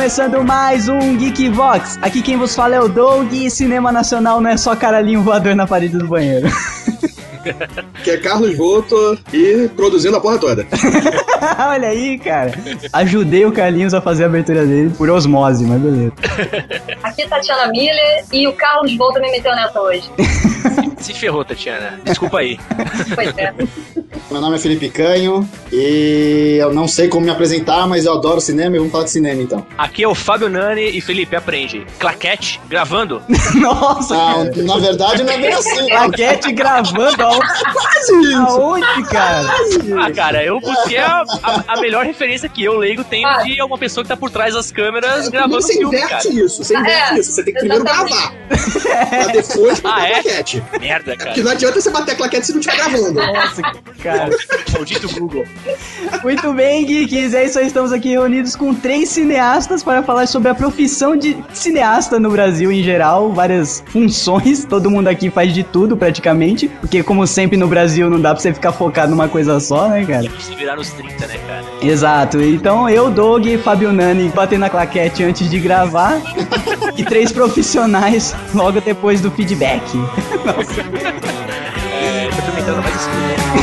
começando mais um Geek Vox. Aqui quem vos fala é o Doug e cinema nacional não é só caralhinho voador na parede do banheiro. Que é Carlos Voltor e produzindo a porra toda. Olha aí, cara. Ajudei o Carlinhos a fazer a abertura dele por osmose, mas beleza. Aqui é Tatiana Miller e o Carlos Voltor me meteu nessa hoje. Se ferrou, Tatiana. Desculpa aí. Pois é. Meu nome é Felipe Canho e eu não sei como me apresentar, mas eu adoro cinema e vamos falar de cinema então. Aqui é o Fábio Nani e Felipe, aprende. Claquete, gravando? Nossa, cara. Na verdade não é bem assim. Claquete gravando, ó. Quase isso. Aonde, cara? Ah, cara, eu busquei a melhor referência que eu, leigo, tenho de uma pessoa que tá por trás das câmeras gravando você filme, cara. Você inverte isso. Você tem que primeiro gravar. Pra depois botar a claquete. Merda, cara. Porque não adianta você bater a claquete se não estiver gravando. Nossa, cara. Maldito Google. Muito bem, geeks. É isso aí, estamos aqui reunidos com 3 cineastas para falar sobre a profissão de cineasta no Brasil em geral. Várias funções. Todo mundo aqui faz de tudo praticamente. Porque, como sempre no Brasil, não dá pra você ficar focado numa coisa só, né, cara? Se virar nos 30, né, cara? Exato. Então, eu, Doug e Fábio Nani batendo na claquete antes de gravar. E 3 profissionais logo depois do feedback. Nossa. Tô tentando mais escuro.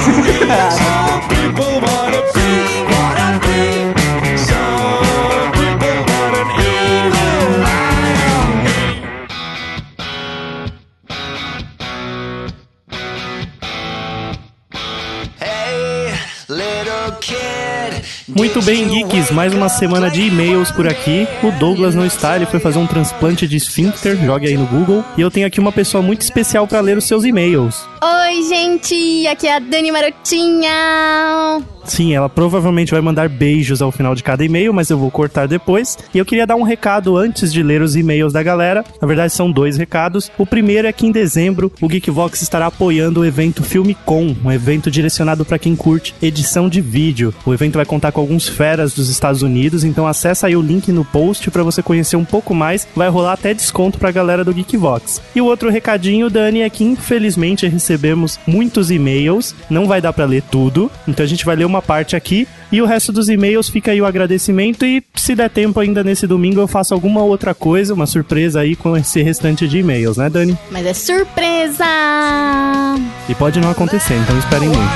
Muito bem, geeks, mais uma semana de e-mails por aqui. O Douglas não está, ele foi fazer um transplante de esfíncter, jogue aí no Google. E eu tenho aqui uma pessoa muito especial para ler os seus e-mails. Oi, gente, aqui é a Dani Marotinha. Sim, ela provavelmente vai mandar beijos ao final de cada e-mail, mas eu vou cortar depois. E eu queria dar um recado antes de ler os e-mails da galera. Na verdade, são 2 recados. O primeiro é que em dezembro o Geekvox estará apoiando o evento FilmeCon, um evento direcionado para quem curte edição de vídeo. O evento vai contar com alguns feras dos Estados Unidos, então acessa aí o link no post para você conhecer um pouco mais. Vai rolar até desconto pra galera do Geekvox. E o outro recadinho, Dani, é que infelizmente recebemos muitos e-mails. Não vai dar para ler tudo, então a gente vai ler uma parte aqui e o resto dos e-mails fica aí o agradecimento e se der tempo ainda nesse domingo eu faço alguma outra coisa, uma surpresa aí com esse restante de e-mails, né, Dani? Mas é surpresa! E pode não acontecer, então esperem muito.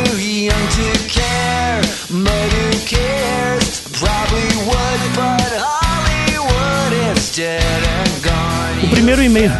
O primeiro e-mail...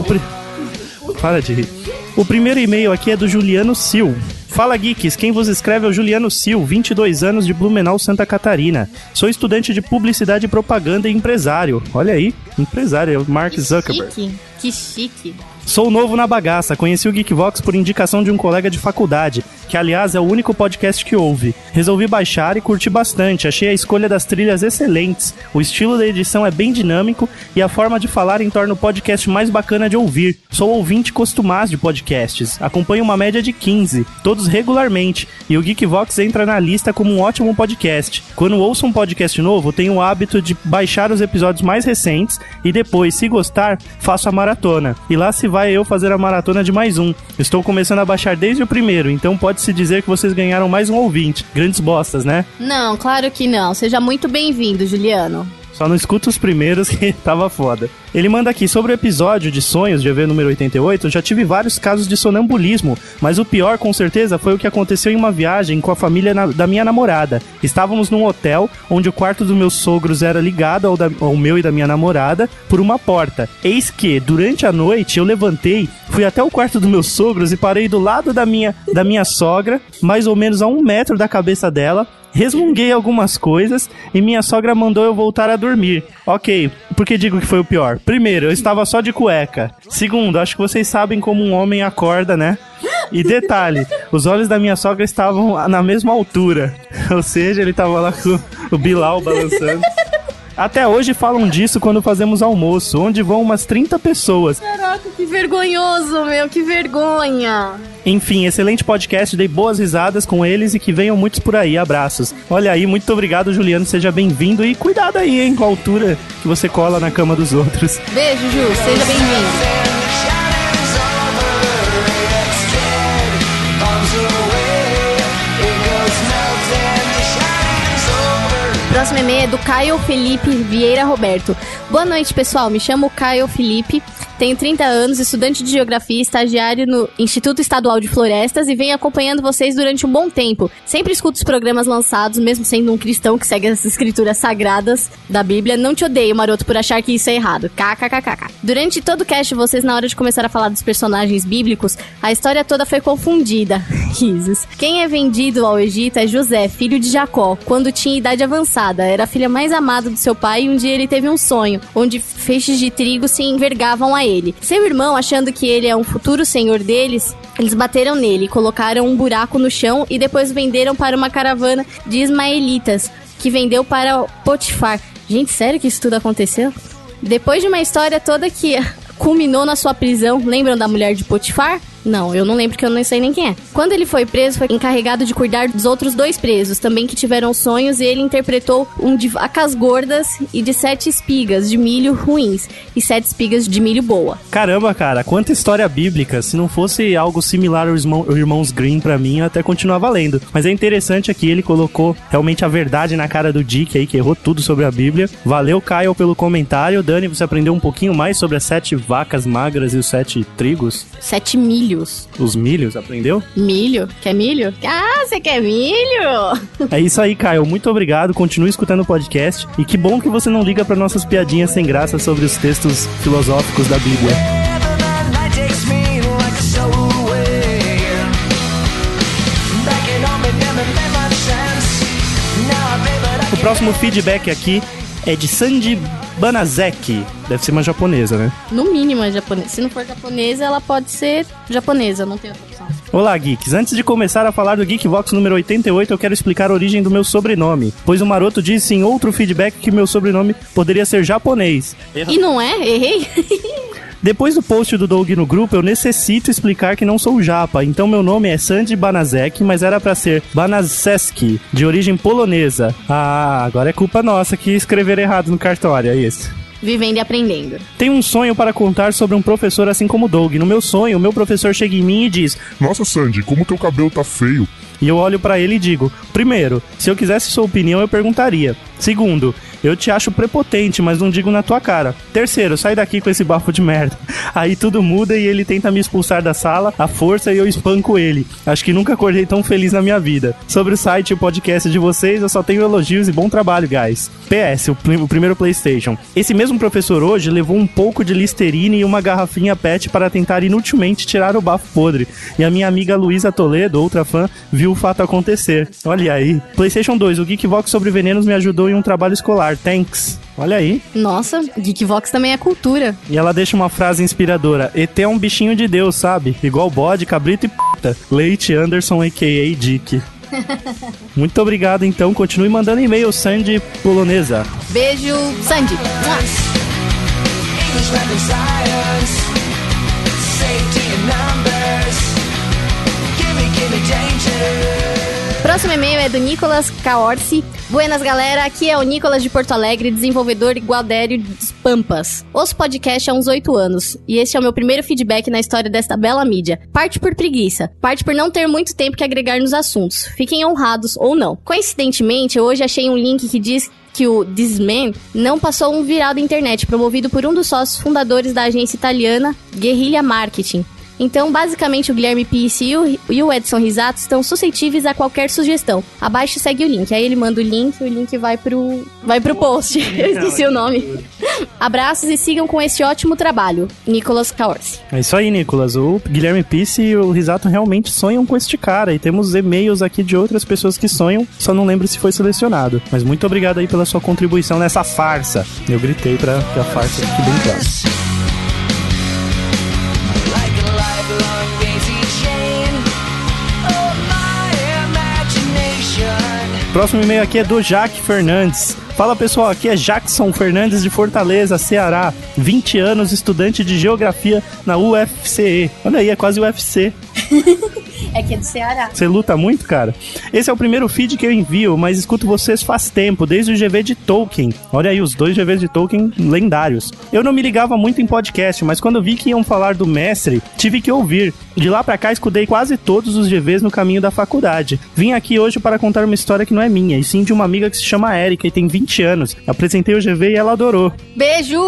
Para de rir. O primeiro e-mail aqui é do Juliano Sil. Fala, geeks, quem vos escreve é o Juliano Sil, 22 anos, de Blumenau, Santa Catarina. Sou estudante de publicidade e propaganda e empresário. Olha aí, empresário, é o Mark Zuckerberg. Que chique. Sou novo na bagaça, conheci o Geekvox por indicação de um colega de faculdade, que aliás é o único podcast que ouve. Resolvi baixar e curti bastante, achei a escolha das trilhas excelentes, o estilo da edição é bem dinâmico e a forma de falar torna o podcast mais bacana de ouvir. Sou ouvinte costumaz de podcasts, acompanho uma média de 15, todos regularmente, e o Geekvox entra na lista como um ótimo podcast. Quando ouço um podcast novo, tenho o hábito de baixar os episódios mais recentes e depois, se gostar, faço a maratona. E lá se vai eu fazer a maratona de mais um. Estou começando a baixar desde o primeiro, então pode-se dizer que vocês ganharam mais um ouvinte. Grandes bostas, né? Não, claro que não. Seja muito bem-vindo, Juliano. Só não escuta os primeiros que tava foda. Ele manda aqui, sobre o episódio de sonhos de EV número 88, eu já tive vários casos de sonambulismo, mas o pior, com certeza, foi o que aconteceu em uma viagem com a família da minha namorada. Estávamos num hotel, onde o quarto dos meus sogros era ligado ao meu e da minha namorada, por uma porta. Eis que, durante a noite, eu levantei, fui até o quarto dos meus sogros e parei do lado da minha sogra, mais ou menos a 1 metro da cabeça dela, resmunguei algumas coisas e minha sogra mandou eu voltar a dormir. Ok, por que digo que foi o pior? Primeiro, eu estava só de cueca. Segundo, acho que vocês sabem como um homem acorda, né? E detalhe, os olhos da minha sogra estavam na mesma altura. Ou seja, ele estava lá com o Bilal balançando. Até hoje falam disso quando fazemos almoço, onde vão umas 30 pessoas. Caraca, que vergonhoso, meu, que vergonha. Enfim, excelente podcast, dei boas risadas com eles e que venham muitos por aí, abraços. Olha aí, muito obrigado, Juliano, seja bem-vindo e cuidado aí, hein, com a altura que você cola na cama dos outros. Beijo, Ju, seja bem-vindo. próximo e-mail é do Caio Felipe Vieira Roberto. Boa noite, pessoal. Me chamo Caio Felipe, tenho 30 anos, estudante de Geografia e estagiário no Instituto Estadual de Florestas e venho acompanhando vocês durante um bom tempo. Sempre escuto os programas lançados, mesmo sendo um cristão que segue as escrituras sagradas da Bíblia. Não te odeio, maroto, por achar que isso é errado. KKKK. Durante todo o cast, vocês, na hora de começar a falar dos personagens bíblicos, a história toda foi confundida. Risos. Quem é vendido ao Egito é José, filho de Jacó, quando tinha idade avançada. Era a filha mais amada do seu pai e um dia ele teve um sonho, onde feixes de trigo se envergavam a ele. Seu irmão, achando que ele é um futuro senhor deles, eles bateram nele, colocaram um buraco no chão e depois venderam para uma caravana de ismaelitas, que vendeu para Potifar. Gente, sério que isso tudo aconteceu? Depois de uma história toda que culminou na sua prisão, lembram da mulher de Potifar? Não, eu não lembro, que eu não sei nem quem é. Quando ele foi preso, foi encarregado de cuidar dos outros 2 presos, também que tiveram sonhos, e ele interpretou um de vacas gordas e de 7 espigas de milho ruins e 7 espigas de milho boa. Caramba, cara, quanta história bíblica. Se não fosse algo similar aos Irmãos Grimm, pra mim, eu até continuava lendo. Mas é interessante aqui, ele colocou realmente a verdade na cara do Dick aí, que errou tudo sobre a Bíblia. Valeu, Caio, pelo comentário. Dani, você aprendeu um pouquinho mais sobre as 7 vacas magras e os 7 trigos? 7 milhos. Os milhos, aprendeu? Milho? Quer milho? Ah, você quer milho? É isso aí, Caio. Muito obrigado. Continue escutando o podcast. E que bom que você não liga para nossas piadinhas sem graça sobre os textos filosóficos da Bíblia. O próximo feedback aqui é de Sandy Banazek. Deve ser uma japonesa, né? No mínimo é japonesa. Se não for japonesa, ela pode ser japonesa. Não tem outra opção. Olá, geeks. Antes de começar a falar do Geekvox número 88, eu quero explicar a origem do meu sobrenome. Pois o Maroto disse em outro feedback que meu sobrenome poderia ser japonês. E não é? Errei? Depois do post do Doug no grupo, eu necessito explicar que não sou japa, então meu nome é Sandy Banazek, mas era pra ser Banazeski, de origem polonesa. Ah, agora é culpa nossa que escreveram errado no cartório, é isso. Vivendo e aprendendo. Tenho um sonho para contar sobre um professor assim como o Doug. No meu sonho, o meu professor chega em mim e diz: Nossa, Sandy, como teu cabelo tá feio. E eu olho pra ele e digo: primeiro, se eu quisesse sua opinião, eu perguntaria. Segundo, eu te acho prepotente, mas não digo na tua cara. Terceiro, sai daqui com esse bafo de merda. Aí tudo muda e ele tenta me expulsar da sala, à força, e eu espanco ele. Acho que nunca acordei tão feliz na minha vida. Sobre o site e o podcast de vocês, eu só tenho elogios e bom trabalho, guys. PS, o primeiro PlayStation. Esse mesmo professor hoje levou um pouco de Listerine e uma garrafinha PET para tentar inutilmente tirar o bafo podre. E a minha amiga Luísa Toledo, outra fã, viu o fato acontecer. Olha aí. PlayStation 2, o Geekvox sobre venenos me ajudou em um trabalho escolar. Thanks. Olha aí. Nossa, Geekvox também é cultura. E ela deixa uma frase inspiradora: ET é um bichinho de Deus, sabe? Igual bode, cabrito e p***. Leite Anderson, a.k.a. Dick. Muito obrigado, então. Continue mandando e-mail, Sandy Polonesa. Beijo, Sandy. Próximo e-mail é do Nicolas Caorsi. Buenas, galera. Aqui é o Nicolas de Porto Alegre, desenvolvedor Gualdério dos Pampas. Ouço podcast há uns 8 anos, e este é o meu primeiro feedback na história desta bela mídia. Parte por preguiça, parte por não ter muito tempo que agregar nos assuntos. Fiquem honrados ou não. Coincidentemente, eu hoje achei um link que diz que o This Man não passou um viral da internet, promovido por um dos sócios fundadores da agência italiana Guerrilla Marketing. Então, basicamente, o Guilherme Pisse e o Edson Risato estão suscetíveis a qualquer sugestão. Abaixo segue o link. Aí ele manda o link vai pro post. Eu esqueci o nome. Abraços e sigam com esse ótimo trabalho. Nicolas Caorsi. É isso aí, Nicolas. O Guilherme Pisse e o Risato realmente sonham com este cara. E temos e-mails aqui de outras pessoas que sonham. Só não lembro se foi selecionado. Mas muito obrigado aí pela sua contribuição nessa farsa. Eu gritei pra que a farsa fique bem clara. Próximo e-mail aqui é do Jaque Fernandes. Fala, pessoal, aqui é Jackson Fernandes de Fortaleza, Ceará. 20 anos, estudante de Geografia na UFCE. Olha aí, é quase UFC. É que é do Ceará. Você luta muito, cara? Esse é o primeiro feed que eu envio, mas escuto vocês faz tempo, desde o GV de Tolkien. Olha aí, os 2 GVs de Tolkien lendários. Eu não me ligava muito em podcast, mas quando vi que iam falar do mestre, tive que ouvir. De lá pra cá, escutei quase todos os GVs no caminho da faculdade. Vim aqui hoje para contar uma história que não é minha, e sim de uma amiga que se chama Érica e tem 20 anos. Apresentei o GV e ela adorou. Beijo!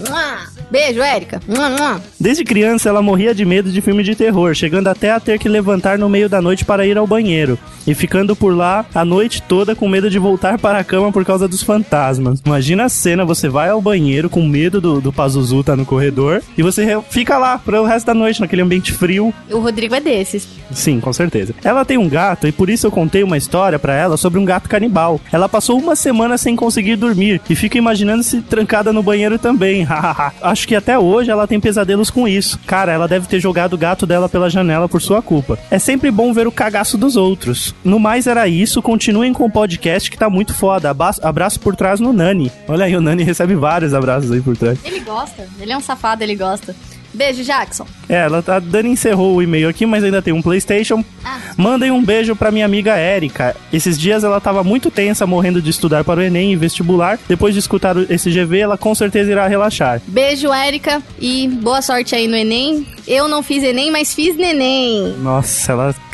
Beijo, Érica. Desde criança, ela morria de medo de filme de terror, chegando até a ter que levantar no meio da noite para ir ao banheiro, e ficando por lá a noite toda com medo de voltar para a cama por causa dos fantasmas. Imagina a cena, você vai ao banheiro com medo do Pazuzu tá no corredor, e você fica lá pro resto da noite, naquele ambiente frio. O Rodrigo é desses. Sim, com certeza. Ela tem um gato, e por isso eu contei uma história pra ela sobre um gato canibal. Ela passou uma semana sem conseguir dormir, e fica imaginando-se trancada no banheiro também. Acho que até hoje ela tem pesadelos com isso. Cara, ela deve ter jogado o gato dela pela janela por sua culpa. É sempre bom ver o cagaço dos outros. No mais era isso, continuem com o podcast que tá muito foda. Abraço por trás no Nani. Olha aí, o Nani recebe vários abraços aí por trás. Ele gosta, ele é um safado, ele gosta. Beijo, Jackson. A Dani encerrou o e-mail aqui, mas ainda tem um PlayStation. Mandem um beijo pra minha amiga Érica. Esses dias ela tava muito tensa, morrendo de estudar para o Enem e vestibular. Depois de escutar esse GV, ela com certeza irá relaxar. Beijo, Érica, e boa sorte aí no Enem. Eu não fiz Enem, mas fiz neném. Nossa,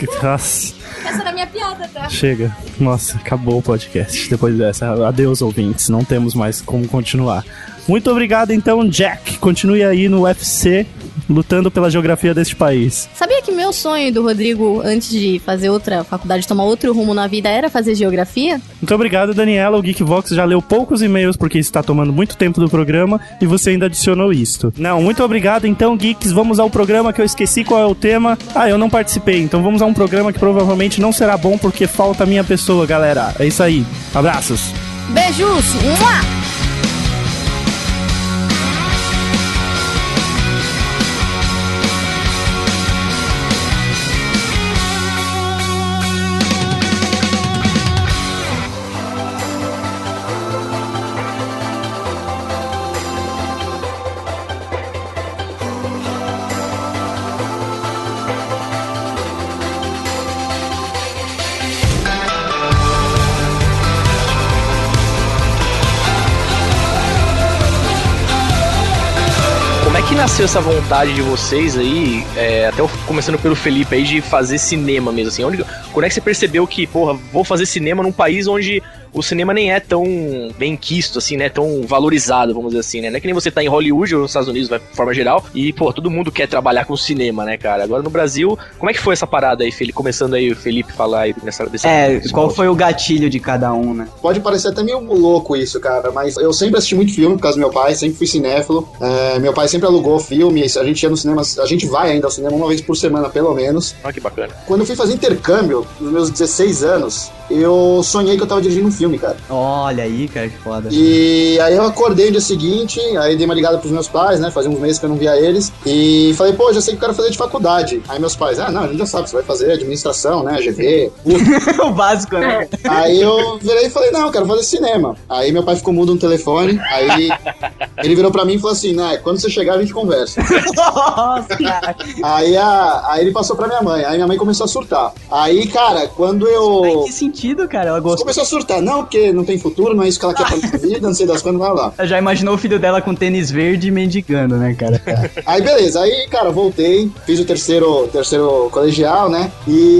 Essa era a minha piada, tá? Chega. Nossa, acabou o podcast depois dessa. Adeus, ouvintes. Não temos mais como continuar. Muito obrigado, então, Jack. Continue aí no UFC, lutando pela geografia deste país. Sabia que meu sonho do Rodrigo, antes de fazer outra faculdade, tomar outro rumo na vida, era fazer geografia? Muito obrigado, Daniela. O Geekvox já leu poucos e-mails porque está tomando muito tempo do programa e você ainda adicionou isto. Não, muito obrigado. Então, Geeks, vamos ao programa que eu esqueci qual é o tema. Eu não participei. Então vamos a um programa que provavelmente não será bom porque falta a minha pessoa, galera. É isso aí. Abraços. Beijos. Mua! Nasceu essa vontade de vocês aí, até começando pelo Felipe aí, de fazer cinema mesmo, assim, quando é que você percebeu que, vou fazer cinema num país onde o cinema nem é tão bem quisto, assim, né, tão valorizado, vamos dizer assim, né, não é que nem você tá em Hollywood ou nos Estados Unidos, de forma geral, e, todo mundo quer trabalhar com cinema, né, cara, agora no Brasil, como é que foi essa parada aí, Felipe, começando aí o Felipe falar aí desse qual foi o gatilho de cada um, né? Pode parecer até meio louco isso, cara, mas eu sempre assisti muito filme por causa do meu pai, sempre fui cinéfilo, meu pai sempre alugou filme, a gente ia no cinema, a gente vai ainda ao cinema uma vez por semana, pelo menos. Que bacana. Quando eu fui fazer intercâmbio, nos meus 16 anos, eu sonhei que eu tava dirigindo um filme, cara. Olha aí, cara, que foda. E aí eu acordei no dia seguinte, aí dei uma ligada pros meus pais, né, fazia uns meses que eu não via eles, e falei, já sei que eu quero fazer de faculdade. Aí meus pais, não, a gente já sabe, você vai fazer administração, né, GV, o básico, né? Aí eu virei e falei, não, eu quero fazer cinema. Aí meu pai ficou mudo no telefone, aí ele virou pra mim e falou assim, quando você chegar a gente conversa. Nossa, cara. Aí ele passou pra minha mãe, aí minha mãe começou a surtar. Aí, cara, quando eu... Em que sentido, cara? Ela gostou? Começou a surtar, não, porque não tem futuro, não é isso que ela quer pra vida, não sei das quantas, vai lá. Ela já imaginou o filho dela com tênis verde mendigando, né, cara? Aí, beleza, aí, cara, voltei, fiz o terceiro colegial, né,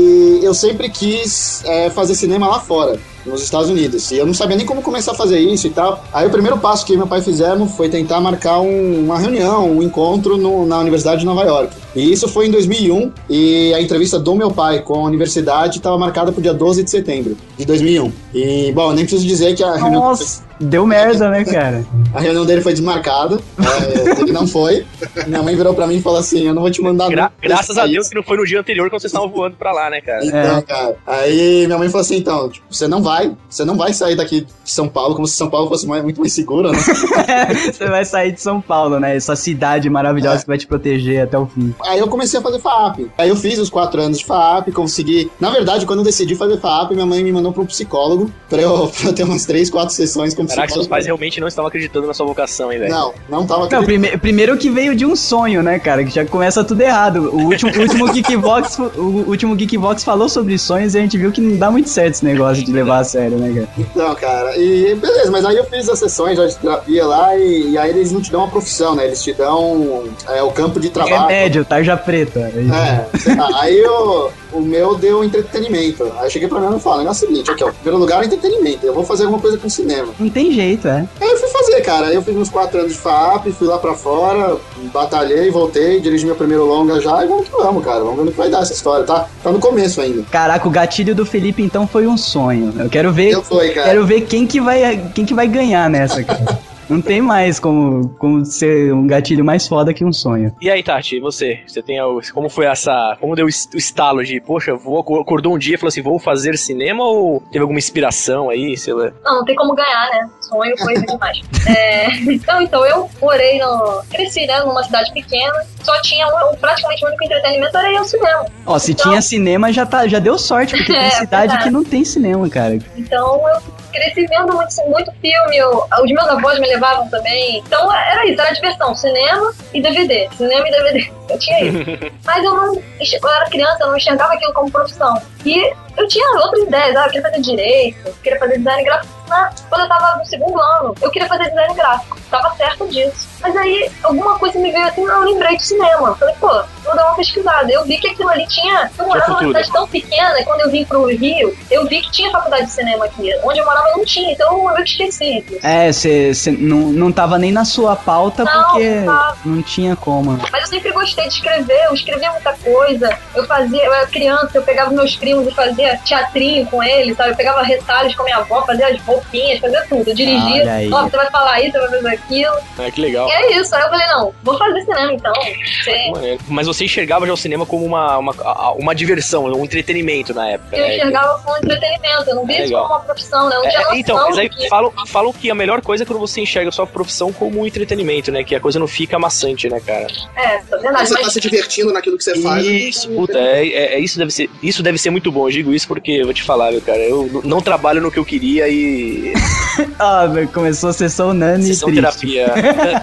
e eu sempre quis fazer cinema lá fora, nos Estados Unidos, e eu não sabia nem como começar a fazer isso e tal. Aí o primeiro passo que meu pai fizemos foi tentar marcar uma reunião, um encontro na Universidade de Nova York. E isso foi em 2001, e a entrevista do meu pai com a universidade estava marcada pro dia 12 de setembro de 2001. E, bom, nem preciso dizer que a reunião... Nossa, deu merda, né, cara? A reunião dele foi desmarcada, ele não foi. Minha mãe virou pra mim e falou assim, eu não vou te mandar graças a Deus que não foi no dia anterior quando vocês estavam voando pra lá, né, cara? Então, cara, aí minha mãe falou assim, então, tipo, você não vai sair daqui de São Paulo, como se São Paulo fosse muito mais seguro, né? Você vai sair de São Paulo, né? Essa cidade maravilhosa que vai te proteger até o fim. Aí eu comecei a fazer FAAP. Aí eu fiz os 4 anos de FAAP, consegui... Na verdade, quando eu decidi fazer FAAP, minha mãe me mandou pra um psicólogo pra eu ter umas 3, 4 sessões com Caraca, seus pais realmente não estavam acreditando na sua vocação, hein, velho? Não tava Não, acreditando. primeiro que veio de um sonho, né, cara? Que já começa tudo errado. O último Geekbox falou sobre sonhos e a gente viu que não dá muito certo esse negócio de levar a sério, né, cara? Então, cara, e beleza, mas aí eu fiz as sessões de terapia lá e aí eles não te dão uma profissão, né? Eles te dão o campo de trabalho. Remédio, tarja preta. Sei lá, aí o meu deu entretenimento. Aí eu cheguei pra mim e falei, o negócio é o seguinte, aqui ó, primeiro lugar é entretenimento, eu vou fazer alguma coisa com cinema. Não tem jeito, Aí eu fui fazer, cara, eu fiz uns 4 anos de FAP, fui lá pra fora, batalhei, voltei, dirigi meu primeiro longa já e vamos que vamos, cara, vamos ver no que vai dar essa história, tá no começo ainda. Caraca, o gatilho do Felipe então foi um sonho. Eu quero ver, cara. Quero ver quem que vai ganhar nessa, cara. Não tem mais como ser um gatilho mais foda que um sonho. E aí, Tati, e você? Você tem como foi como deu o estalo de, poxa, acordou um dia e falou assim, vou fazer cinema ou teve alguma inspiração aí, sei lá? Não tem como ganhar, né? Sonho, coisa demais. Então, eu cresci, né, numa cidade pequena, só tinha praticamente o único entretenimento era ir ao cinema. Ó, se tinha cinema já deu sorte, porque tem cidade que não tem cinema, cara. Então, eu cresci vendo muito filme, os meus avós me levavam também. Então era isso, era diversão, cinema e DVD. Eu tinha isso. Mas quando eu era criança, eu não enxergava aquilo como profissão. E eu tinha outras ideias, eu queria fazer direito, eu queria fazer design gráfico. Quando eu tava no 2º ano, eu queria fazer design gráfico. Tava certo disso. Mas aí, alguma coisa me veio assim, eu lembrei de cinema. Falei, pô, vou dar uma pesquisada. Eu vi que aquilo ali tinha... Eu morava numa cidade tão pequena, e quando eu vim pro Rio, eu vi que tinha faculdade de cinema aqui. Onde eu morava não tinha, então eu meio que esqueci disso. Você não tava nem na sua pauta, porque não tinha como. Mas eu sempre gostei de escrever, eu escrevia muita coisa. Eu era criança, eu pegava meus primos e fazia teatrinho com eles, sabe? Eu pegava retalhos com a minha avó, fazia as roupinhas, fazia tudo. Eu dirigia, você vai falar isso, você vai fazer aquilo. Que legal. E é isso, aí eu falei, não, vou fazer cinema então. Mas você enxergava já o cinema como uma diversão, um entretenimento na época. Eu enxergava como entretenimento, eu não via isso como uma profissão, né? Eu não tinha noção. Então, mas aí falam que a melhor coisa é quando você enxerga a sua profissão como um entretenimento, né? Que a coisa não fica maçante, né, cara? É verdade. Você tá se divertindo naquilo que você faz. Isso, puta, isso deve ser muito bom. Eu digo isso porque eu vou te falar, meu cara, eu não trabalho no que eu queria e... Começou a sessão Nani sessão triste. terapia.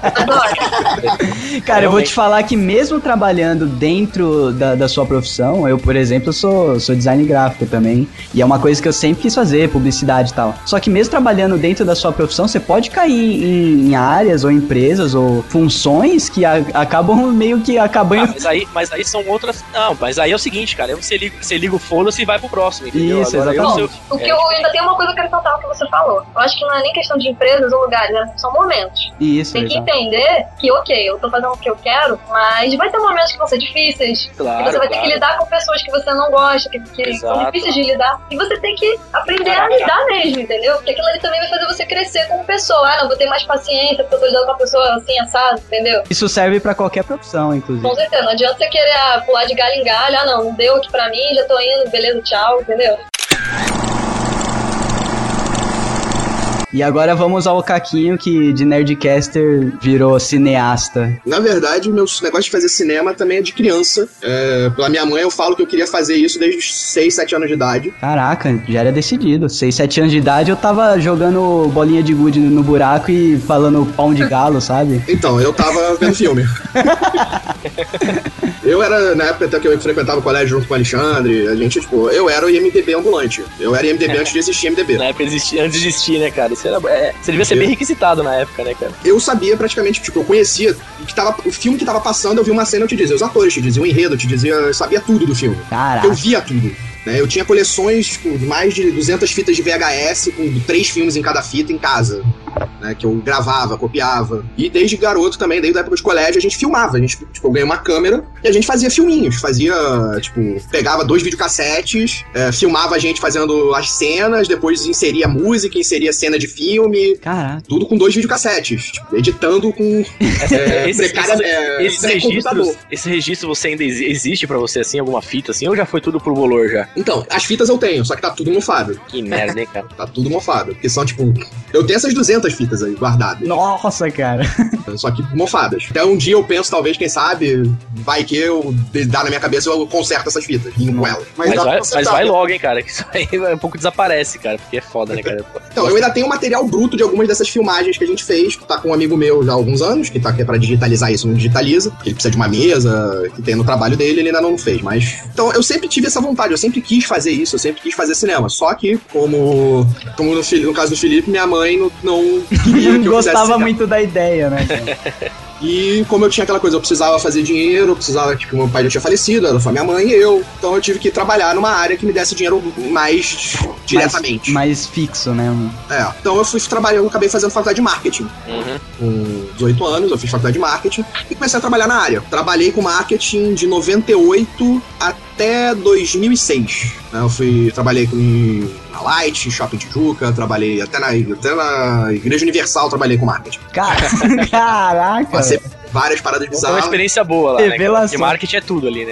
Cara, eu vou te falar que mesmo trabalhando dentro da sua profissão, eu, por exemplo, sou design gráfico também, e é uma coisa que eu sempre quis fazer, publicidade e tal. Só que mesmo trabalhando dentro da sua profissão, você pode cair em áreas ou empresas ou funções que acabam meio que acabando... Mas aí são outras... Não, mas aí é o seguinte, cara, você liga o foda-se e vai pro próximo, entendeu? Isso, agora exatamente. Eu ainda tenho uma coisa que eu quero contar o que você falou. Eu acho que não é nem questão de empresas ou lugares, são momentos. Isso, tem que entender que, ok, eu tô fazendo o que eu quero, mas vai ter momentos que vão ser difíceis. Claro, que você vai ter que lidar com pessoas que você não gosta, que são difíceis de lidar. E você tem que aprender a lidar mesmo, entendeu? Porque aquilo ali também vai fazer você crescer como pessoa. Não, vou ter mais paciência, porque eu tô lidando com uma pessoa assim, assado, entendeu? Isso serve pra qualquer profissão, inclusive. Com certeza, não adianta você querer pular de galho em galho. Não deu aqui pra mim, já tô indo, beleza, tchau, entendeu? E agora vamos ao Caquinho, que de Nerdcaster virou cineasta. Na verdade, o meu negócio de fazer cinema também é de criança. Pela minha mãe, eu falo que eu queria fazer isso desde os 6, 7 anos de idade. Caraca, já era decidido. 6, 7 anos de idade, eu tava jogando bolinha de gude no buraco e falando pão de galo, sabe? Então, eu tava vendo filme. Eu era, na época até que eu frequentava o colégio junto com o Alexandre, a gente, eu era o IMDB ambulante. Eu era IMDB antes de existir IMDB. Na época antes de existir, né, cara? Você devia ser bem requisitado na época, né, cara? Eu sabia praticamente, eu conhecia o filme que tava passando, eu vi uma cena, eu te dizia os atores, te dizia o enredo, eu sabia tudo do filme. Caraca. Eu via tudo. Eu tinha coleções com mais de 200 fitas de VHS, com 3 filmes em cada fita em casa, né, que eu gravava, copiava. E desde garoto também, desde a época de colégio, a gente filmava. A gente, eu ganhei uma câmera e a gente fazia filminhos. Pegava 2 videocassetes, filmava a gente fazendo as cenas, depois inseria música, inseria cena de filme. Caraca. Tudo com 2 videocassetes, editando com Esse registro você ainda existe pra você, assim, alguma fita, assim, ou já foi tudo pro bolor já? Então, as fitas eu tenho, só que tá tudo mofado. Que merda, hein, cara? Tá tudo mofado, porque são, eu tenho essas 200 fitas aí, guardadas. Nossa, cara. Só que mofadas. Até um dia eu penso, talvez, quem sabe, vai que eu dá na minha cabeça, eu conserto essas fitas, limpo ela. Mas vai logo, hein, cara, que isso aí um pouco desaparece, cara, porque é foda, né, cara? Então, eu ainda tenho material bruto de algumas dessas filmagens que a gente fez, que tá com um amigo meu já há alguns anos, que tá aqui pra digitalizar isso, não digitaliza, ele precisa de uma mesa, que tem no trabalho dele, ele ainda não fez, mas... Então, eu sempre tive essa vontade, eu sempre quis fazer isso, eu sempre quis fazer cinema, só que, como no caso do Felipe, minha mãe não queria que eu gostava muito da ideia, né? E como eu tinha aquela coisa, eu precisava fazer dinheiro, eu precisava, tipo, meu pai já tinha falecido, era só minha mãe e eu. Então eu tive que trabalhar numa área que me desse dinheiro mais diretamente. Mais fixo, né? Então eu fui trabalhando, eu acabei fazendo faculdade de marketing. Com 18 anos, eu fiz faculdade de marketing e comecei a trabalhar na área. Trabalhei com marketing de 98 até 2006. Trabalhei na Light, Shopping Tijuca, trabalhei até na Igreja Universal, trabalhei com marketing. Caraca! Passei várias paradas bizarras. Foi uma experiência boa lá, né? Porque marketing é tudo ali, né?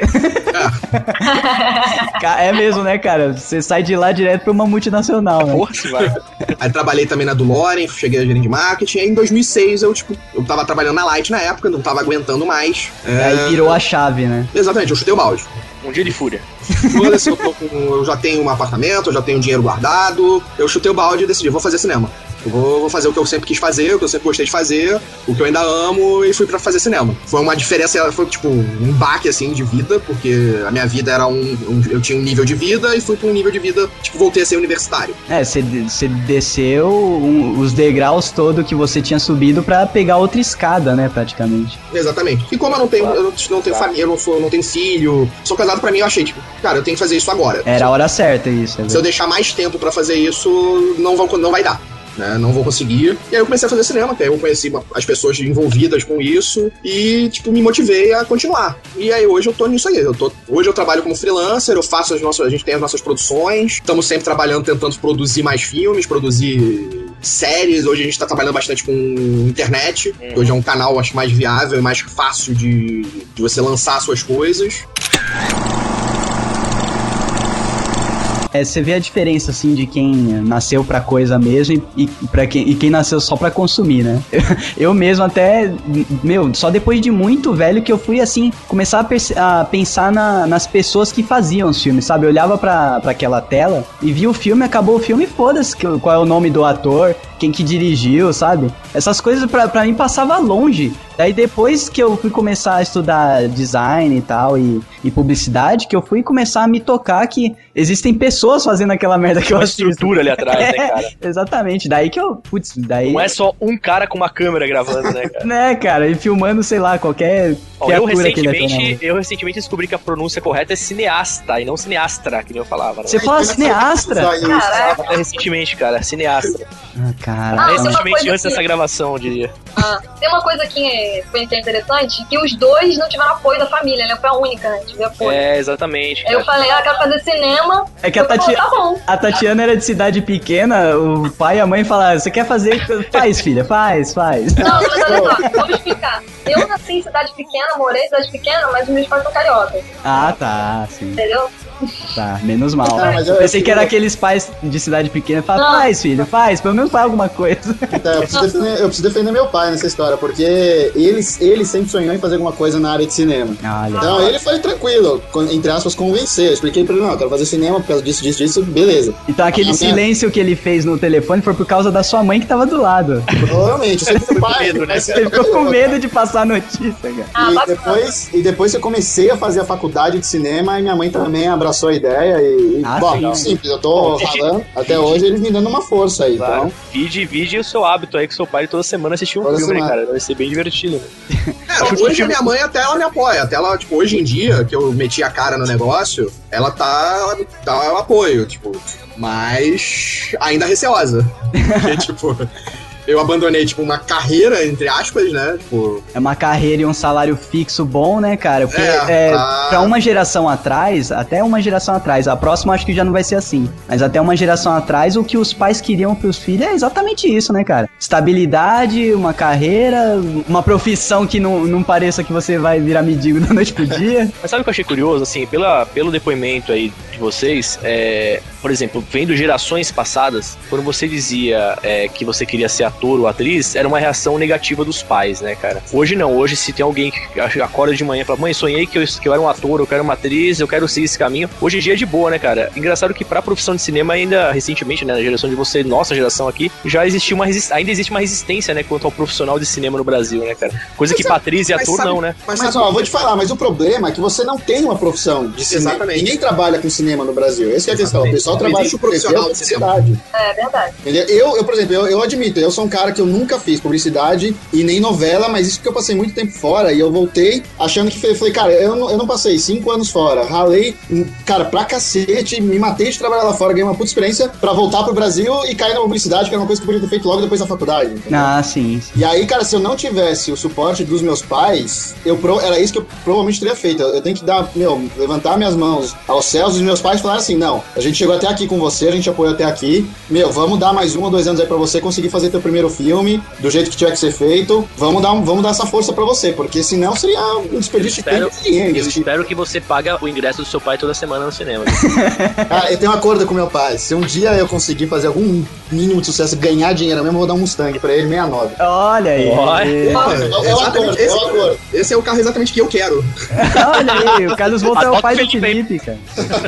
É mesmo, né, cara? Você sai de lá direto pra uma multinacional, né? Porra, se vai. Aí trabalhei também na DeLorean, cheguei a gerente de marketing. Aí em 2006 eu tava trabalhando na Light na época, não tava aguentando mais. Aí virou a chave, né? Exatamente, eu chutei o balde. Um dia de fúria. Eu já tenho um apartamento, eu já tenho dinheiro guardado. Eu chutei o balde e decidi, vou fazer cinema. Eu vou fazer o que eu sempre quis fazer, o que eu sempre gostei de fazer, o que eu ainda amo, e fui pra fazer cinema. Foi uma diferença, foi tipo um baque assim de vida, porque a minha vida era eu tinha um nível de vida e fui pra um nível de vida, tipo, voltei a ser universitário. Você desceu os degraus todo que você tinha subido pra pegar outra escada, né, praticamente. Exatamente. E como eu não tenho família, eu não tenho filho, sou casado, pra mim eu achei, tipo, cara, eu tenho que fazer isso agora. Era a hora certa isso. Se eu deixar mais tempo pra fazer isso, não vai dar. Né, não vou conseguir. E aí eu comecei a fazer cinema, que aí eu conheci as pessoas envolvidas com isso e, tipo, me motivei a continuar. E aí hoje eu tô nisso aí. Hoje eu trabalho como freelancer, a gente tem as nossas produções, estamos sempre trabalhando, tentando produzir mais filmes, produzir séries. Hoje a gente tá trabalhando bastante com internet. Hoje é um canal, acho, mais viável e mais fácil de você lançar suas coisas. Você vê a diferença, assim, de quem nasceu pra coisa mesmo e quem nasceu só pra consumir, né? Eu mesmo até, só depois de muito velho que eu fui, assim, começar a pensar nas pessoas que faziam os filmes, sabe? Eu olhava pra aquela tela e via o filme, acabou o filme, foda-se qual é o nome do ator, quem que dirigiu, sabe? Essas coisas pra mim passava longe. Daí depois que eu fui começar a estudar design e tal, e publicidade, que eu fui começar a me tocar que existem pessoas fazendo aquela merda que eu assisto. Uma estrutura ali atrás, né, cara? Exatamente, daí que eu... Não é só um cara com uma câmera gravando, né, cara? Né, cara, e filmando, sei lá, qualquer criatura que ele eu recentemente descobri que a pronúncia correta é cineasta e não cineastra, que nem eu falava. Né? Você fala cineastra? Caraca. Recentemente, cara, cineastra. Cara. Recentemente, antes dessa gravação, eu diria. Tem uma coisa que é interessante, que os dois não tiveram apoio da família, né? Foi a única, né? Tive apoio. Exatamente. Aí eu falei, quero fazer cinema. É que tá bom. A Tatiana era de cidade pequena, o pai e a mãe falaram, você quer fazer? Faz, filha, faz. Não, mas olha só, vamos explicar. Eu nasci em cidade pequena, morei em cidade pequena, mas os meus pais são cariocas. Tá, sim. Entendeu? Tá, menos mal. Mas eu pensei que era aqueles pais de cidade pequena que falavam, faz, filho, faz, pelo menos faz alguma coisa. Então, eu preciso defender meu pai nessa história, porque ele sempre sonhou em fazer alguma coisa na área de cinema. Olha. Então ele foi tranquilo, entre aspas, convencer. Eu expliquei pra ele, não, eu quero fazer cinema por causa disso, beleza. Então aquele silêncio que ele fez no telefone foi por causa da sua mãe que tava do lado. Provavelmente, eu sempre fui pai. Medo, né? Ele ficou com medo de passar a notícia, cara. E depois eu comecei a fazer a faculdade de cinema e minha mãe também abraçou a ideia bom, simples, eu tô ralando, até hoje eles me dando uma força aí, claro. Então... Vide o seu hábito aí com seu pai toda semana assistir um filme, né, cara? Vai ser bem divertido, né? Hoje a minha mãe até ela me apoia, até ela, tipo, hoje em dia, que eu meti a cara no negócio, ela tá o apoio, tipo, mas ainda receosa. Porque, tipo... Eu abandonei, tipo, uma carreira, entre aspas, né? Tipo... É uma carreira e um salário fixo bom, né, cara? Porque pra uma geração atrás, até uma geração atrás, a próxima acho que já não vai ser assim, mas até uma geração atrás, o que os pais queriam pros filhos é exatamente isso, né, cara? Estabilidade, uma carreira, uma profissão que não pareça que você vai virar mendigo da noite pro dia. Mas sabe o que eu achei curioso, assim, pelo depoimento aí de vocês, por exemplo, vendo gerações passadas, quando você dizia que você queria ser ator, ator ou atriz, era uma reação negativa dos pais, né, cara? Hoje não, hoje se tem alguém que acorda de manhã e fala, mãe, sonhei que eu era um ator, eu quero uma atriz, eu quero seguir esse caminho, hoje em dia é de boa, né, cara? Engraçado que pra profissão de cinema ainda, recentemente, né, na geração de você, nossa geração aqui, já existiu ainda existe uma resistência, né, quanto ao profissional de cinema no Brasil, né, cara? Coisa que pra atriz e ator não, né? Mas ó, vou te falar, mas o problema é que você não tem uma profissão de cinema. Exatamente. Ninguém trabalha com cinema no Brasil. Essa é a questão. O pessoal trabalha existe o profissional de cinema. É verdade. Eu, por exemplo, eu admito, eu sou um cara que eu nunca fiz publicidade e nem novela, mas isso porque eu passei muito tempo fora e eu voltei achando que falei, cara, eu não passei 5 anos fora, ralei, cara, pra cacete, me matei de trabalhar lá fora, ganhei uma puta experiência pra voltar pro Brasil e cair na publicidade, que era uma coisa que eu podia ter feito logo depois da faculdade. Entendeu? Ah, sim. E aí, cara, se eu não tivesse o suporte dos meus pais, era isso que eu provavelmente teria feito. Eu tenho que levantar minhas mãos aos céus, os meus pais falaram assim, não, a gente chegou até aqui com você, a gente apoiou até aqui, vamos dar mais 1 ou 2 anos aí pra você conseguir fazer teu primeiro filme, do jeito que tiver que ser feito, vamos dar essa força pra você, porque senão seria um desperdício de tempo e dinheiro. Eu espero que você pague o ingresso do seu pai toda semana no cinema. Cara, eu tenho um acordo com meu pai, se um dia eu conseguir fazer algum mínimo de sucesso, ganhar dinheiro mesmo, eu vou dar um Mustang pra ele, 69. Olha aí. É o acordo. Esse é o carro exatamente que eu quero. Olha aí, o Carlos Volta é o pai do Felipe, cara.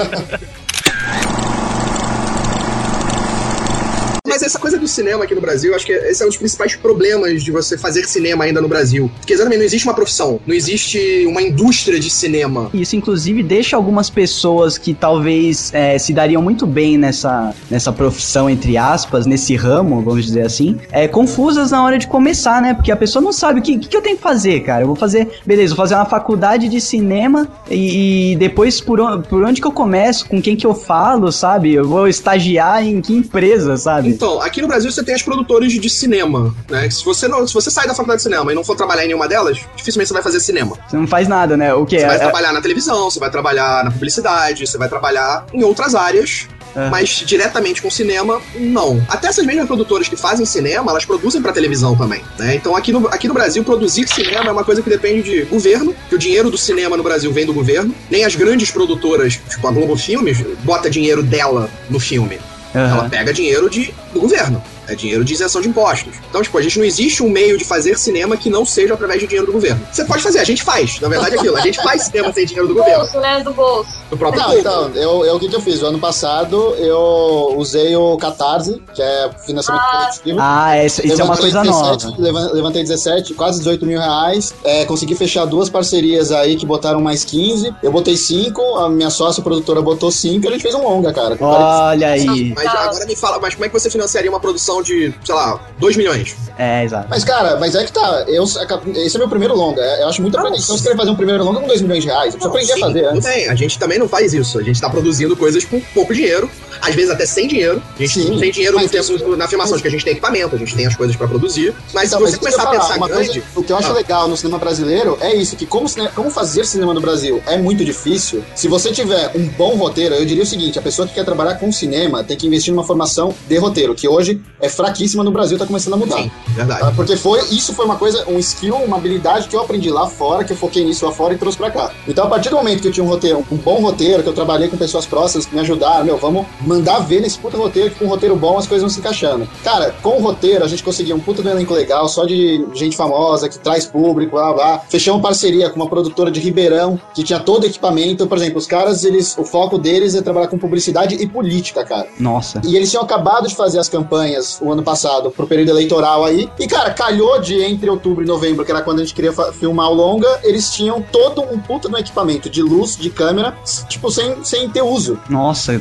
Mas essa coisa do cinema aqui no Brasil, acho que esse é um dos principais problemas de você fazer cinema ainda no Brasil. Porque exatamente não existe uma profissão, não existe uma indústria de cinema. Isso, inclusive, deixa algumas pessoas que talvez se dariam muito bem nessa profissão, entre aspas, nesse ramo, vamos dizer assim, confusas na hora de começar, né? Porque a pessoa não sabe o que eu tenho que fazer, cara. Eu vou fazer, beleza, vou fazer uma faculdade de cinema e depois por onde que eu começo, com quem que eu falo, sabe? Eu vou estagiar em que empresa, sabe? Então, aqui no Brasil você tem as produtoras de cinema, né? Se você sair da faculdade de cinema e não for trabalhar em nenhuma delas, dificilmente você vai fazer cinema. Você não faz nada, né? O quê? Você vai trabalhar na televisão, você vai trabalhar na publicidade, você vai trabalhar em outras áreas, mas diretamente com cinema, não. Até essas mesmas produtoras que fazem cinema, elas produzem pra televisão também, né? Então aqui no Brasil, produzir cinema é uma coisa que depende de governo, que o dinheiro do cinema no Brasil vem do governo. Nem as grandes produtoras, tipo a Globo Filmes, bota dinheiro dela no filme. Ela pega dinheiro do governo. É dinheiro de isenção de impostos. Então, tipo, a gente não existe um meio de fazer cinema que não seja através de dinheiro do governo. Você pode fazer, a gente faz. Na verdade é aquilo, a gente faz cinema sem dinheiro do governo. Bolso, né? Do bolso. Do próprio bolso. Então, o que eu fiz? O ano passado, eu usei o Catarse, que é financiamento coletivo. Isso é uma coisa nova. Levantei 17, quase 18 mil reais. Consegui fechar 2 parcerias aí que botaram mais 15. Eu botei 5, a minha sócia produtora botou 5 e a gente fez um longa, cara. Olha aí. Mas agora me fala, mas como é que você financiaria uma produção de, sei lá, 2 milhões? Exato. Mas, cara, é que tá. Esse é meu primeiro longa. Eu acho muita pretensão você querer fazer um primeiro longa com 2 milhões de reais. Eu preciso aprender a fazer antes. Tudo bem, a gente também não faz isso. A gente tá produzindo coisas com pouco dinheiro, às vezes até sem dinheiro. A gente não tem dinheiro na filmação, porque a gente tem equipamento, a gente tem as coisas pra produzir. Mas se você começar a pensar grande... O que eu acho legal no cinema brasileiro é isso, que como fazer cinema no Brasil é muito difícil. Se você tiver um bom roteiro, eu diria o seguinte, a pessoa que quer trabalhar com cinema tem que investir numa formação de roteiro, que hoje é fraquíssima no Brasil, tá começando a mudar. Sim, verdade. Porque isso foi uma coisa, um skill, uma habilidade que eu aprendi lá fora, que eu foquei nisso lá fora e trouxe pra cá. Então, a partir do momento que eu tinha um bom roteiro, que eu trabalhei com pessoas próximas que me ajudaram, vamos mandar ver nesse puta roteiro, que com um roteiro bom as coisas vão se encaixando. Cara, com o roteiro a gente conseguia um puta do elenco legal, só de gente famosa, que traz público, blá blá. Fechamos parceria com uma produtora de Ribeirão, que tinha todo o equipamento. Por exemplo, os caras, o foco deles é trabalhar com publicidade e política, cara. Nossa. E eles tinham acabado de fazer as campanhas o ano passado pro período eleitoral aí. E, cara, calhou de entre outubro e novembro, que era quando a gente queria filmar o longa, eles tinham todo um puta no equipamento de luz, de câmera, tipo, sem ter uso. Nossa,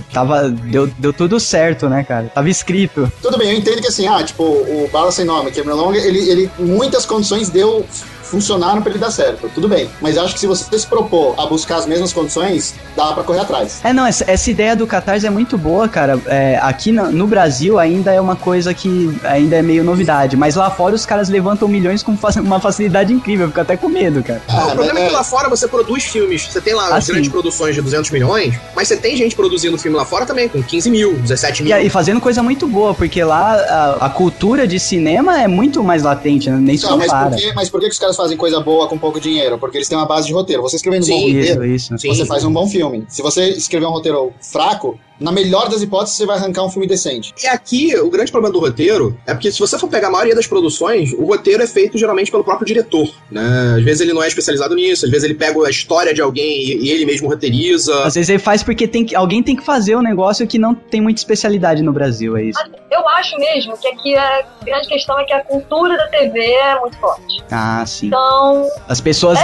deu tudo certo, né, cara? Tava escrito. Tudo bem, eu entendo que assim, o Bala Sem Nome, que é meu longa, ele muitas condições funcionaram pra ele dar certo, tudo bem. Mas eu acho que se você se propor a buscar as mesmas condições, dá pra correr atrás. Essa ideia do Catarse é muito boa, cara. Aqui no Brasil ainda é uma coisa que ainda é meio novidade, mas lá fora os caras levantam milhões com uma facilidade incrível, eu fico até com medo, cara. O problema é que lá fora você produz filmes, você tem lá as grandes produções de 200 milhões, mas você tem gente produzindo filme lá fora também, com 15 mil, 17 mil. E fazendo coisa muito boa, porque lá a cultura de cinema é muito mais latente, né? Nem se compara. Mas por que os caras fazem coisa boa com pouco dinheiro? Porque eles têm uma base de roteiro. Você escrevendo um bom roteiro, você faz um bom filme. Se você escrever um roteiro fraco, na melhor das hipóteses, você vai arrancar um filme decente. E aqui, o grande problema do roteiro é porque se você for pegar a maioria das produções, o roteiro é feito geralmente pelo próprio diretor, né? Às vezes ele não é especializado nisso, às vezes ele pega a história de alguém e ele mesmo roteiriza. Às vezes ele faz porque alguém tem que fazer um negócio que não tem muita especialidade no Brasil, é isso. Eu acho mesmo que aqui a grande questão é que a cultura da TV é muito forte. Ah, sim. Então... As pessoas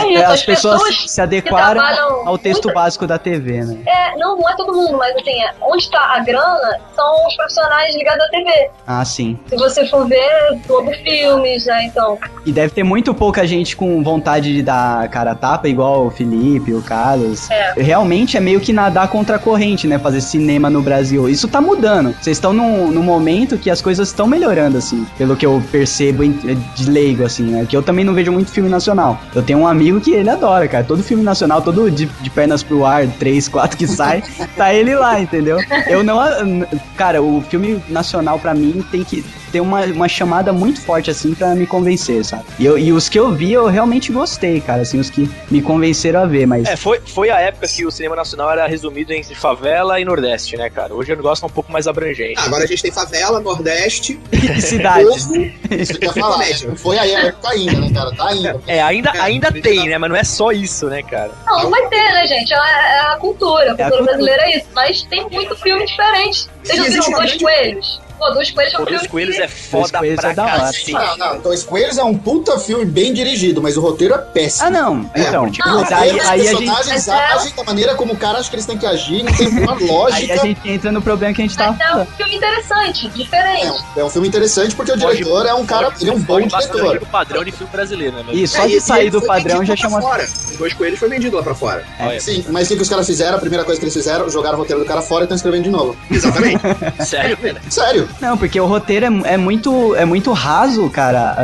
se adequaram ao texto básico da TV, né? Não é todo mundo, mas assim, onde tá a grana são os profissionais ligados à TV. Ah, sim. Se você for ver Globo Filmes, né, então... E deve ter muito pouca gente com vontade de dar cara a tapa, igual o Felipe, o Carlos. Realmente é meio que nadar contra a corrente, né? Fazer cinema no Brasil. Isso tá mudando. Vocês estão num momento que as coisas estão melhorando, assim, pelo que eu percebo de leigo, assim, né? Que eu também não vejo muito filme nacional. Eu tenho um amigo que ele adora, cara. Todo filme nacional, todo de pernas pro ar, 3, 4 que sai, tá ele lá, entendeu? Eu não... Cara, o filme nacional, pra mim, tem que ter uma chamada muito forte, assim, pra me convencer, sabe? E os que eu vi, eu realmente gostei, cara, assim, os que me convenceram a ver, mas... Foi a época que o cinema nacional era resumido entre favela e Nordeste, né, cara? Hoje o negócio é um pouco mais abrangente. Agora a gente tem favela, Nordeste e cidades. Isso que eu ia falar, foi a época ainda, né, cara? Tá ainda. Ainda tem, né? Mas não é só isso, né, cara? Não vai ter, né, gente? É a cultura. A cultura brasileira é isso. Mas tem muito filme diferente. Vocês já viram Dois Coelhos? Pô, Dois Coelhos é um filme. Dois Coelhos é foda pra cacete. Não, Dois Coelhos é um puta filme bem dirigido, mas o roteiro é péssimo. Ah, não. Então, aí a gente agem da maneira como o cara acha que eles têm que agir, não tem uma lógica. Aí a gente entra no problema que a gente tava falando. É um filme interessante, diferente. É um filme interessante porque o diretor é um cara, ele é um bom diretor. O padrão de filme brasileiro, né? E só de sair do padrão já chama fora. O Dois Coelhos foi vendido lá pra fora. Sim, mas o que os caras fizeram, a primeira coisa que eles fizeram, jogaram o roteiro do cara fora e estão escrevendo de novo. Exatamente. Sério, velho? Sério. Não, porque o roteiro é muito raso, cara,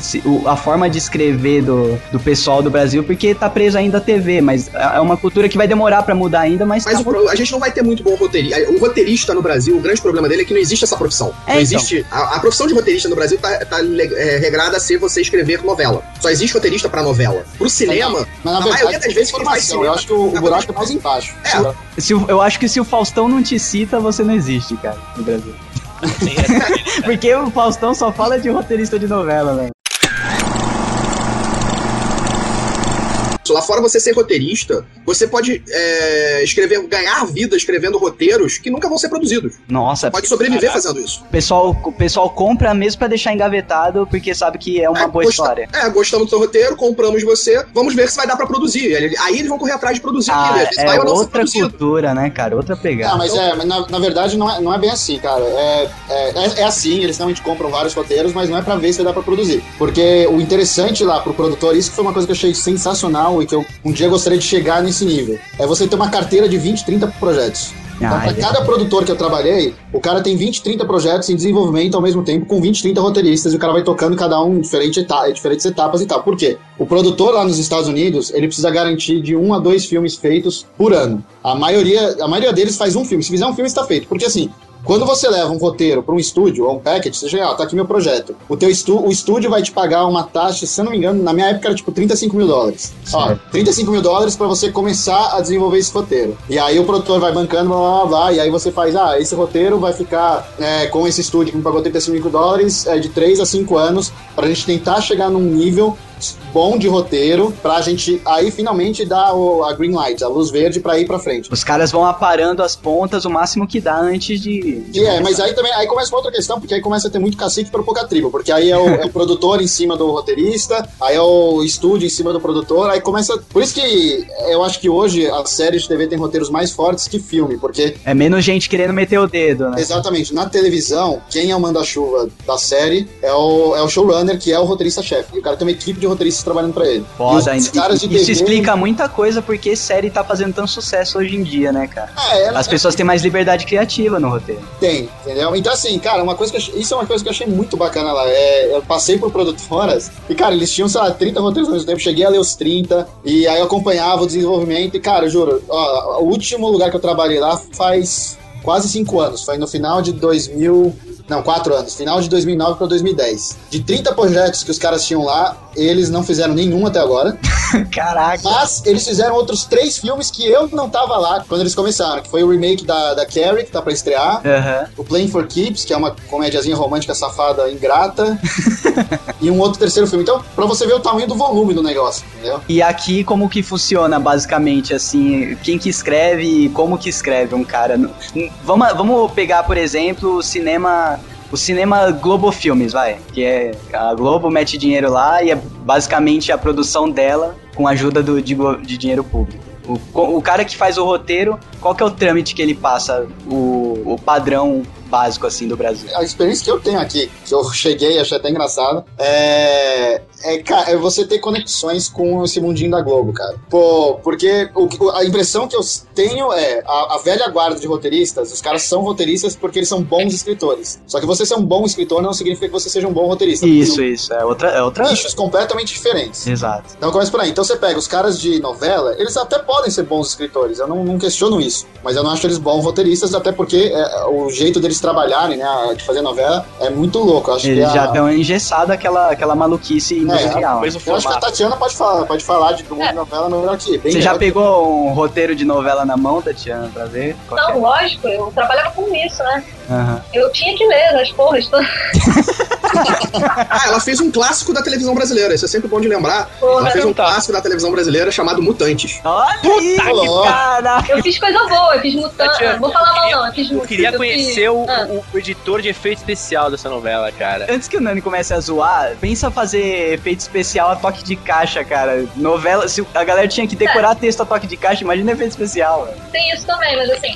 a forma de escrever do pessoal do Brasil, porque tá preso ainda à TV, mas é uma cultura que vai demorar pra mudar ainda, mas a gente não vai ter muito bom roteirista. O roteirista no Brasil, o grande problema dele é que não existe essa profissão. Não existe. A profissão de roteirista no Brasil tá regrada a ser você escrever novela. Só existe roteirista pra novela. Pro cinema, mas na verdade, maioria das vezes que faz cinema, eu acho que o buraco é mais embaixo. Eu acho que se o Faustão não te cita, você não existe, cara, no Brasil. Porque o Faustão só fala de roteirista de novela, velho. Lá fora, você ser roteirista, você pode ganhar vida escrevendo roteiros que nunca vão ser produzidos. Nossa. Pode sobreviver fazendo isso. O pessoal compra mesmo pra deixar engavetado, porque sabe que é uma boa história. Gostamos do seu roteiro, compramos você, vamos ver se vai dar pra produzir. Aí eles vão correr atrás de produzir aquilo. É outra cultura, né, cara? Outra pegada. Mas na verdade não é bem assim, cara. É assim, eles realmente compram vários roteiros, mas não é pra ver se vai dar pra produzir. Porque o interessante lá pro produtor, isso que foi uma coisa que eu achei sensacional e que eu um dia gostaria de chegar nesse nível, é você ter uma carteira de 20, 30 projetos. Então, pra cada produtor que eu trabalhei, o cara tem 20, 30 projetos em desenvolvimento ao mesmo tempo, com 20, 30 roteiristas, e o cara vai tocando cada um em diferentes etapas e tal. Por quê? O produtor lá nos Estados Unidos, ele precisa garantir de 1 a 2 filmes feitos por ano. A maioria deles faz um filme. Se fizer um filme, está feito. Porque assim, quando você leva um roteiro para um estúdio ou um package, você chega, tá aqui meu projeto. O estúdio vai te pagar uma taxa, se eu não me engano, na minha época era tipo $35 mil. Ó, $35 mil para você começar a desenvolver esse roteiro. E aí o produtor vai bancando, blá, blá, blá, e aí você faz, esse roteiro vai ficar com esse estúdio que me pagou $35 mil, de 3 a 5 anos, pra gente tentar chegar num nível bom de roteiro, pra gente aí finalmente dar a green light, a luz verde pra ir pra frente. Os caras vão aparando as pontas o máximo que dá antes de mas aí também, aí começa uma outra questão, porque aí começa a ter muito cacique pra pouca tribo, porque aí é o produtor em cima do roteirista, aí é o estúdio em cima do produtor, aí começa... Por isso que eu acho que hoje as séries de TV tem roteiros mais fortes que filme, porque... É menos gente querendo meter o dedo, né? Exatamente. Na televisão, quem é o manda-chuva da série é o showrunner, que é o roteirista-chefe. E o cara tem uma equipe de roteiristas trabalhando pra ele. Foda, isso explica muita coisa porque série tá fazendo tanto sucesso hoje em dia, né, cara? As pessoas têm mais liberdade criativa no roteiro. Tem, entendeu? Então assim, cara, isso é uma coisa que eu achei muito bacana lá. Eu passei por produtoras e, cara, eles tinham, sei lá, 30 roteiros ao mesmo tempo, cheguei a ler os 30 e aí eu acompanhava o desenvolvimento e, cara, eu juro, o último lugar que eu trabalhei lá faz quase 5 anos, foi no final de 2000... Não, 4 anos. Final de 2009 pra 2010. De 30 projetos que os caras tinham lá, eles não fizeram nenhum até agora. Caraca. Mas eles fizeram outros 3 filmes que eu não tava lá quando eles começaram. Que foi o remake da Carrie, que tá pra estrear. O Playing for Keeps, que é uma comédiazinha romântica safada ingrata. E um outro terceiro filme. Então, pra você ver o tamanho do volume do negócio, entendeu? E aqui, como que funciona, basicamente, assim, quem que escreve e como que escreve um cara? Vamos pegar, por exemplo, o cinema Globo Filmes, vai, que é a Globo mete dinheiro lá e é basicamente a produção dela com a ajuda de dinheiro público. O cara que faz o roteiro, qual que é o trâmite que ele passa, o padrão básico, assim, do Brasil? A experiência que eu tenho aqui, que eu cheguei, achei até engraçado, é você ter conexões com esse mundinho da Globo, cara. Pô, porque a impressão que eu tenho é a velha guarda de roteiristas, os caras são roteiristas porque eles são bons escritores. Só que você ser um bom escritor não significa que você seja um bom roteirista. Isso. É outra... Nichos completamente diferentes. Exato. Então começa por aí. Então você pega os caras de novela, eles até podem ser bons escritores, eu não questiono isso. Mas eu não acho eles bons roteiristas, até porque o jeito deles trabalharem, né, de fazer novela, é muito louco. Eu acho eles que já estão engessados aquela maluquice industrial. Eu acho que a Tatiana pode falar de novela melhor que Você já pegou um roteiro de novela na mão, Tatiana, pra ver? Não, lógico, eu trabalhava com isso, né? Eu tinha que ler as porras todas. Ela fez um clássico da televisão brasileira, isso é sempre bom de lembrar. Ela fez um clássico da televisão brasileira chamado Mutantes. Olha aí, cara! Eu fiz coisa boa, eu fiz Mutantes. Vou falar mal não, eu fiz Mutantes. Eu queria conhecer o editor de efeito especial dessa novela, cara. Antes que o Nani comece a zoar, pensa fazer efeito especial a toque de caixa, cara. Novela, se a galera tinha que decorar texto a toque de caixa, imagina efeito especial. Tem isso também, mas assim,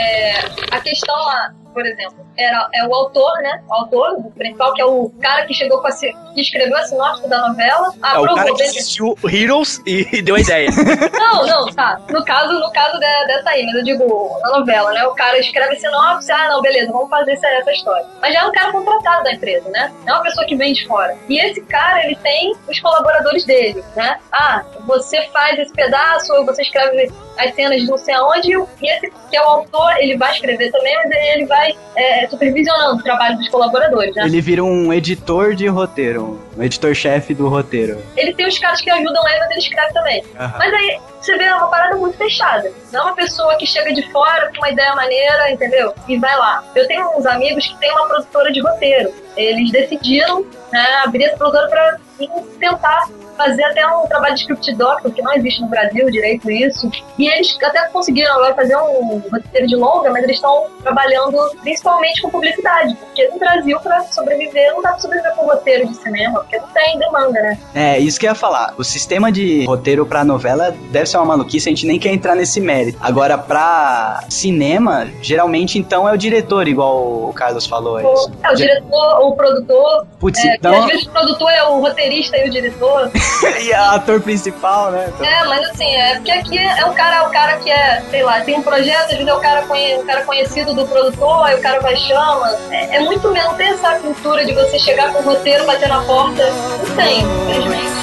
a questão lá, por exemplo, é o autor, né? O autor principal, que é o cara que chegou que escreveu a sinopse da novela. O cara que assistiu Heroes e deu a ideia. Não, tá. No caso dessa aí, mas eu digo na novela, né? O cara escreve a sinopse, não, beleza, vamos fazer essa história. Mas já é um cara contratado da empresa, né? Não é uma pessoa que vem de fora. E esse cara, ele tem os colaboradores dele, né? Você faz esse pedaço, você escreve as cenas de não sei aonde, e esse que é o autor, ele vai escrever também, mas ele vai supervisionando o trabalho dos colaboradores, né? Ele vira um editor de roteiro, um editor-chefe do roteiro. Ele tem os caras que ajudam ele, mas ele escreve também. Mas aí, você vê, é uma parada muito fechada. Não é uma pessoa que chega de fora com uma ideia maneira, entendeu? E vai lá. Eu tenho uns amigos que têm uma produtora de roteiro. Eles decidiram, né, abrir essa produtora pra tentar fazer até um trabalho de script doctor, que não existe no Brasil direito isso. E eles até conseguiram agora fazer um roteiro de longa, mas eles estão trabalhando principalmente com publicidade, porque no Brasil, pra sobreviver, não dá pra sobreviver com roteiro de cinema, porque não tem demanda, né? Isso que eu ia falar. O sistema de roteiro pra novela deve ser uma maluquice, a gente nem quer entrar nesse mérito. Agora, pra cinema, geralmente, então, é o diretor, igual o Carlos falou. O diretor ou o produtor. Putz, então... Às vezes o produtor é o roteirista e o diretor. E a ator principal, né? Mas assim, porque aqui é o cara que sei lá, tem um projeto, às vezes é o cara conhecido do produtor, aí o cara vai chama. É muito menos, não tem essa cultura de você chegar com o roteiro, bater na porta. Não tem, infelizmente.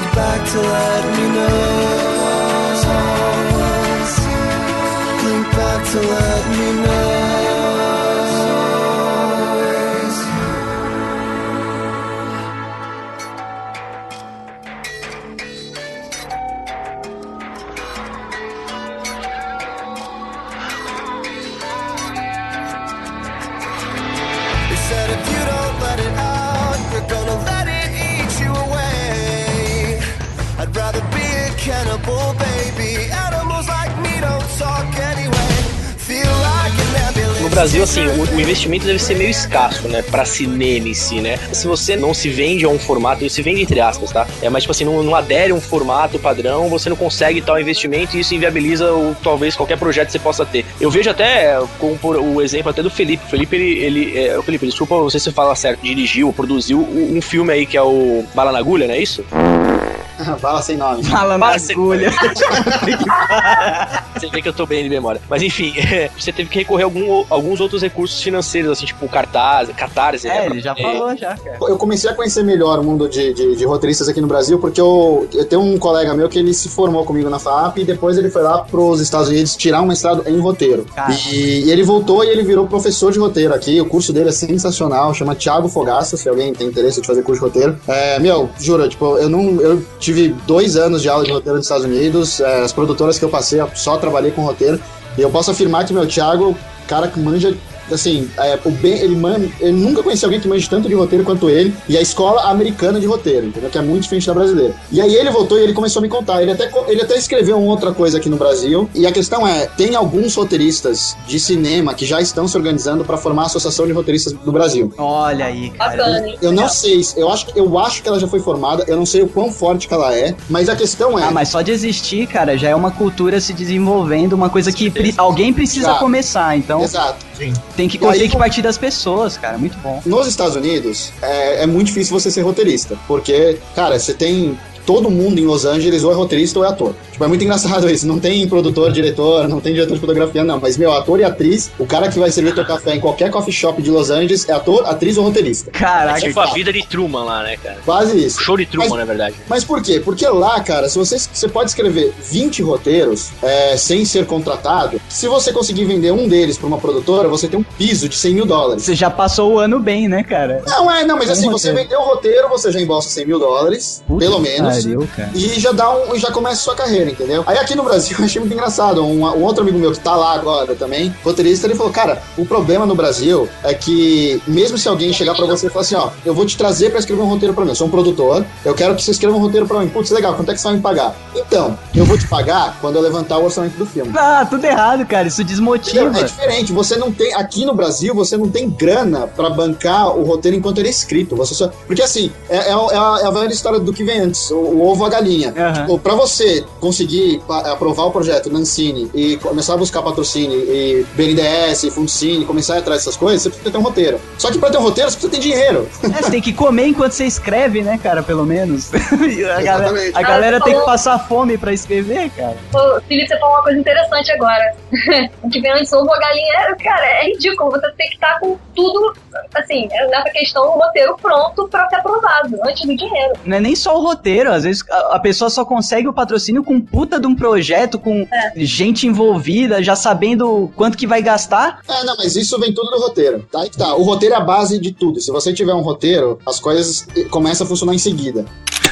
No Brasil, assim, o investimento deve ser meio escasso, né, pra cinema em si, né? Se você não se vende a um formato, se vende entre aspas, tá? Mas, tipo assim, não adere a um formato padrão, você não consegue tal investimento e isso inviabiliza talvez qualquer projeto que você possa ter. Eu vejo até, como por o exemplo até do Felipe. O Felipe, desculpa, não sei se você fala certo, dirigiu, produziu um filme aí que é o Bala na Agulha, não é isso? Bala sem nome. Fala na agulha. Você vê que eu tô bem de memória. Mas enfim, você teve que recorrer a alguns outros recursos financeiros, assim, tipo Catarse. Ele já falou, já, cara. Eu comecei a conhecer melhor o mundo de roteiristas aqui no Brasil, porque eu tenho um colega meu que ele se formou comigo na FAP e depois ele foi lá pros Estados Unidos tirar um mestrado em roteiro. E ele voltou e ele virou professor de roteiro aqui. O curso dele é sensacional, chama Thiago Fogaça, se alguém tem interesse de fazer curso de roteiro. Juro, tipo, eu tive 2 anos de aula de roteiro nos Estados Unidos, as produtoras que eu passei, eu só trabalhei com roteiro, e eu posso afirmar que meu Thiago, cara que manja, assim, ele nunca conheceu alguém que manja tanto de roteiro quanto ele, e a escola americana de roteiro, entendeu? Que é muito diferente da brasileira. E aí ele voltou e ele começou a me contar, ele até escreveu uma outra coisa aqui no Brasil, e a questão é, tem alguns roteiristas de cinema que já estão se organizando para formar a Associação de Roteiristas do Brasil. Olha aí, cara. Eu não sei, eu acho que ela já foi formada, eu não sei o quão forte que ela é, mas a questão é... mas só de existir, cara, já é uma cultura se desenvolvendo, uma coisa que alguém precisa começar, então... Exato. Sim. Tem que partir das pessoas, cara, muito bom. Nos Estados Unidos, é muito difícil você ser roteirista, porque, cara, você tem... Todo mundo em Los Angeles ou é roteirista ou é ator. Tipo, é muito engraçado isso. Não tem produtor, diretor, não tem diretor de fotografia, não. Mas, ator e atriz, o cara que vai servir teu café em qualquer coffee shop de Los Angeles é ator, atriz ou roteirista. Caraca. É tipo a vida de Truman lá, né, cara? Quase isso. Show de Truman, na verdade. Mas por quê? Porque lá, cara, se você pode escrever 20 roteiros sem ser contratado, se você conseguir vender um deles pra uma produtora, você tem um piso de $100 mil. Você já passou o ano bem, né, cara? Não, mas assim, você vendeu o roteiro, você já embolsa $100 mil, pelo menos. Cara. E já começa a sua carreira, entendeu? Aí aqui no Brasil eu achei muito engraçado. Um outro amigo meu que tá lá agora também, roteirista, ele falou, cara, o problema no Brasil é que mesmo se alguém chegar pra você e falar assim, ó, eu vou te trazer pra escrever um roteiro pra mim, eu sou um produtor, eu quero que você escreva um roteiro pra mim. Putz, legal, quanto é que você vai me pagar? Então, eu vou te pagar quando eu levantar o orçamento do filme. Tudo errado, cara, isso desmotiva. É diferente, você não tem, aqui no Brasil, você não tem grana pra bancar o roteiro enquanto ele é escrito. Porque assim, é a velha história do que vem antes, o ovo, a galinha. Tipo, pra você conseguir aprovar o projeto na Ancine e começar a buscar patrocínio e BNDES, Fundcine, começar a ir atrás dessas coisas, você precisa ter um roteiro. Só que pra ter um roteiro, você precisa ter dinheiro. Você tem que comer enquanto você escreve, né, cara, pelo menos. A galera tem que passar fome pra escrever, cara. Ô, Felipe, você falou uma coisa interessante agora. O que vem antes, ovo a galinha, cara, é ridículo. Você tem que estar com tudo, assim, nessa questão, o roteiro pronto pra ser aprovado, antes do dinheiro. Não é nem só o roteiro, às vezes a pessoa só consegue o patrocínio com puta de um projeto, com gente envolvida, já sabendo quanto que vai gastar. Não, mas isso vem tudo do roteiro. Tá? Aí que tá. O roteiro é a base de tudo. Se você tiver um roteiro, as coisas começam a funcionar em seguida.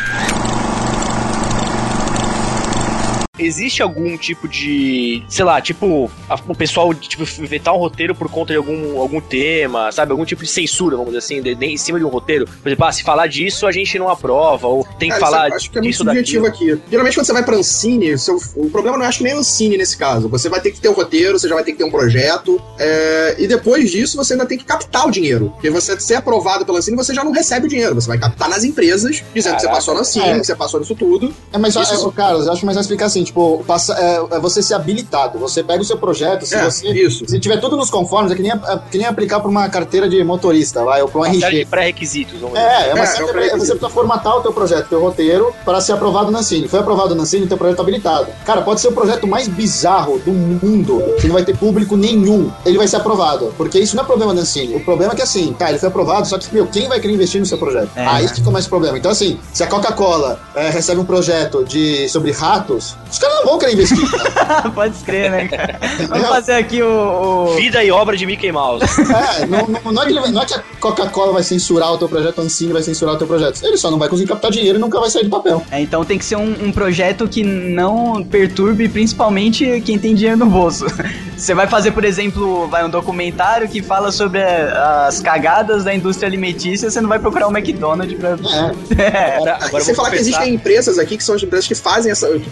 Existe algum tipo de, sei lá, tipo, o pessoal, tipo, vetar um roteiro por conta de algum tema, sabe? Algum tipo de censura, vamos dizer assim, em cima de um roteiro. Por exemplo, se falar disso, a gente não aprova, ou tem que falar disso. Acho que é muito subjetivo aqui. Geralmente, quando você vai pra Ancine, o problema não é, acho que nem Ancine nesse caso. Você vai ter que ter um roteiro, você já vai ter que ter um projeto, e depois disso, você ainda tem que captar o dinheiro. Porque você ser aprovado pela Ancine, você já não recebe o dinheiro. Você vai captar nas empresas, dizendo que você passou na Ancine, que você passou nisso tudo. Mas, Carlos, eu acho mais explicar assim, tipo, você ser habilitado. Você pega o seu projeto, se tiver tudo nos conformes, é que nem aplicar pra uma carteira de motorista, ou pra um RG. Série de pré-requisitos, vamos dizer. Você precisa formatar o teu projeto, teu roteiro, para ser aprovado na Ancine. Foi aprovado na Ancine, teu projeto tá habilitado. Cara, pode ser o projeto mais bizarro do mundo, que não vai ter público nenhum, ele vai ser aprovado. Porque isso não é problema da Ancine. O problema é que assim, ele foi aprovado, só que, quem vai querer investir no seu projeto? Aí que começa o problema. Então assim, se a Coca-Cola recebe um projeto sobre ratos, os caras não vão querer investir. Pode escrever, né, cara? Vamos fazer aqui o... Vida e obra de Mickey Mouse. Não é que a Coca-Cola vai censurar o teu projeto, a Ancine vai censurar o teu projeto. Ele só não vai conseguir captar dinheiro e nunca vai sair do papel. Então tem que ser um projeto que não perturbe principalmente quem tem dinheiro no bolso. Você vai fazer, por exemplo, um documentário que fala sobre as cagadas da indústria alimentícia, você não vai procurar um McDonald's pra... Agora você falar que existem empresas aqui que são as empresas que fazem que buscam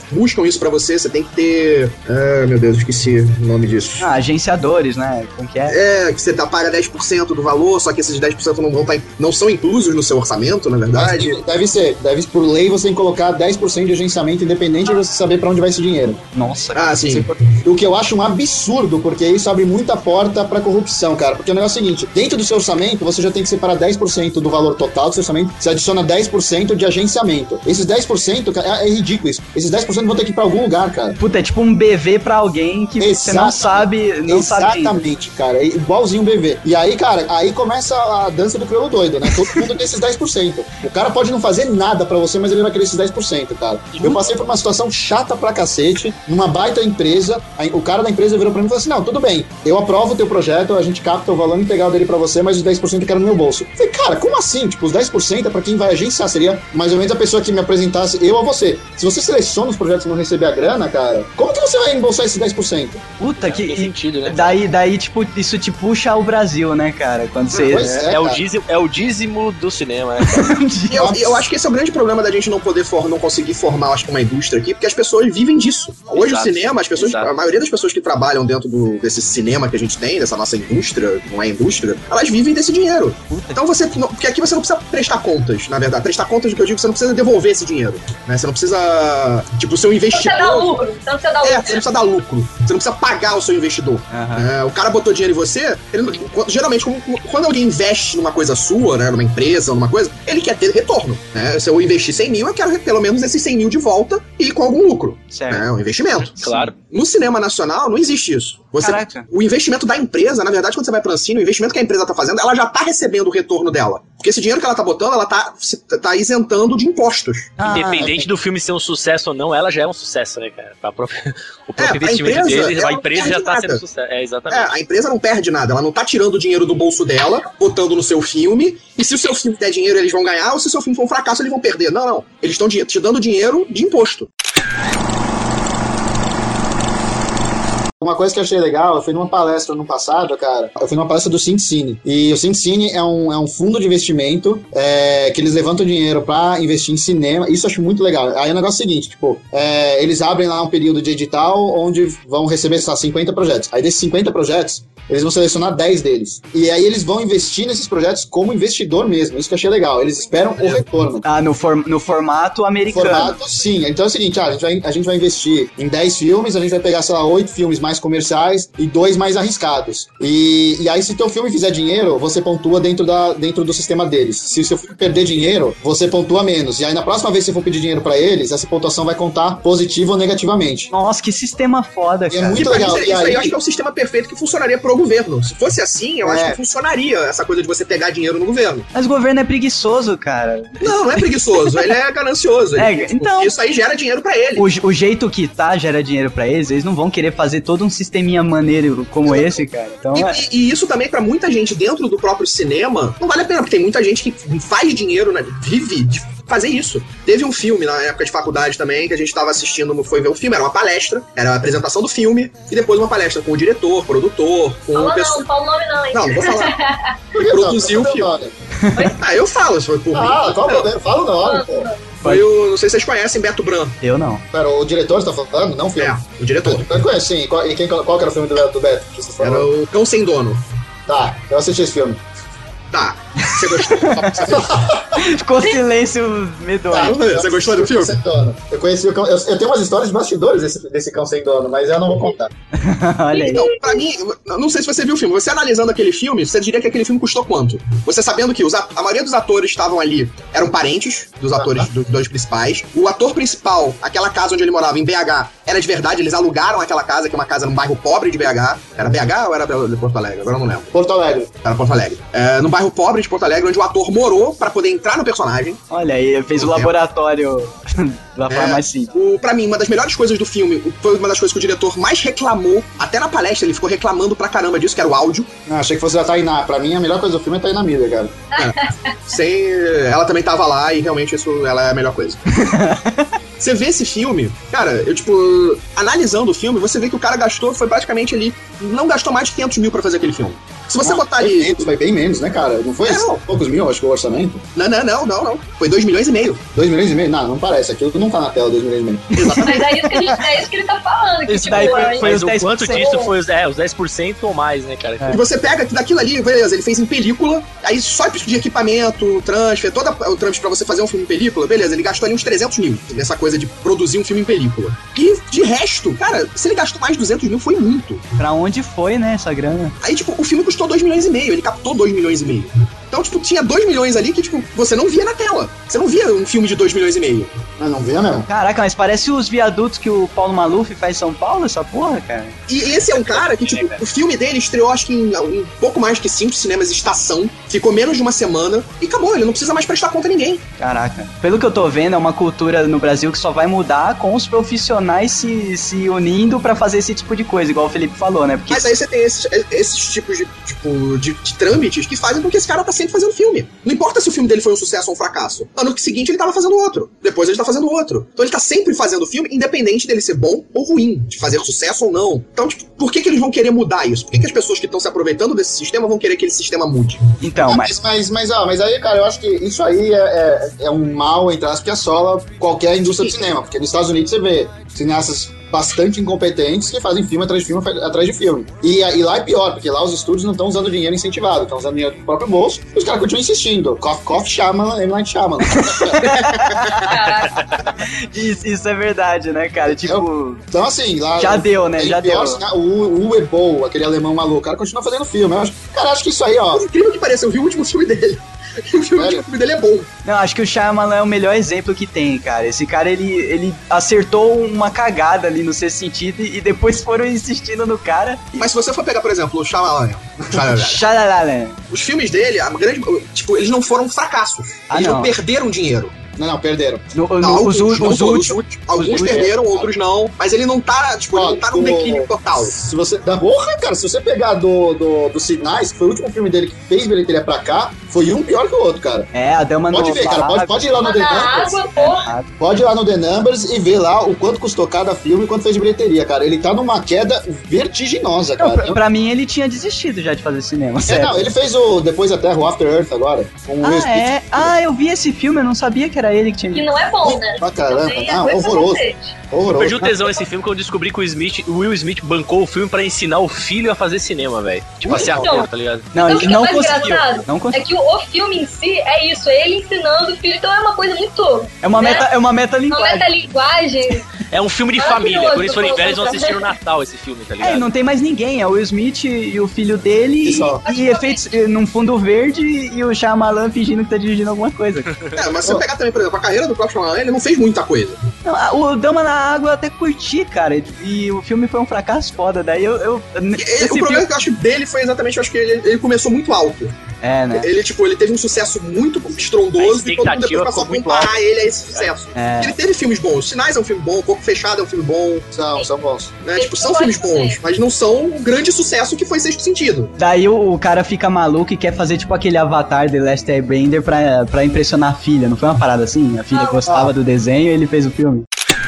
isso pra você, você tem que ter... meu Deus, esqueci o nome disso. Agenciadores, né? Como que é? Que você paga 10% do valor, só que esses 10% não são inclusos no seu orçamento, na verdade. Deve ser, por lei você tem que colocar 10% de agenciamento independente de você saber pra onde vai esse dinheiro. Nossa. Sim. O que eu acho um absurdo, porque isso abre muita porta pra corrupção, cara. Porque o negócio é o seguinte, dentro do seu orçamento, você já tem que separar 10% do valor total do seu orçamento, você adiciona 10% de agenciamento. Esses 10%, cara, é ridículo isso. Esses 10% vão ter que ir pra algum lugar, cara. Puta, é tipo um BV pra alguém que você não sabe. Exatamente, cara. É igualzinho um BV. E aí, cara, aí começa a dança do crioulo doido, né? Todo mundo tem esses 10%. O cara pode não fazer nada pra você, mas ele vai querer esses 10%, cara. Eu passei por uma situação chata pra cacete, numa baita empresa, o cara da empresa virou pra mim e falou assim, não, tudo bem, eu aprovo o teu projeto, a gente capta o valor integral dele pra você, mas os 10% eu quero no meu bolso. Eu falei, cara, como assim? Tipo, os 10% é pra quem vai agenciar, seria mais ou menos a pessoa que me apresentasse, eu a você. Se você seleciona os projetos e não receber a grana, cara, como que você vai embolsar esses 10%? Puta, que... Tem sentido, né? Daí, tipo, isso te puxa ao Brasil, né, cara? Quando você... É o dízimo do cinema, né? Eu acho que esse é o grande problema da gente não poder não conseguir formar, acho que, uma indústria aqui, porque as pessoas vivem disso. Hoje o cinema, as pessoas, a maioria das pessoas que trabalham dentro desse cinema que a gente tem, dessa nossa indústria, não é indústria, elas vivem desse dinheiro. Então porque aqui você não precisa prestar contas, na verdade. Prestar contas do que eu digo, você não precisa devolver esse dinheiro, né? Você não precisa, tipo, o seu investidor... Você não precisa dar lucro. Você não precisa pagar o seu investidor. O cara botou dinheiro em você, geralmente, quando alguém investe numa coisa sua, né, numa empresa, numa coisa, ele quer ter retorno, né? Se eu investir 100 mil, eu quero pelo menos esses 100 mil de volta e com algum lucro. Certo. É um investimento. Claro. No cinema nacional, não existe isso. O investimento da empresa, na verdade, quando você vai pra Ancine, o investimento que a empresa tá fazendo, ela já tá recebendo o retorno dela. Porque esse dinheiro que ela tá botando, ela tá isentando de impostos. Independente do filme ser um sucesso ou não, ela já é um sucesso, né, cara? O próprio investimento deles, a empresa já tá sendo sucesso. Exatamente. A empresa não perde nada, ela não tá tirando o dinheiro do bolso dela, botando no seu filme, e se o seu filme der dinheiro, eles vão ganhar, ou se o seu filme for um fracasso, eles vão perder. Não. Eles estão te dando dinheiro de imposto. Uma coisa que eu achei legal, eu fui numa palestra no passado, cara. Eu fui numa palestra do SyncCine. E o SyncCine é um fundo de investimento que eles levantam dinheiro pra investir em cinema. Isso eu acho muito legal. Aí o negócio é o seguinte, tipo, eles abrem lá um período de edital onde vão receber, sei lá, 50 projetos. Aí desses 50 projetos, eles vão selecionar 10 deles. E aí eles vão investir nesses projetos como investidor mesmo. Isso que eu achei legal. Eles esperam o retorno. No formato americano. Formato, sim. Então é o seguinte, a gente vai investir em 10 filmes, a gente vai pegar, sei lá, 8 filmes mais comerciais e 2 mais arriscados. E aí, se teu filme fizer dinheiro, você pontua dentro do sistema deles. Se o seu filme perder dinheiro, você pontua menos. E aí, na próxima vez que você for pedir dinheiro pra eles, essa pontuação vai contar positivo ou negativamente. Nossa, que sistema foda, cara. É muito legal. Isso aí eu acho que é o sistema perfeito que funcionaria pro governo. Se fosse assim, eu acho que funcionaria essa coisa de você pegar dinheiro no governo. Mas o governo é preguiçoso, cara. Não é preguiçoso. Ele é ganancioso. Então, isso aí gera dinheiro pra ele. O jeito que gera dinheiro pra eles não vão querer fazer todo um sisteminha maneiro como esse, cara. Então, e isso também, pra muita gente dentro do próprio cinema, não vale a pena, porque tem muita gente que faz dinheiro, né, vive de fazer isso. Teve um filme na época de faculdade também, que a gente tava assistindo, foi ver o filme, era uma palestra, era a apresentação do filme, e depois uma palestra com o diretor, produtor, com o pessoal. Não fala o nome não, hein? Não vou falar. Produziu o filme. Eu falo, se foi por mim. Fala o nome, pô. Foi o... Não sei se vocês conhecem Beto Bran. Eu não. Pera, o diretor você tá falando? Não o filme? O diretor. Eu conheço, sim. Qual que era o filme do Beto? Que você falou? Era o Cão Sem Dono. Tá, eu assisti esse filme. Tá. Você gostou? Ficou silêncio medonho. Tá, você gostou do filme? Eu conheci o cão. Eu tenho umas histórias de bastidores desse Cão Sem Dono, mas eu não vou contar. Olha aí. Então, pra mim, não sei se você viu o filme. Você analisando aquele filme, você diria que aquele filme custou quanto? Você sabendo que a maioria dos atores estavam ali, eram parentes dos atores, dos dois principais. O ator principal, aquela casa onde ele morava, em BH, era de verdade. Eles alugaram aquela casa, que é uma casa num bairro pobre de BH. Era BH ou era de Porto Alegre? Agora eu não lembro. Porto Alegre. Era Porto Alegre. No bairro pobre de Porto Alegre, onde o ator morou pra poder entrar no personagem. Olha aí, fez o laboratório da forma mais simples. Pra mim, uma das melhores coisas do filme, foi uma das coisas que o diretor mais reclamou, até na palestra ele ficou reclamando pra caramba disso, que era o áudio. Achei que fosse a Tainá. Pra mim, a melhor coisa do filme é a Tainá Miller, cara. Ela também tava lá e realmente ela é a melhor coisa. Você vê esse filme, cara, analisando o filme, você vê que o cara foi praticamente ali, não gastou mais de 500 mil pra fazer aquele filme. Se você botar ali... Foi bem menos, né, cara? Não foi poucos mil, acho que o orçamento? Não. Foi 2 milhões e meio. 2 milhões e meio? Não parece. Aquilo não tá na tela, 2 milhões e meio. Mas é isso que ele tá falando. Que, Isso tipo, daí foi Mas os o 10%. quanto disso foi os 10% ou mais, né, cara? E você pega daquilo ali, beleza, ele fez em película, aí só de equipamento, transfer, todo o transfer pra você fazer um filme em película, beleza, ele gastou ali uns 300 mil nessa coisa de produzir um filme em película. E de resto, cara, se ele gastou mais de 200 mil, foi muito. Pra onde foi, né, essa grana? Aí, tipo, o filme custou 2 milhões e meio, ele captou 2 milhões e meio. Então, tipo, tinha 2 milhões ali que, tipo, você não via na tela. Você não via um filme de 2 milhões e meio. Não via mesmo. Caraca, mas parece os viadutos que o Paulo Maluf faz em São Paulo, essa porra, cara. E esse é um cara que, tipo, o filme dele estreou, acho que em pouco mais que 5 cinemas Estação, ficou menos de uma semana e acabou, ele não precisa mais prestar conta a ninguém. Caraca. Pelo que eu tô vendo, é uma cultura no Brasil que só vai mudar com os profissionais se unindo pra fazer esse tipo de coisa, igual o Felipe falou, né? Porque... Mas aí você tem esses tipos de trâmites que fazem com que esse cara tá sempre fazendo filme. Não importa se o filme dele foi um sucesso ou um fracasso. Ano seguinte ele tava fazendo outro. Depois ele tá fazendo outro. Então ele tá sempre fazendo filme, independente dele ser bom ou ruim, de fazer sucesso ou não. Então, tipo, por que eles vão querer mudar isso? Por que as pessoas que estão se aproveitando desse sistema vão querer que esse sistema mude? Então, mas aí, cara, eu acho que isso aí é um mal, entre aspas, que assola qualquer indústria de cinema. Porque nos Estados Unidos você vê cineastas bastante incompetentes que fazem filme atrás de filme atrás de filme. E lá é pior, porque lá os estúdios não estão usando dinheiro incentivado, estão usando dinheiro do próprio bolso, e os caras continuam insistindo. Cough, Shyamalan, M. Night Shyamalan. Isso é verdade, né, cara? Tipo... Então, assim, lá... Já deu, né? Já pior, deu. O Ebo, aquele alemão maluco, o cara continua fazendo filme. Acho que isso aí, ó... Por incrível que pareça, eu vi o último filme dele. E o filme dele é bom. Não, acho que o Shyamalan é o melhor exemplo que tem, cara. Esse cara, ele acertou uma cagada ali no seu sentido e depois foram insistindo no cara. Mas se você for pegar, por exemplo, o Shyamalan, os filmes dele, tipo, eles não foram fracassos. Eles não perderam dinheiro. Não, perderam. Alguns perderam, outros não. Mas ele não tá, tipo, ele não tá num declínio total. Se você pegar dos Sinais, que foi o último filme dele que fez bilheteria pra cá, foi um pior que o outro, cara. É, a Dama Pode ver, cara, pode ir lá no The Numbers. Pode ir lá no The Numbers e ver lá o quanto custou cada filme e quanto fez de bilheteria, cara. Ele tá numa queda vertiginosa, cara. Não, pra mim, ele tinha desistido já de fazer cinema, sério. Não, ele fez o Depois da Terra, o After Earth agora. Com o Will Smith. Eu vi esse filme, eu não sabia que era ele que tinha... Que não é bom, né? Ah, caramba, não, horroroso. Eu perdi o tesão nesse filme que eu descobri que o Will Smith bancou o filme pra ensinar o filho a fazer cinema, velho. Tipo, a ser ator, tá ligado? Não, ele não conseguiu. É que o filme em si é isso, é ele ensinando o filho, então é uma coisa muito... É uma metalinguagem. Uma metalinguagem. É um filme de família, quando eles forem velhos, eles vão assistir no Natal esse filme, tá ligado? Não tem mais ninguém, é o Will Smith e o filho dele e efeitos num fundo verde e o Shyamalan fingindo que tá dirigindo alguma coisa. Mas se você pegar também, por exemplo, a carreira do próprio Shyamalan, ele não fez muita coisa. Não, o Dama na Água eu até curti, cara, e o filme foi um fracasso foda, daí o problema que eu acho dele foi exatamente, eu acho que ele começou muito alto. É, né? Ele teve um sucesso muito estrondoso e todo mundo depois passou a comparar ele a esse sucesso. Ele teve filmes bons. Sinais é um filme bom, Corpo Fechado é um filme bom. São bons. Né? Tipo, são filmes bons, mas não são um grande sucesso que foi Sexto Sentido. Daí o cara fica maluco e quer fazer tipo aquele Avatar The Last Airbender pra impressionar a filha. Não foi uma parada assim? A filha gostava do desenho e ele fez o filme.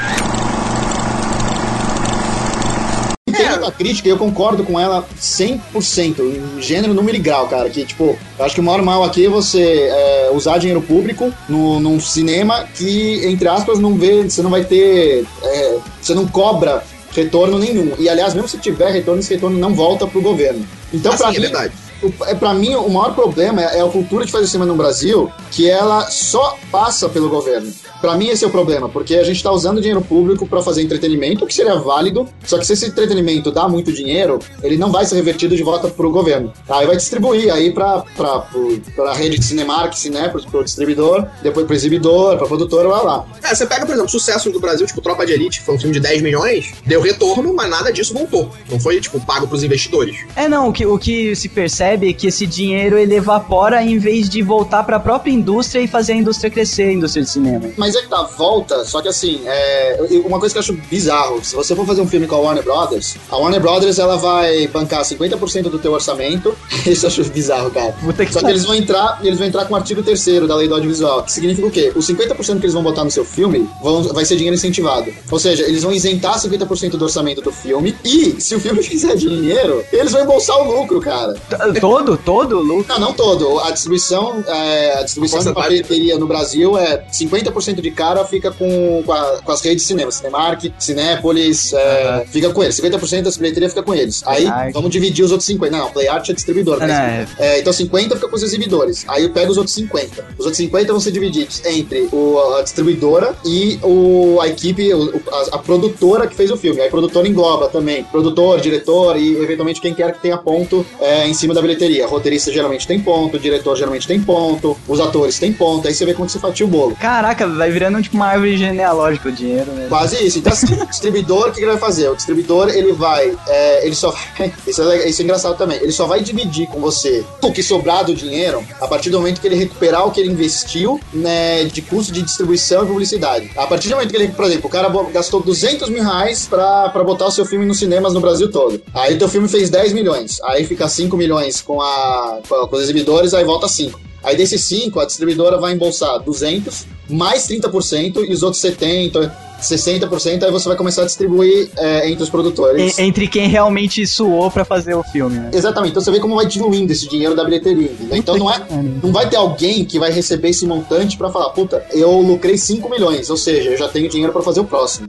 A crítica, eu concordo com ela 100%, em gênero, número e grau, cara, que, tipo, eu acho que o maior mal aqui é você usar dinheiro público num cinema que, entre aspas, você não vai ter, você não cobra retorno nenhum, e aliás, mesmo se tiver retorno, esse retorno não volta pro governo. Então, pra mim, verdade. Pra mim, o maior problema é a cultura de fazer cinema no Brasil, que ela só passa pelo governo. Pra mim, esse é o problema, porque a gente tá usando dinheiro público pra fazer entretenimento, o que seria válido, só que se esse entretenimento dá muito dinheiro, ele não vai ser revertido de volta pro governo. Aí vai distribuir aí pra rede de Cinemark, pro distribuidor, depois pro exibidor, pra produtora, lá. Você pega, por exemplo, sucessos do Brasil, tipo Tropa de Elite, que foi um filme de 10 milhões, deu retorno, mas nada disso voltou. Não foi, tipo, pago pros investidores. O que se percebe é que esse dinheiro ele evapora em vez de voltar pra própria indústria e fazer a indústria crescer, a indústria de cinema. Mas é que tá, volta, só que assim, uma coisa que eu acho bizarro, se você for fazer um filme com a Warner Brothers, ela vai bancar 50% do teu orçamento, isso eu acho bizarro, cara. Só que eles vão entrar com o artigo 3º da lei do audiovisual, que significa o quê? Os 50% que eles vão botar no seu filme vai ser dinheiro incentivado. Ou seja, eles vão isentar 50% do orçamento do filme e, se o filme fizer dinheiro, eles vão embolsar o lucro, cara. Todo o lucro? Não todo. A distribuição da bilheteria no Brasil é 50% de cara fica com as redes de cinema. Cinemark, Cinépolis, fica com eles. 50% das bilheterias fica com eles. Aí, vamos dividir os outros 50%. Não, Playart é distribuidor. Então 50% fica com os exibidores. Aí eu pego os outros 50%. Os outros 50% vão ser divididos entre a distribuidora e a equipe, a produtora que fez o filme. Aí a produtora engloba também produtor, diretor e, eventualmente, quem quer que tenha ponto em cima da bilheteria. O roteirista geralmente tem ponto, o diretor geralmente tem ponto, os atores têm ponto. Aí você vê como que você fatia o bolo. Caraca, vai virando tipo uma árvore genealógica o dinheiro, né? Quase isso. Então, assim, o distribuidor, o que ele vai fazer? O distribuidor, ele vai... ele só vai... Isso é engraçado também. Ele só vai dividir com você o que sobrar do dinheiro a partir do momento que ele recuperar o que ele investiu, né, de custo de distribuição e publicidade. A partir do momento que ele, por exemplo, o cara gastou 200 mil reais pra botar o seu filme nos cinemas no Brasil todo. Aí o teu filme fez 10 milhões. Aí fica 5 milhões com os exibidores, aí volta 5. Aí desses 5, a distribuidora vai embolsar 200, mais 30% e os outros 70%, 60%, aí você vai começar a distribuir entre os produtores. Entre quem realmente suou pra fazer o filme, né? Exatamente. Então você vê como vai diluindo esse dinheiro da bilheteria. Entendeu? Então não vai ter alguém que vai receber esse montante pra falar, puta, eu lucrei 5 milhões, ou seja, eu já tenho dinheiro pra fazer o próximo.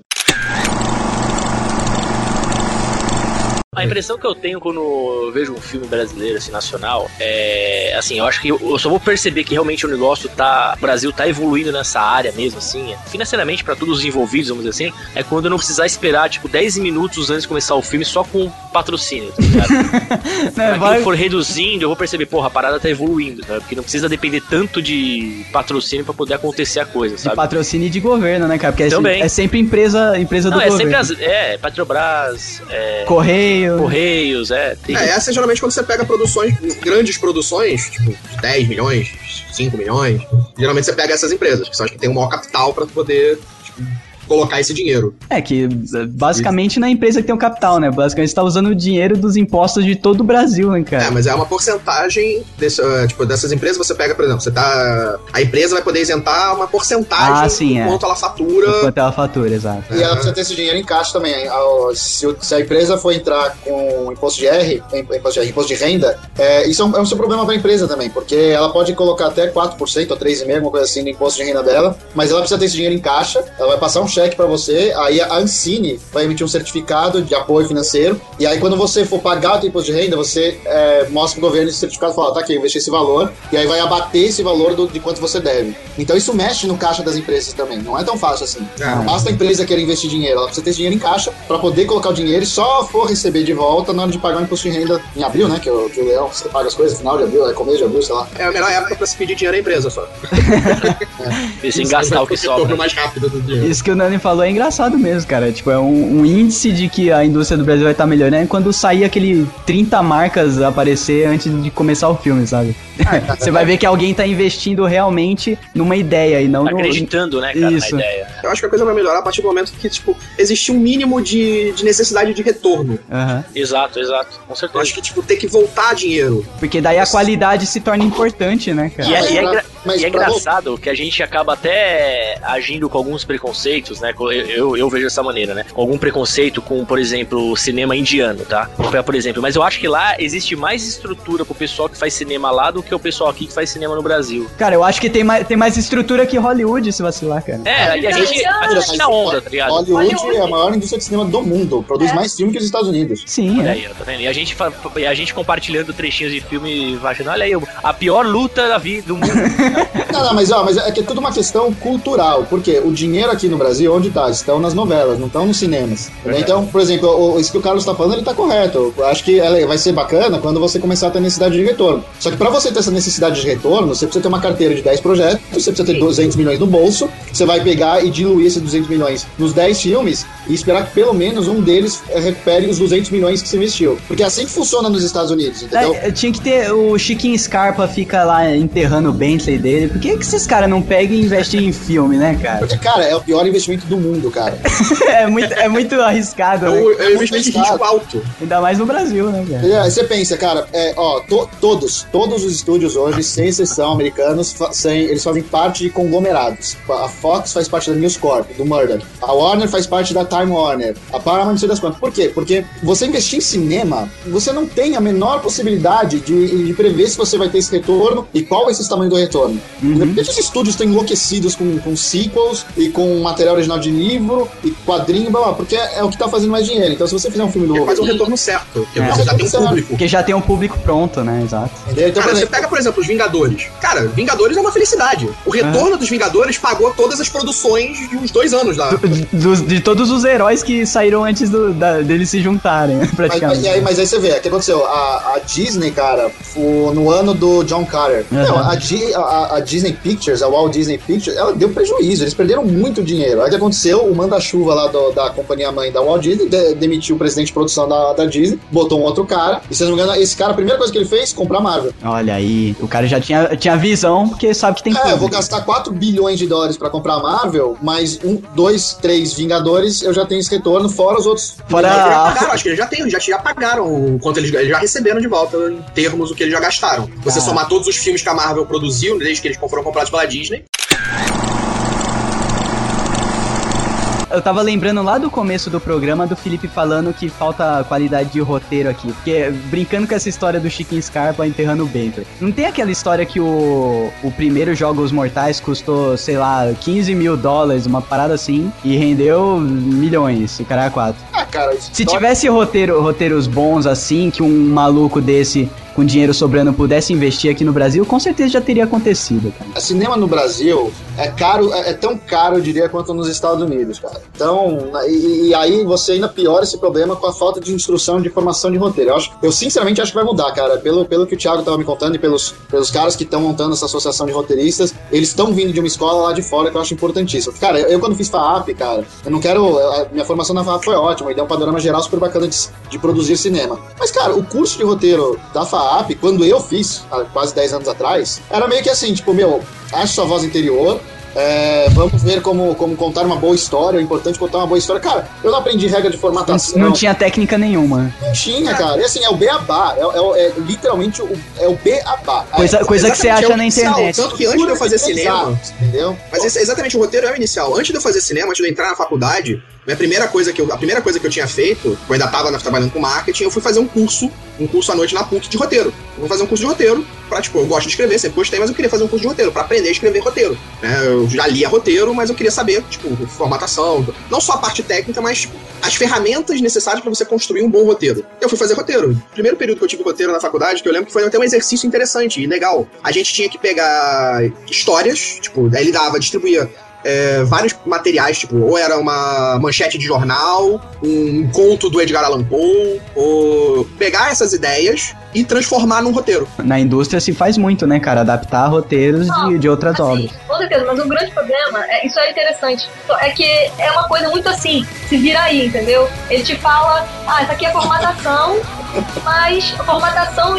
A impressão que eu tenho quando eu vejo um filme brasileiro, assim, nacional, é, assim, eu acho que eu só vou perceber que realmente o negócio o Brasil tá evoluindo nessa área mesmo, assim, financeiramente pra todos os envolvidos, vamos dizer assim, é quando eu não precisar esperar, tipo, 10 minutos antes de começar o filme só com patrocínio, tá ligado? Quando for reduzindo, eu vou perceber, porra, a parada tá evoluindo, sabe? Porque não precisa depender tanto de patrocínio pra poder acontecer a coisa, sabe? De patrocínio e de governo, né, cara? Porque também. É sempre empresa do governo. Sempre Petrobras, Correios, essa é geralmente quando você pega grandes produções, tipo, de 10 milhões, 5 milhões, geralmente você pega essas empresas, que são as que têm o maior capital pra poder, tipo, colocar esse dinheiro. Que basicamente não é a empresa que tem o capital, né? Basicamente você tá usando o dinheiro dos impostos de todo o Brasil, né, cara? Mas é uma porcentagem dessas empresas, você pega, por exemplo, a empresa vai poder isentar uma porcentagem do quanto ela fatura. Do quanto ela fatura, exato. E ela precisa ter esse dinheiro em caixa também. Se a empresa for entrar com imposto de renda, isso é um seu problema pra empresa também, porque ela pode colocar até 4% ou 3,5%, alguma coisa assim, no imposto de renda dela, mas ela precisa ter esse dinheiro em caixa, ela vai passar um cheque pra você, aí a Ancine vai emitir um certificado de apoio financeiro, e aí quando você for pagar o teu imposto de renda, você mostra pro governo esse certificado e fala, tá aqui, eu investi esse valor, e aí vai abater esse valor de quanto você deve. Então isso mexe no caixa das empresas também, não é tão fácil assim. Não basta a empresa querer investir dinheiro, ela precisa ter esse dinheiro em caixa pra poder colocar o dinheiro e só for receber de volta na hora de pagar o imposto de renda em abril, né, que o Leão, você paga as coisas final de abril, começo de abril, sei lá. É a melhor época pra se pedir dinheiro à empresa só. E sem gastar o que sobra. Mais rápido do dinheiro. Isso que o Nani falou é engraçado mesmo, cara. Tipo, é um índice de que a indústria do Brasil vai estar melhorando quando sair aquele 30 marcas aparecer antes de começar o filme, sabe? Você vai ver que alguém tá investindo realmente numa ideia e não acreditando, né, cara, isso. na ideia. Eu acho que a coisa vai melhorar a partir do momento que, tipo, existir um mínimo de necessidade de retorno. Exato, com certeza. Eu acho que, tipo, ter que voltar dinheiro. Porque daí a qualidade se torna importante, né, cara? E é engraçado que a gente acaba até agindo com alguns preconceitos, né? Eu vejo dessa maneira, né? Com algum preconceito com, por exemplo, cinema indiano, tá? Por exemplo, mas eu acho que lá existe mais estrutura pro pessoal que faz cinema lá do que o pessoal aqui que faz cinema no Brasil. Cara, eu acho que tem mais estrutura que Hollywood, se vacilar, cara. E a gente na onda, tá ligado? Hollywood é a maior indústria de cinema do mundo, produz mais filme que os Estados Unidos. Sim, olha aí, tá vendo? E a gente compartilhando trechinhos de filme, imaginando, olha aí, a pior luta da vida do mundo. mas é que é tudo uma questão cultural, porque o dinheiro aqui no Brasil, onde tá? Estão nas novelas, não estão nos cinemas. Então, por exemplo, isso que o Carlos tá falando, ele tá correto. Eu acho que vai ser bacana quando você começar a ter necessidade de retorno. Só que pra você ter essa necessidade de retorno, você precisa ter uma carteira de 10 projetos, você precisa ter 200 milhões no bolso, você vai pegar e diluir esses 200 milhões nos 10 filmes e esperar que pelo menos um deles recupere os 200 milhões que você investiu. Porque é assim que funciona nos Estados Unidos, entendeu? Tinha que ter o Chiquinho Scarpa fica lá enterrando o Bentley dele. Por que esses caras não pegam e investem em filme, né, cara? Porque, cara, é o pior investimento do mundo, cara. é muito arriscado, né? É um investimento de risco alto. Ainda mais no Brasil, né, cara? Você pensa, cara, todos os estúdios hoje, sem exceção, americanos, eles fazem parte de conglomerados. A Fox faz parte da News Corp, do Murdoch. A Warner faz parte da Time Warner. A Paramount, não sei das quantas. Por quê? Porque você investir em cinema, você não tem a menor possibilidade de prever se você vai ter esse retorno e qual vai ser o tamanho do retorno. Por que os estúdios estão enlouquecidos com sequels e com material original de livro e quadrinho, blá, blá, porque é o que tá fazendo mais dinheiro. Então, se você fizer um filme novo... Faz um retorno certo, porque você já tem um público. Porque já tem um público pronto, né? Exato. Então, cara, você pega, por exemplo, os Vingadores. Cara, Vingadores é uma felicidade. O retorno dos Vingadores pagou todas as produções de uns 2 anos lá. De todos os heróis que saíram antes deles se juntarem, praticamente. Mas aí você vê, o que aconteceu? A Disney, cara, no ano do John Carter, a Disney Pictures, a Walt Disney Pictures, ela deu prejuízo, eles perderam muito dinheiro. Aí o que aconteceu? O manda-chuva lá da companhia mãe da Walt Disney demitiu o presidente de produção da Disney, botou um outro cara, e se não me engano, esse cara, a primeira coisa que ele fez, comprar Marvel. Olha aí, o cara já tinha visão, porque sabe que tem eu vou gastar $4 bilhões para comprar Marvel, mais 1, 2, 3 Vingadores, eu já tenho esse retorno, fora os outros. Acho que eles já pagaram o quanto eles já receberam de volta em termos do que eles já gastaram. Você somar todos os filmes que a Marvel produziu, desde que eles foram comprados pela Disney. Eu tava lembrando lá do começo do programa do Felipe falando que falta qualidade de roteiro aqui. Porque, brincando com essa história do Chiquinho Scarpa enterrando o Bento. Não tem aquela história que o primeiro Jogos Mortais custou, sei lá, $15 mil, uma parada assim, e rendeu milhões, o cara é 4. Cara, se tivesse roteiros bons assim, que um maluco desse com dinheiro sobrando pudesse investir aqui no Brasil, com certeza já teria acontecido, cara. Cinema no Brasil é caro, é tão caro, eu diria, quanto nos Estados Unidos, cara. Então, e aí você ainda piora esse problema com a falta de instrução, de formação de roteiro. Eu sinceramente acho que vai mudar, cara. Pelo que o Thiago tava me contando e pelos caras que estão montando essa associação de roteiristas, eles estão vindo de uma escola lá de fora que eu acho importantíssimo. Cara, eu quando fiz FAAP, cara, eu não quero... minha formação na FAAP foi ótima, e deu um panorama geral super bacana de produzir cinema. Mas, cara, o curso de roteiro da FAAP, quando eu fiz, há quase 10 anos atrás, era meio que assim, tipo, ache sua voz interior, vamos ver como contar uma boa história, é importante contar uma boa história. Cara, eu não aprendi regra de formatação. Não tinha técnica nenhuma. Não tinha, cara. E assim, é o beabá. É literalmente o beabá. Coisa que você acha na internet. Tanto que antes de eu fazer cinema... Entendeu? Mas exatamente, o roteiro é o inicial. Antes de eu fazer cinema, antes de eu entrar na faculdade, a primeira coisa que eu tinha feito, eu ainda estava trabalhando com marketing, eu fui fazer um curso à noite na PUC de roteiro. Eu vou fazer um curso de roteiro pra, eu gosto de escrever, sempre gostei, mas eu queria fazer um curso de roteiro, pra aprender a escrever roteiro. Eu já lia roteiro, mas eu queria saber, formatação, não só a parte técnica, mas, as ferramentas necessárias pra você construir um bom roteiro. Eu fui fazer roteiro. O primeiro período que eu tive roteiro na faculdade, que eu lembro que foi até um exercício interessante e legal. A gente tinha que pegar histórias, aí ele distribuía vários materiais, ou era uma manchete de jornal, um conto do Edgar Allan Poe, ou pegar essas ideias e transformar num roteiro. Na indústria se faz muito, né, cara? Adaptar roteiros de outras obras. Com certeza, mas o grande problema, isso é interessante, é que é uma coisa muito assim, se vira aí, entendeu? Ele te fala, essa aqui é a formatação, mas a formatação,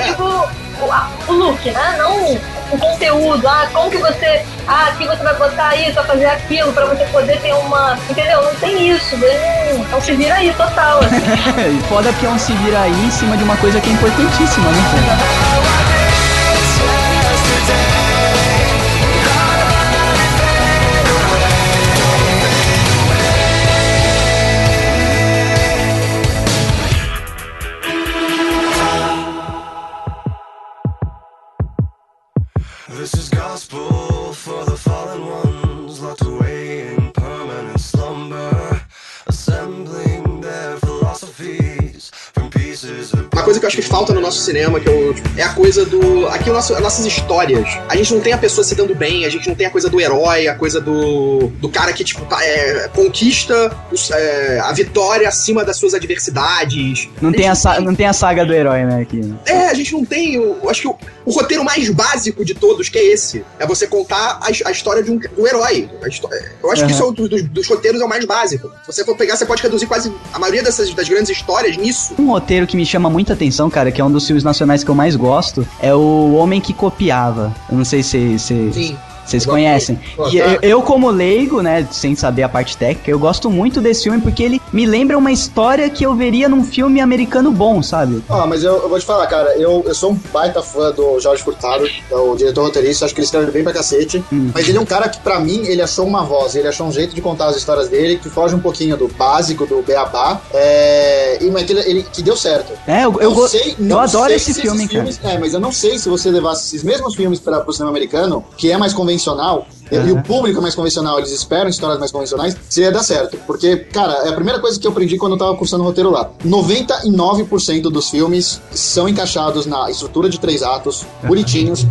o look, né? Não o conteúdo, como que você... aqui você vai botar isso, vai fazer aquilo, pra você poder ter uma... Entendeu? Não tem isso, então se vira aí, total. Assim. Foda que é um se vira aí em cima de uma coisa que é importantíssima, né, cara? This is gospel for the fallen ones, locked away in permanent slumber, assembling their philosophies from pieces of... Uma coisa que eu acho que falta no nosso cinema, é a coisa do... Aqui as nossas histórias. A gente não tem a pessoa se dando bem, a gente não tem a coisa do herói, a coisa do cara que, conquista a vitória acima das suas adversidades. Não tem a saga do herói, né, aqui. A gente não tem... acho que o roteiro mais básico de todos, que é esse. É você contar a história do herói. Eu acho que isso dos roteiros é o mais básico. Se você for pegar, você pode reduzir quase a maioria das grandes histórias nisso. Um roteiro que me chama muita atenção, cara, que é um dos filmes nacionais que eu mais gosto, é O Homem que Copiava. Eu não sei se Sim. vocês conhecem. E eu, como leigo, né, sem saber a parte técnica, eu gosto muito desse filme porque ele me lembra uma história que eu veria num filme americano bom, sabe? Mas eu vou te falar, cara, eu sou um baita fã do Jorge Furtado, o diretor roteirista, acho que ele escreve bem pra cacete, mas ele é um cara que, pra mim, ele achou uma voz, ele achou um jeito de contar as histórias dele que foge um pouquinho do básico, do beabá, mas que deu certo. Eu adoro esse filme, cara. Mas eu não sei se você levasse esses mesmos filmes pro cinema americano, que é mais convencional, e o público é mais convencional, eles esperam histórias mais convencionais, se ia dar certo. Porque, cara, é a primeira coisa que eu aprendi quando eu tava cursando roteiro lá. 99% dos filmes são encaixados na estrutura de 3 atos, bonitinhos,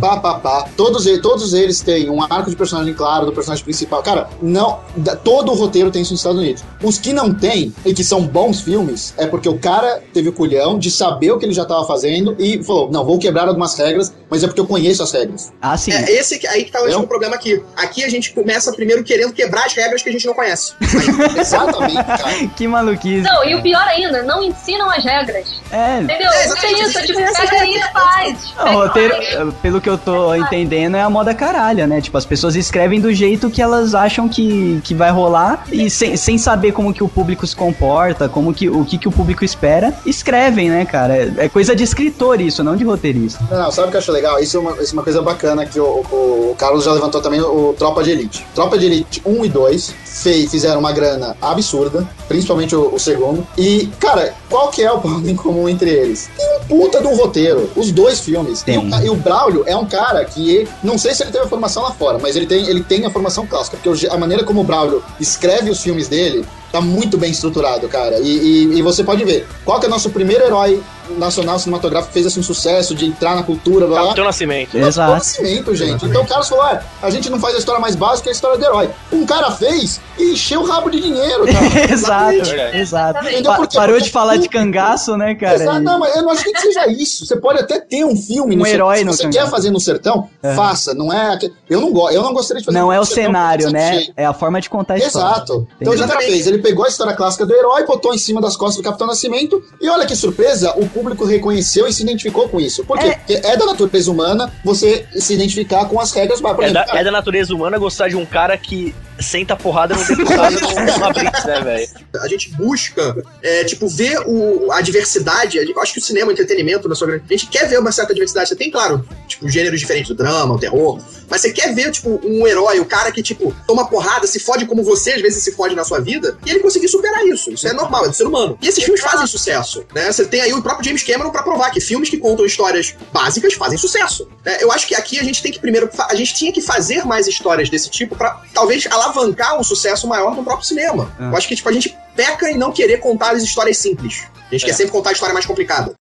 Todos eles têm um arco de personagem claro, do personagem principal. Cara, todo o roteiro tem isso nos Estados Unidos. Os que não tem, e que são bons filmes, é porque o cara teve o culhão de saber o que ele já tava fazendo e falou, não, vou quebrar algumas regras, mas é porque eu conheço as regras. Ah, sim. Esse aí que tá o problema aqui. Aqui a gente começa primeiro querendo quebrar as regras que a gente não conhece. Exatamente, cara. Que maluquice. Não, e o pior ainda, não ensinam as regras. Entendeu? Não tem isso, tipo, pega aí e faz. O roteiro, pelo que eu tô entendendo, é a moda caralha, né? Tipo, as pessoas escrevem do jeito que elas acham que vai rolar e sem saber como que o público se comporta, o que o público espera, escrevem, né, cara? É coisa de escritor isso, não de roteirista. Não, sabe o que eu acho legal? Isso é uma coisa bacana que o Carlos já levantou também, o Tropa de Elite. Tropa de Elite 1 e 2 fizeram uma grana absurda, principalmente o segundo. E, cara, qual que é o ponto em comum entre eles? Tem um puta de um roteiro, os dois filmes. E o Braulio é um cara que, não sei se ele teve a formação lá fora, mas ele tem a formação clássica, porque a maneira como o Braulio escreve os filmes dele tá muito bem estruturado, cara. E você pode ver, qual que é o nosso primeiro herói nacional cinematográfico que fez assim um sucesso de entrar na cultura, blá, blá. Capitão Nascimento. Exato. Nascimento, gente. Então o Carlos falou, a gente não faz a história mais básica, é a história do herói. Um cara fez e encheu o rabo de dinheiro, cara. Exato. Porque parou de falar de cangaço, né, cara? Exato, não, mas eu não acho que seja isso. Você pode até ter um filme no herói sertão. Se você quer fazer no sertão, faça. Não é... Eu não gostaria de fazer não é o cenário, né? É a forma de contar a história. Exato. Então o que ele fez? Ele pegou a história clássica do herói, botou em cima das costas do Capitão Nascimento e olha que surpresa, o público reconheceu e se identificou com isso. Por quê? Porque é da natureza humana você se identificar com as regras. É da natureza humana gostar de um cara que senta porrada no deputado numa blitz, né, velho? A gente busca, ver a diversidade. Eu acho que o cinema, o entretenimento, na sua grande... A gente quer ver uma certa diversidade. Você tem, claro, gêneros diferentes, o drama, o terror, mas você quer ver, um herói, o cara que, toma porrada, se fode como você, às vezes se fode na sua vida, e ele conseguir superar isso. Isso é normal, é do ser humano. E esses filmes fazem sucesso, né? Você tem aí o próprio James Cameron pra provar que filmes que contam histórias básicas fazem sucesso. Eu acho que aqui a gente tem que a gente tinha que fazer mais histórias desse tipo pra, talvez, alavancar um sucesso maior no próprio cinema. Eu acho que, a gente peca em não querer contar as histórias simples. A gente quer sempre contar a história mais complicada.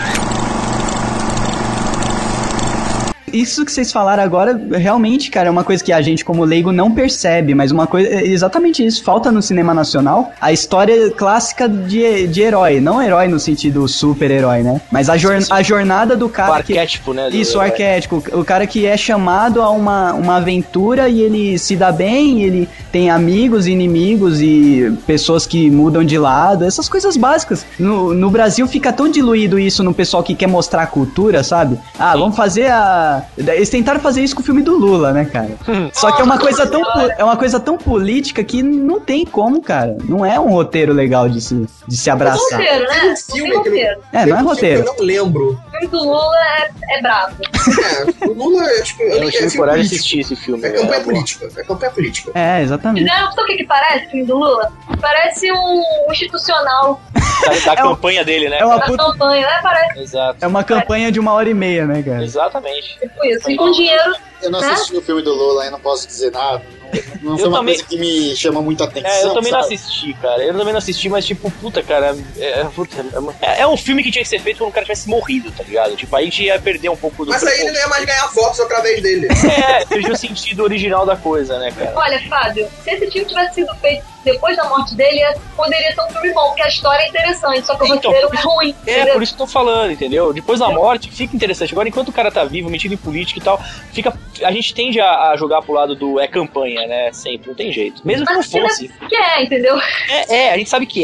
Isso que vocês falaram agora, realmente, cara, é uma coisa que a gente, como leigo, não percebe, mas uma coisa, é exatamente isso, falta no cinema nacional a história clássica de herói, não herói no sentido super-herói, né? Mas a jornada do cara... O arquétipo, né? Isso, o arquétipo, o cara que é chamado a uma aventura e ele se dá bem, ele tem amigos e inimigos e pessoas que mudam de lado, essas coisas básicas. No Brasil fica tão diluído isso no pessoal que quer mostrar a cultura, sabe? Vamos fazer Eles tentaram fazer isso com o filme do Lula, né, cara? Só que é uma coisa tão política que não tem como, cara. Não é um roteiro legal de se abraçar. Não é roteiro, né? Não é roteiro. Eu não lembro. O filme do Lula é bravo. O Lula, eu tive coragem de assistir esse filme. É campanha política. É campanha política. É, exatamente. Sabe o que parece o filme do Lula? Parece um institucional. Da campanha dele, né? Campanha, né? Parece. Exato. É uma campanha de 1h30, né, cara? Exatamente. Tipo isso. E com dinheiro... Eu não assisti o filme do Lula, aí não posso dizer nada. Não foi uma coisa que me chama muita atenção. Eu também não assisti, cara. Eu também não assisti, mas puta, cara. É um filme que tinha que ser feito quando o cara tivesse morrido, tá ligado? Aí a gente ia perder um pouco do... Mas aí ele não ia mais ganhar votos através dele. Perdi o sentido original da coisa, né, cara? Olha, Fábio, se esse filme tivesse sido feito depois da morte dele, poderia ser um filme bom, porque a história é interessante, só que o roteiro é ruim. Por isso que eu tô falando, entendeu? Depois da morte, fica interessante. Agora, enquanto o cara tá vivo, metido em política e tal, a gente tende a jogar pro lado do campanha, né? Sempre, não tem jeito. Mesmo que não fosse. Que entendeu? A gente sabe que mas...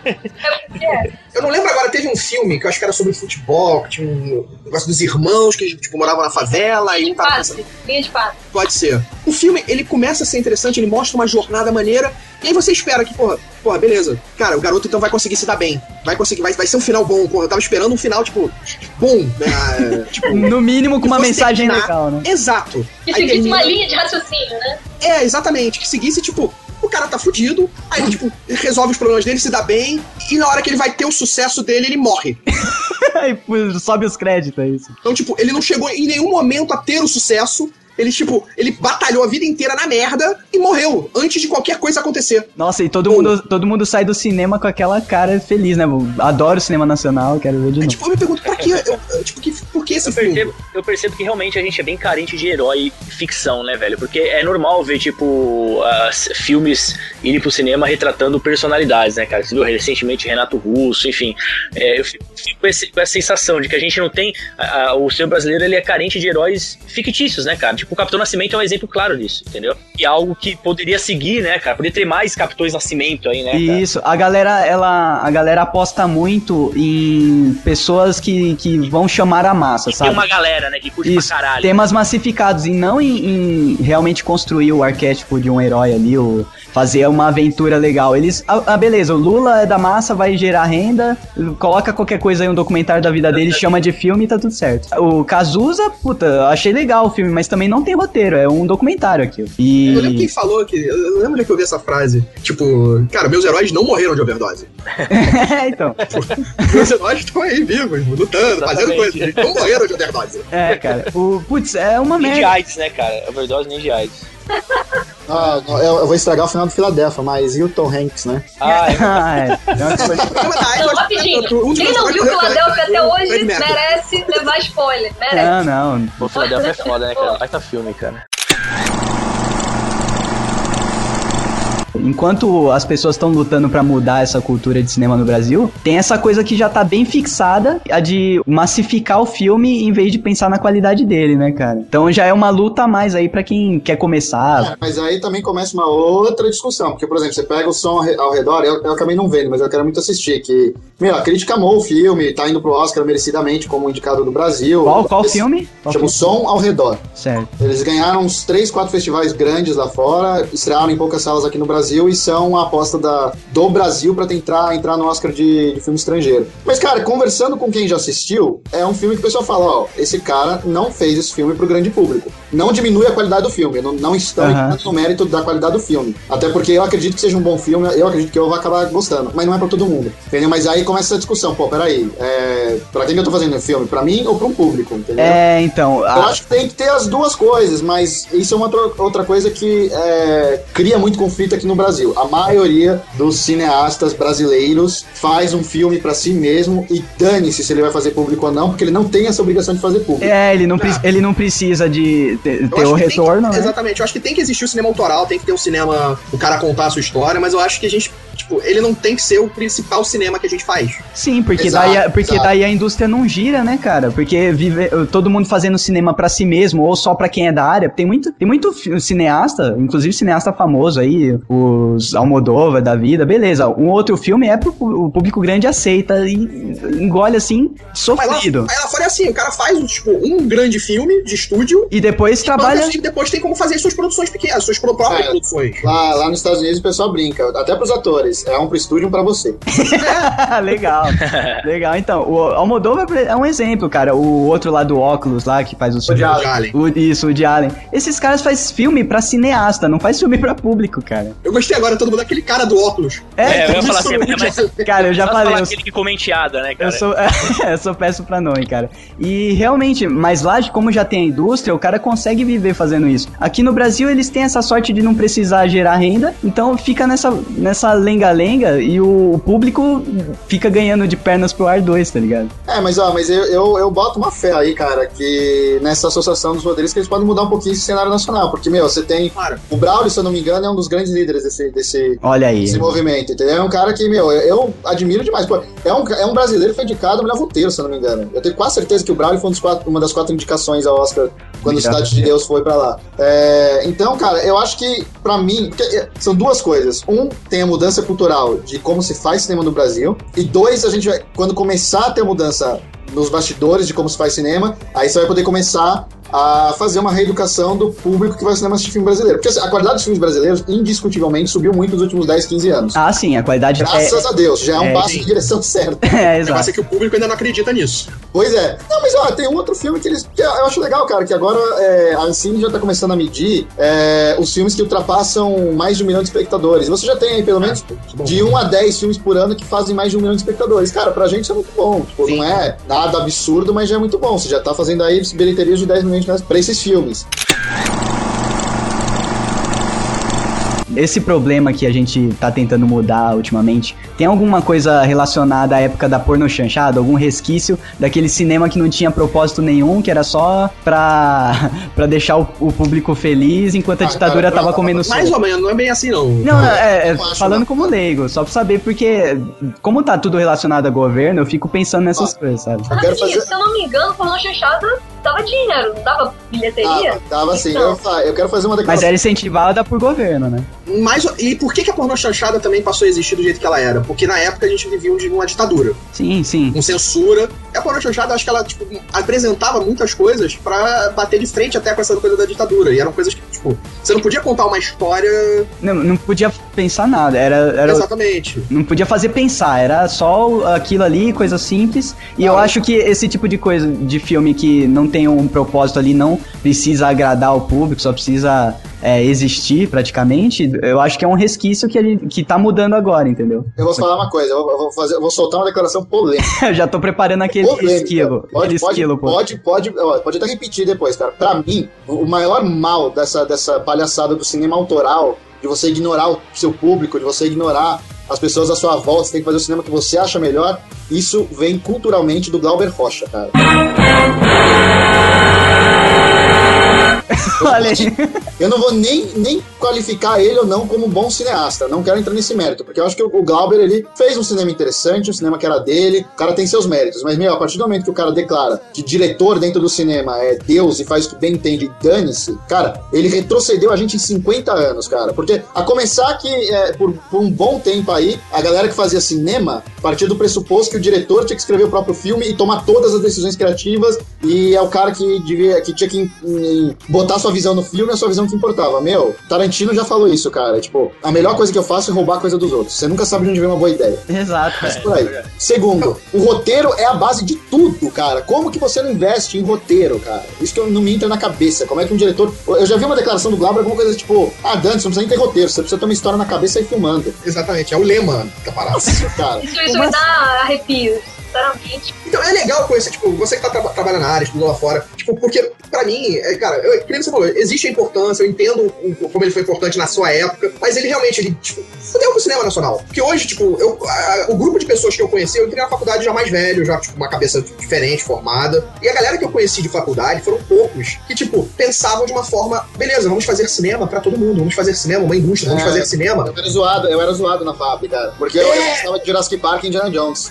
Eu não lembro agora, teve um filme que eu acho que era sobre futebol, que tinha um negócio dos irmãos que, tipo, moravam na favela e um tava pensando... Linha de passe. Pode ser. O filme, ele começa a ser interessante, ele mostra uma jornada maneira, e aí você espera que, porra, beleza. Cara, o garoto então vai conseguir se dar bem. Vai conseguir, vai ser um final bom, porra. Eu tava esperando um final, tipo, bom, né? Tipo, no mínimo com uma mensagem terminar. legal, né? Exato. Que seguisse uma linha de raciocínio, né? É, exatamente. Que seguisse, tipo, o cara tá fudido, aí ele, tipo, resolve os problemas dele, se dá bem, e na hora que ele vai ter o sucesso dele, ele morre. Aí sobe os créditos, é isso. Então, tipo, ele não chegou em nenhum momento a ter o sucesso. Ele, tipo, ele batalhou a vida inteira na merda e morreu antes de qualquer coisa acontecer. Nossa, e todo mundo sai do cinema com aquela cara feliz, né? Eu adoro o cinema nacional, quero ver de novo. Tipo, eu me pergunto, pra quê? Por que esse filme? Eu percebo que realmente a gente é bem carente de herói ficção, né, velho? Porque é normal ver, tipo, filmes irem pro cinema retratando personalidades, né, cara? Você viu recentemente Renato Russo, enfim. Eu fico com essa sensação de que a gente não tem... o cinema brasileiro, ele é carente de heróis fictícios, né, cara? Tipo, o Capitão Nascimento é um exemplo claro disso, entendeu? E é algo que poderia seguir, né, cara? Poderia ter mais Capitões Nascimento aí, né, cara? Isso, a galera aposta muito em pessoas que vão chamar a massa, sabe? Tem uma galera, né, que curte pra caralho. Temas massificados, e não em realmente construir o arquétipo de um herói ali, ou fazer uma aventura legal. Eles, beleza, o Lula é da massa, vai gerar renda, coloca qualquer coisa aí, um documentário da vida dele, chama de filme e tá tudo certo. O Cazuza, puta, achei legal o filme, mas também não tem roteiro, é um documentário aqui. Eu lembro quem falou que... Eu lembro de que eu vi essa frase. Tipo, cara, meus heróis não morreram de overdose. Então. Meus heróis estão aí vivos, lutando, fazendo coisas. Eles não morreram de overdose. É, cara. Putz, é uma nem merda. De AIDS, né, cara? Overdose nem de AIDS. Eu vou estragar o final do Filadélfia, mas e o Tom Hanks, né? Rapidinho. Quem não viu o Filadélfia até hoje merece levar spoiler. Merece. Não. O Filadélfia é foda, né, cara? Vai tá filme, cara. Enquanto as pessoas estão lutando pra mudar essa cultura de cinema no Brasil, tem essa coisa que já tá bem fixada, a de massificar o filme em vez de pensar na qualidade dele, né, cara? Então já é uma luta a mais aí pra quem quer começar. Mas aí também começa uma outra discussão, porque, por exemplo, você pega o Som ao Redor, eu acabei não vendo, mas eu quero muito assistir, que, a crítica amou o filme, tá indo pro Oscar merecidamente como indicado do Brasil. Qual filme? Chama o Som ao Redor. Certo. Eles ganharam uns 3, 4 festivais grandes lá fora, estrearam em poucas salas aqui no Brasil e são a aposta do Brasil pra tentar entrar no Oscar de filme estrangeiro. Mas, cara, conversando com quem já assistiu, é um filme que o pessoal fala, esse cara não fez esse filme pro grande público. Não diminui a qualidade do filme, não estão entrando no mérito da qualidade do filme. Até porque eu acredito que seja um bom filme, eu acredito que eu vou acabar gostando, mas não é pra todo mundo, entendeu? Mas aí começa essa discussão, peraí, pra quem que eu tô fazendo o filme? Pra mim ou pra um público, entendeu? Então... Eu acho que tem que ter as duas coisas, mas isso é uma outra coisa que cria muito conflito aqui no Brasil. A maioria dos cineastas brasileiros faz um filme pra si mesmo e dane-se se ele vai fazer público ou não, porque ele não tem essa obrigação de fazer público. Ele não precisa de ter o retorno, né? Exatamente, eu acho que tem que existir o cinema autoral, tem que ter o cinema, o cara contar a sua história, mas eu acho que a gente, ele não tem que ser o principal cinema que a gente faz. Sim, porque daí a indústria não gira, né, cara? Porque todo mundo fazendo cinema pra si mesmo, ou só pra quem é da área. Tem muito cineasta, inclusive cineasta famoso aí, os Almodóvar da vida, beleza. Um outro filme o público grande aceita e engole assim, sofrido. Aí lá fora é assim, o cara faz um grande filme de estúdio e depois trabalha... E depois tem como fazer as suas produções pequenas, suas próprias produções. Lá nos Estados Unidos o pessoal brinca, até pros atores, é um pro estúdio e um pra você. Legal. Então, o Almodóvar é um exemplo, cara. O outro lá do óculos lá, que faz o Woody Allen. O Woody Allen. Esses caras fazem filme pra cineasta, não faz filme pra público, cara. Eu gostei agora, todo mundo, aquele cara do óculos. Eu ia falar assim, cara, eu já falei. Aquele que comenteada, né, cara? Eu sou péssimo pra nome, cara. E realmente, mas lá, como já tem a indústria, o cara consegue viver fazendo isso. Aqui no Brasil, eles têm essa sorte de não precisar gerar renda, então fica nessa lenga-lenga e o público fica ganhando de pernas pro ar 2, tá ligado? Mas eu boto uma fé aí, cara, que nessa associação dos roteiristas que eles podem mudar um pouquinho esse cenário nacional, porque, você tem... O Braulio, se eu não me engano, é um dos grandes líderes Olha aí. desse movimento, entendeu? É um cara que, meu, eu admiro demais. Pô, é um brasileiro que foi indicado ao melhor roteiro, se eu não me engano. Eu tenho quase certeza que o Braulio foi uma das 4 indicações ao Oscar quando Cidade de Deus foi pra lá. Então, cara, eu acho que, pra mim, são duas coisas. Tem a mudança cultural de como se faz cinema no Brasil. E 2, a gente vai, quando começar a ter mudança nos bastidores de como se faz cinema, aí você vai poder começar a fazer uma reeducação do público que vai ao cinema assistir filme brasileiro. Porque a qualidade dos filmes brasileiros, indiscutivelmente, subiu muito nos últimos 10, 15 anos. Ah, sim, a qualidade... Graças a Deus, já é um passo em direção certa. O negócio é que o público ainda não acredita nisso. Pois é. Não, mas tem um outro filme que eu acho legal, cara, que agora a Ancine já tá começando a medir os filmes que ultrapassam mais de 1 milhão de espectadores. Você já tem aí, pelo menos, de 1 a 10 filmes por ano que fazem mais de 1 milhão de espectadores. Cara, pra gente isso é muito bom. Tipo, não é nada absurdo, mas já é muito bom. Você já tá fazendo aí bilheterias de 10 milhões pra esses filmes. Esse problema que a gente tá tentando mudar ultimamente, tem alguma coisa relacionada à época da pornochanchada? Algum resquício daquele cinema que não tinha propósito nenhum, que era só pra deixar o público feliz enquanto a ditadura tava comendo solto? Mais ou menos, não é bem assim não. Não, falando como leigo, só pra saber, porque como tá tudo relacionado a governo, eu fico pensando nessas coisas, sabe? Se eu não me engano, pornochanchada dava dinheiro, não dava bilheteria? Dava sim. Então. Eu quero fazer uma declaração. Mas era incentivada por governo, né? E por que a pornochanchada também passou a existir do jeito que ela era? Porque na época a gente vivia uma ditadura. Sim, sim. Com censura. E a pornochanchada, acho que ela, tipo, apresentava muitas coisas pra bater de frente até com essa coisa da ditadura. E eram coisas que, tipo, você não podia contar uma história... Não podia pensar nada. Era Exatamente. Não podia fazer pensar. Era só aquilo ali, coisa simples. E eu acho que esse tipo de coisa, de filme que não tem um propósito ali, não precisa agradar o público, só precisa existir praticamente, eu acho que é um resquício que tá mudando agora, entendeu? Eu vou falar uma coisa, eu vou soltar uma declaração polêmica. Eu já tô preparando aquele esquilo. Pode até repetir depois, cara. Pra mim, o maior mal dessa palhaçada do cinema autoral, de você ignorar o seu público, de você ignorar as pessoas à sua volta, você tem que fazer o cinema que você acha melhor, isso vem culturalmente do Glauber Rocha, cara. Eu não vou nem qualificar ele ou não como um bom cineasta, não quero entrar nesse mérito, porque eu acho que o Glauber, ele fez um cinema interessante, um cinema que era dele, o cara tem seus méritos, mas, a partir do momento que o cara declara que diretor dentro do cinema é Deus e faz o que bem entende e dane-se, cara, ele retrocedeu a gente em 50 anos, cara, porque a começar que, por um bom tempo aí, a galera que fazia cinema partia do pressuposto que o diretor tinha que escrever o próprio filme e tomar todas as decisões criativas, e é o cara que tinha que botar sua visão no filme, a sua visão que importava. Tarantino já falou isso, cara. Tipo, a melhor coisa que eu faço é roubar coisa dos outros. Você nunca sabe de onde vem uma boa ideia. Exato. Mas por aí. Segundo, o roteiro é a base de tudo, cara. Como que você não investe em roteiro, cara? Isso que não me entra na cabeça. Como é que um diretor... Eu já vi uma declaração do Glauber, alguma coisa tipo, Dante, você não precisa nem ter roteiro, você precisa ter uma história na cabeça e ir filmando. Exatamente, é o lema da parada. Cara. Isso me dá arrepios. Sinceramente. Então é legal conhecer, tipo, você que tá trabalhando na área, estudando lá fora, tipo, porque pra mim, cara, que você falou, existe a importância, eu entendo como ele foi importante na sua época, mas ele realmente, tipo, fudeu com o cinema nacional. Porque hoje, tipo, o grupo de pessoas que eu conheci, eu entrei na faculdade já mais velho, já, tipo, uma cabeça diferente, formada, e a galera que eu conheci de faculdade foram poucos, que, tipo, pensavam de uma forma, beleza, vamos fazer cinema pra todo mundo, vamos fazer cinema, uma indústria, vamos fazer cinema. Eu era zoado na fábrica, cara, porque eu gostava de Jurassic Park e Indiana Jones.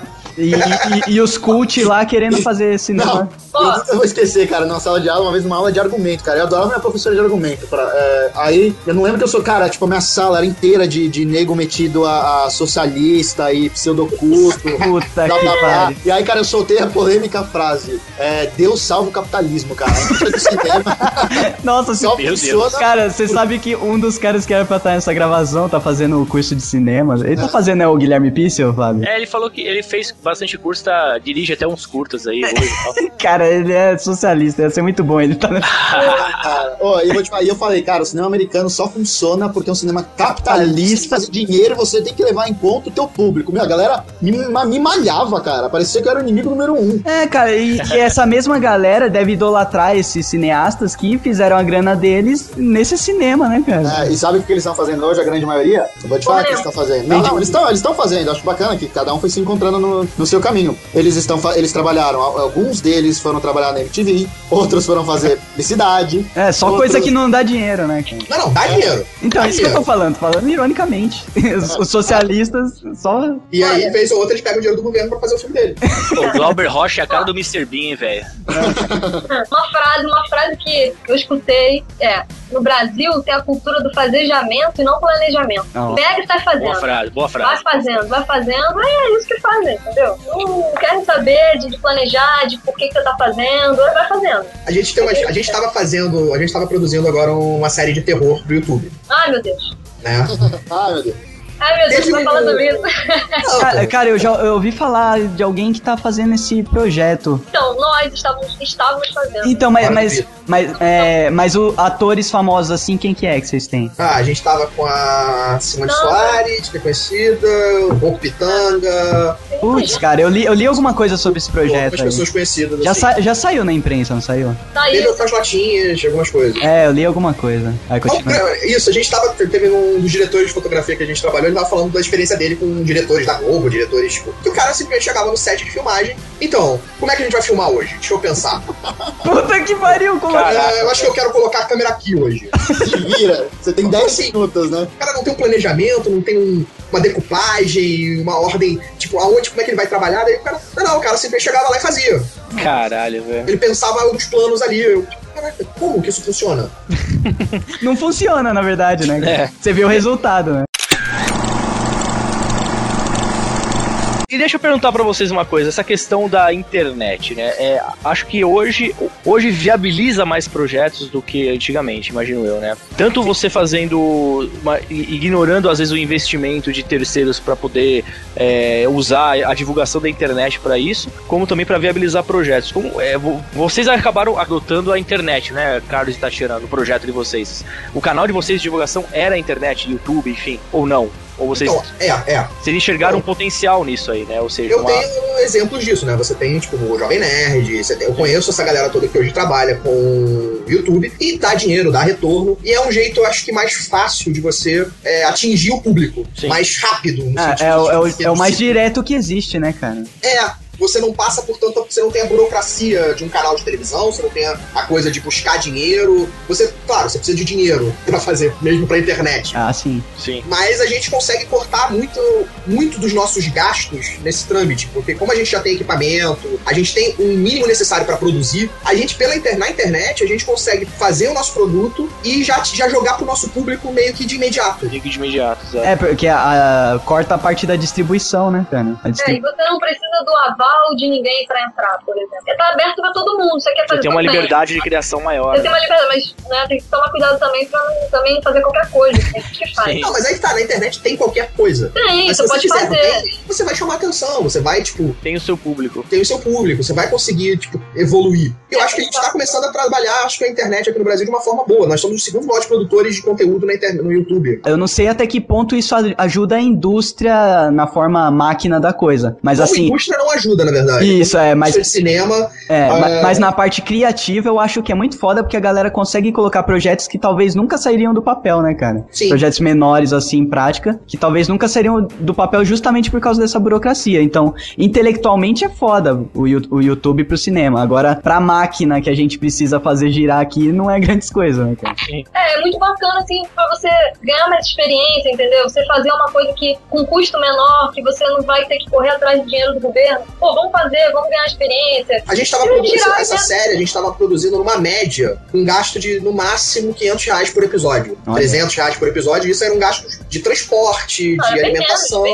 E os cult lá querendo fazer cinema. Eu nunca vou esquecer, cara, numa sala de aula, uma vez numa aula de argumento, cara. Eu adorava minha professora de argumento. Aí, eu não lembro que eu sou, cara, tipo, a minha sala era inteira de nego metido a socialista e pseudoculto. Puta que pariu. E aí, cara, eu soltei a polêmica frase: Deus salva o capitalismo, cara. Nossa, só funciona. Cara, você sabe que um dos caras que era pra estar nessa gravação tá fazendo o curso de cinema. Ele tá fazendo o Guilherme Pissel, Flávio? Ele falou que ele fez bastante curso, dirige até uns curtas aí hoje e tal. Cara, ele é socialista, ia ser muito bom ele tá... E eu falei, cara, o cinema americano só funciona porque é um cinema capitalista. Fazer dinheiro, você tem que levar em conta o teu público. A galera me malhava, cara. Parecia que eu era o inimigo número 1. Cara, e essa mesma galera deve idolatrar esses cineastas que fizeram a grana deles nesse cinema, né, cara? E sabe o que eles estão fazendo hoje, a grande maioria? Eu vou te falar o que eles estão fazendo. Não, eles estão fazendo. Acho bacana que cada um foi se encontrando no seu caminho. Eles trabalharam, alguns deles foram trabalhar na MTV, outros foram fazer publicidade. Só outros... coisa que não dá dinheiro, né, cara? Não, dá dinheiro. Então, dá isso dinheiro. que eu tô falando ironicamente. Os socialistas só... E aí, vez ou outra, eles pegam o dinheiro do governo pra fazer o filme dele. O Glauber Rocha é a cara do Mr. Bean, velho. Uma frase que eu escutei no Brasil tem a cultura do fazejamento e não planejamento. Pega e sai fazendo. Boa frase. Vai fazendo, é isso que fazem, entendeu? Não querem saber de planejar, de por que você tá fazendo, vai fazendo. A gente tava produzindo agora uma série de terror pro YouTube. Ai, meu Deus. Né? Ai, meu Deus. Ai, meu Deus, tá falando isso. Cara, eu ouvi falar de alguém que tá fazendo esse projeto. Então, nós estávamos fazendo. Então, mas os atores famosos assim, quem que é que vocês têm? A gente tava com a Simone Soares, que é conhecida, o Porco Pitanga. Putz, cara, eu li alguma coisa sobre esse projeto. Algumas pessoas conhecidas. Já saiu na imprensa, não saiu? Teve outras latinhas, algumas coisas. Eu li alguma coisa. Isso, a gente teve um dos diretores de fotografia que a gente trabalhou, ele tava falando da experiência dele com diretores da Globo, diretores, tipo, que o cara simplesmente chegava no set de filmagem. Então, como é que a gente vai filmar hoje? Deixa eu pensar. Puta que pariu, como eu acho que eu quero colocar a câmera aqui hoje. Se vira, você tem 10 minutos, né? O cara não tem um planejamento, não tem uma decupagem, uma ordem, tipo, como é que ele vai trabalhar, daí o cara, o cara simplesmente chegava lá e fazia. Caralho, velho. Ele pensava os planos ali, caraca, como que isso funciona? Não funciona, na verdade, né? Você vê o resultado, né? E deixa eu perguntar pra vocês uma coisa, essa questão da internet, né? Acho que hoje viabiliza mais projetos do que antigamente, imagino eu, né? Tanto você ignorando às vezes o investimento de terceiros pra poder usar a divulgação da internet pra isso, como também pra viabilizar projetos. Vocês acabaram adotando a internet, né, Carlos e Tatiana, no projeto de vocês. O canal de vocês de divulgação era a internet, YouTube, enfim, ou não? Ou vocês vocês enxergaram um potencial nisso aí, né? Ou seja, eu tenho exemplos disso, né? Você tem, tipo, o Jovem Nerd, eu conheço essa galera toda que hoje trabalha com YouTube e dá dinheiro, dá retorno. E é um jeito, eu acho que mais fácil de você atingir o público. Sim. Mais rápido. É o mais direto que existe, né, cara? Você não passa por tanto, você não tem a burocracia de um canal de televisão, você não tem a coisa de buscar dinheiro. Você precisa de dinheiro pra fazer, mesmo pra internet. Sim. Mas a gente consegue cortar muito dos nossos gastos nesse trâmite, porque como a gente já tem equipamento, a gente tem um mínimo necessário pra produzir, a gente, na internet, a gente consegue fazer o nosso produto e já jogar pro nosso público meio que de imediato. Exato. Porque corta a parte da distribuição, né, cara? E você não precisa do aval de ninguém pra entrar, por exemplo. Tá aberto pra todo mundo, você quer fazer. Você tem uma liberdade de criação maior. Você tem uma liberdade, mas tem que tomar cuidado também pra não fazer qualquer coisa. Que faz. Não, mas aí tá, na internet tem qualquer coisa. Mas você pode fazer. Você vai chamar atenção, você vai, tipo... Tem o seu público, você vai conseguir, tipo, evoluir. Eu acho que a gente tá começando a trabalhar, acho que a internet aqui no Brasil de uma forma boa. Nós somos os segundos maiores produtores de conteúdo no YouTube. Eu não sei até que ponto isso ajuda a indústria na forma máquina da coisa, mas A indústria não ajuda, na verdade. Isso, mas... de cinema... mas na parte criativa eu acho que é muito foda porque a galera consegue colocar projetos que talvez nunca sairiam do papel, né, cara? Sim. Projetos menores, assim, em prática, que talvez nunca sairiam do papel justamente por causa dessa burocracia. Então, intelectualmente é foda o YouTube pro cinema. Agora, pra máquina que a gente precisa fazer girar aqui, não é grandes coisas, né, cara? É muito bacana, assim, pra você ganhar mais experiência, entendeu? Você fazer uma coisa que com custo menor, que você não vai ter que correr atrás de dinheiro do governo. Vamos ganhar experiência. A gente tava produzindo essa série, a gente tava produzindo numa média, um gasto de, no máximo, R$500 por episódio. R$300 por episódio, isso era um gasto de transporte, de alimentação.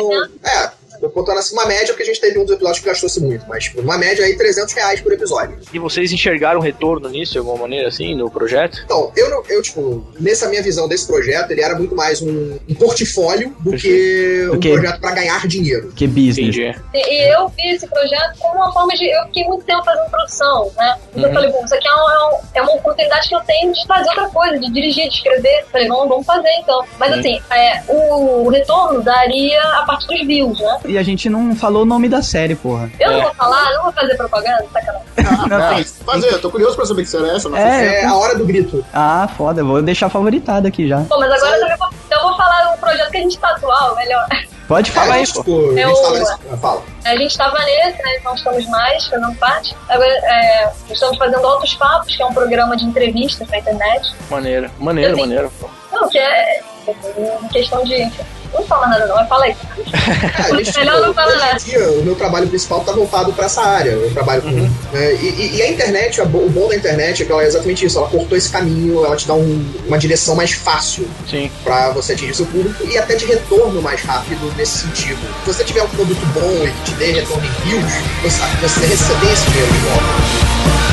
Eu contando assim uma média, porque a gente teve um dos episódios que gastou-se muito, mas uma média aí R$300 por episódio. E vocês enxergaram retorno nisso, de alguma maneira, assim, no projeto? Então, eu tipo, nessa minha visão desse projeto, ele era muito mais um portfólio do que um projeto pra ganhar dinheiro. Que business. E eu vi esse projeto como uma forma de... Eu fiquei muito tempo fazendo produção, né? Então eu falei, isso aqui é uma oportunidade que eu tenho de fazer outra coisa, de dirigir, de escrever. Falei, vamos fazer então. Mas assim, o retorno daria a partir dos views, né? E a gente não falou o nome da série, porra. Eu não vou falar, não vou fazer propaganda, sacanagem. Eu tô curioso pra saber que será essa. A Hora do Grito. Foda, vou deixar favoritado aqui já. Mas agora eu vou falar do projeto que a gente tá atual, melhor. Pode falar aí, tipo, pô. a gente tava nesse... Fala. A gente estava nesse, né? Então estamos mais fazendo parte. Agora, estamos fazendo Altos Papos, que é um programa de entrevistas na internet. Maneiro. Não, que é questão de... Não fala nada não, mas fala aí. Melhor não falar nada. Hoje em dia, o meu trabalho principal tá voltado pra essa área. Eu trabalho com... Né, e a internet, o bom da internet é que ela é exatamente isso. Ela cortou esse caminho, ela te dá uma direção mais fácil pra você atingir seu público e até de retorno mais rápido nesse sentido. Se você tiver um produto bom e que te dê retorno em views, você receber esse dinheiro de volta.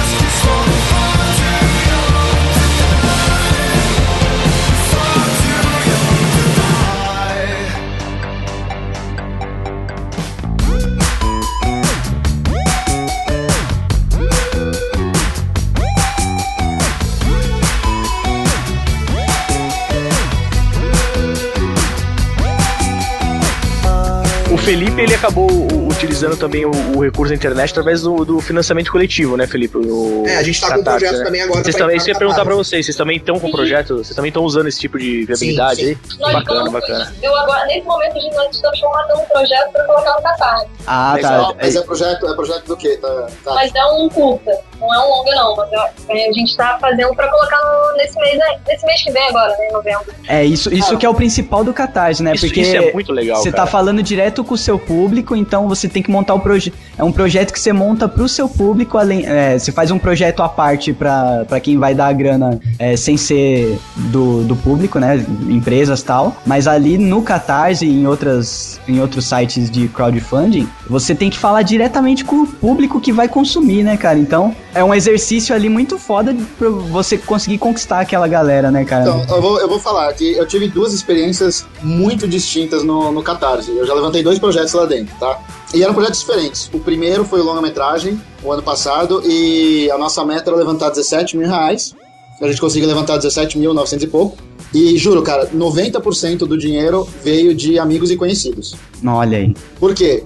O Felipe, ele acabou utilizando também o recurso da internet através do financiamento coletivo, né, Felipe? A gente tá com um projeto também agora. Vocês também, isso eu ia perguntar pra vocês, vocês também estão com projeto, vocês também estão usando esse tipo de viabilidade aí? Bacana. Eu agora, nesse momento, nós estamos formatando um projeto pra colocar no Catarse. Tá. Mas é projeto do quê? Tá. Mas é um curta, não é um longa não, mas a gente tá fazendo pra colocar nesse mês que vem agora, né, em novembro. Isso que é o principal do Catarse, né? Porque isso é muito legal, você tá falando direto com o seu público, então você tem que montar o projeto. É um projeto que você monta pro seu público, você faz um projeto à parte pra quem vai dar a grana sem ser do público, né? Empresas e tal. Mas ali no Catarse e em outros sites de crowdfunding, você tem que falar diretamente com o público que vai consumir, né, cara? Então, é um exercício ali muito foda pra você conseguir conquistar aquela galera, né, cara? Então, eu vou falar que eu tive duas experiências muito distintas no Catarse. Eu já levantei 2 projetos lá dentro, tá? E eram projetos diferentes. O primeiro foi o longa-metragem, o ano passado, e a nossa meta era levantar R$17 mil. A gente conseguiu levantar 17.900 e pouco. E juro, cara, 90% do dinheiro veio de amigos e conhecidos. Olha aí. Por quê?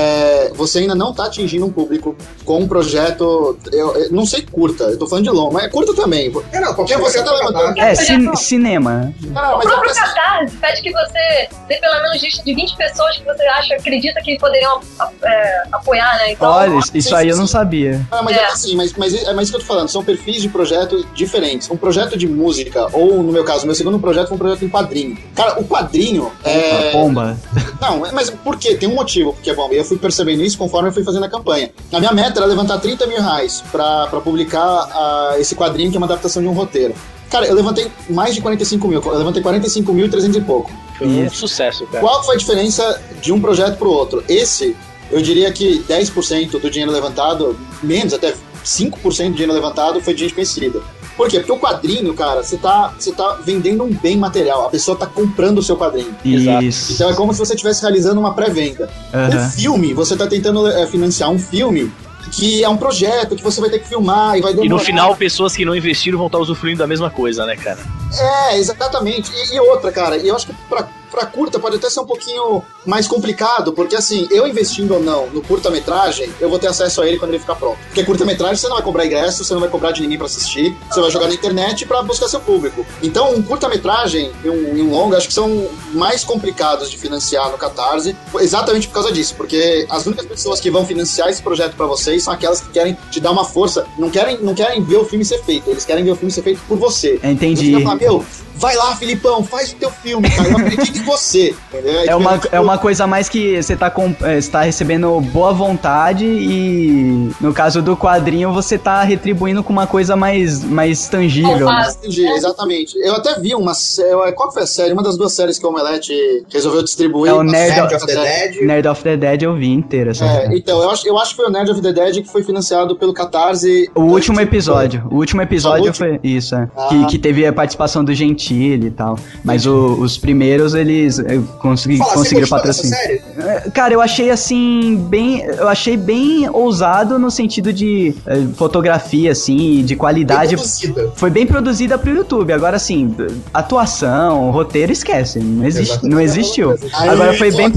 Você ainda não tá atingindo um público com um projeto, eu não sei curta, eu tô falando de longo, mas é curta também. Qualquer você tá levantando. Cinema. Não, o próprio Catarse pede que você dê pelo menos lista de 20 pessoas que você acredita que poderiam apoiar, né? Então, olha, isso aí eu não sabia. Mas é assim, mas isso que eu tô falando, são perfis de projeto diferentes. Um projeto de música, ou no meu caso, meu segundo projeto foi um projeto em quadrinho. Cara, o quadrinho bomba. Não, mas por quê? Tem um motivo porque é bomba. Eu fui percebendo isso conforme eu fui fazendo a campanha. A minha meta era levantar R$30 mil pra publicar esse quadrinho, que é uma adaptação de um roteiro. Cara, eu levantei mais de 45 mil. Eu levantei 45.300 e pouco. Foi um sucesso, cara. Qual foi a diferença de um projeto pro outro? Esse, eu diria que 10% do dinheiro levantado, menos até 5% do dinheiro levantado foi de gente conhecida. Por quê? Porque o quadrinho, cara, você tá vendendo um bem material. A pessoa tá comprando o seu quadrinho. Isso. Então é como se você estivesse realizando uma pré-venda. O filme, você tá tentando financiar um filme que é um projeto que você vai ter que filmar e vai demorar. E no final, pessoas que não investiram vão estar usufruindo da mesma coisa, né, cara? Exatamente. E outra, cara, eu acho que pra curta pode até ser um pouquinho mais complicado, porque assim, eu investindo ou não no curta-metragem, eu vou ter acesso a ele quando ele ficar pronto. Porque curta-metragem você não vai cobrar ingresso, você não vai cobrar de ninguém pra assistir, você vai jogar na internet pra buscar seu público. Então, um curta-metragem e um longa, acho que são mais complicados de financiar no Catarse, exatamente por causa disso, porque as únicas pessoas que vão financiar esse projeto pra vocês são aquelas que querem te dar uma força, não querem ver o filme ser feito, eles querem ver o filme ser feito por você. Entendi. Você vai falar, vai lá, Filipão, faz o teu filme, cara, eu acredito em você. É uma coisa mais que você tá recebendo boa vontade e no caso do quadrinho você tá retribuindo com uma coisa mais tangível. Mais tangível, exatamente. Eu até vi uma série, qual foi a série? Uma das 2 séries que o Omelete resolveu distribuir. É o Nerd of the Dead. Nerd of the Dead eu vi inteira. Então, eu acho que foi o Nerd of the Dead que foi financiado pelo Catarse. O último episódio foi isso, que teve a participação do Gentili e tal. Mas os primeiros eles conseguiram patrocínio. Cara, eu achei assim bem ousado no sentido de fotografia assim, de qualidade. Foi bem produzida pro YouTube. Agora assim, atuação, roteiro, esquece, não existiu. Agora foi bem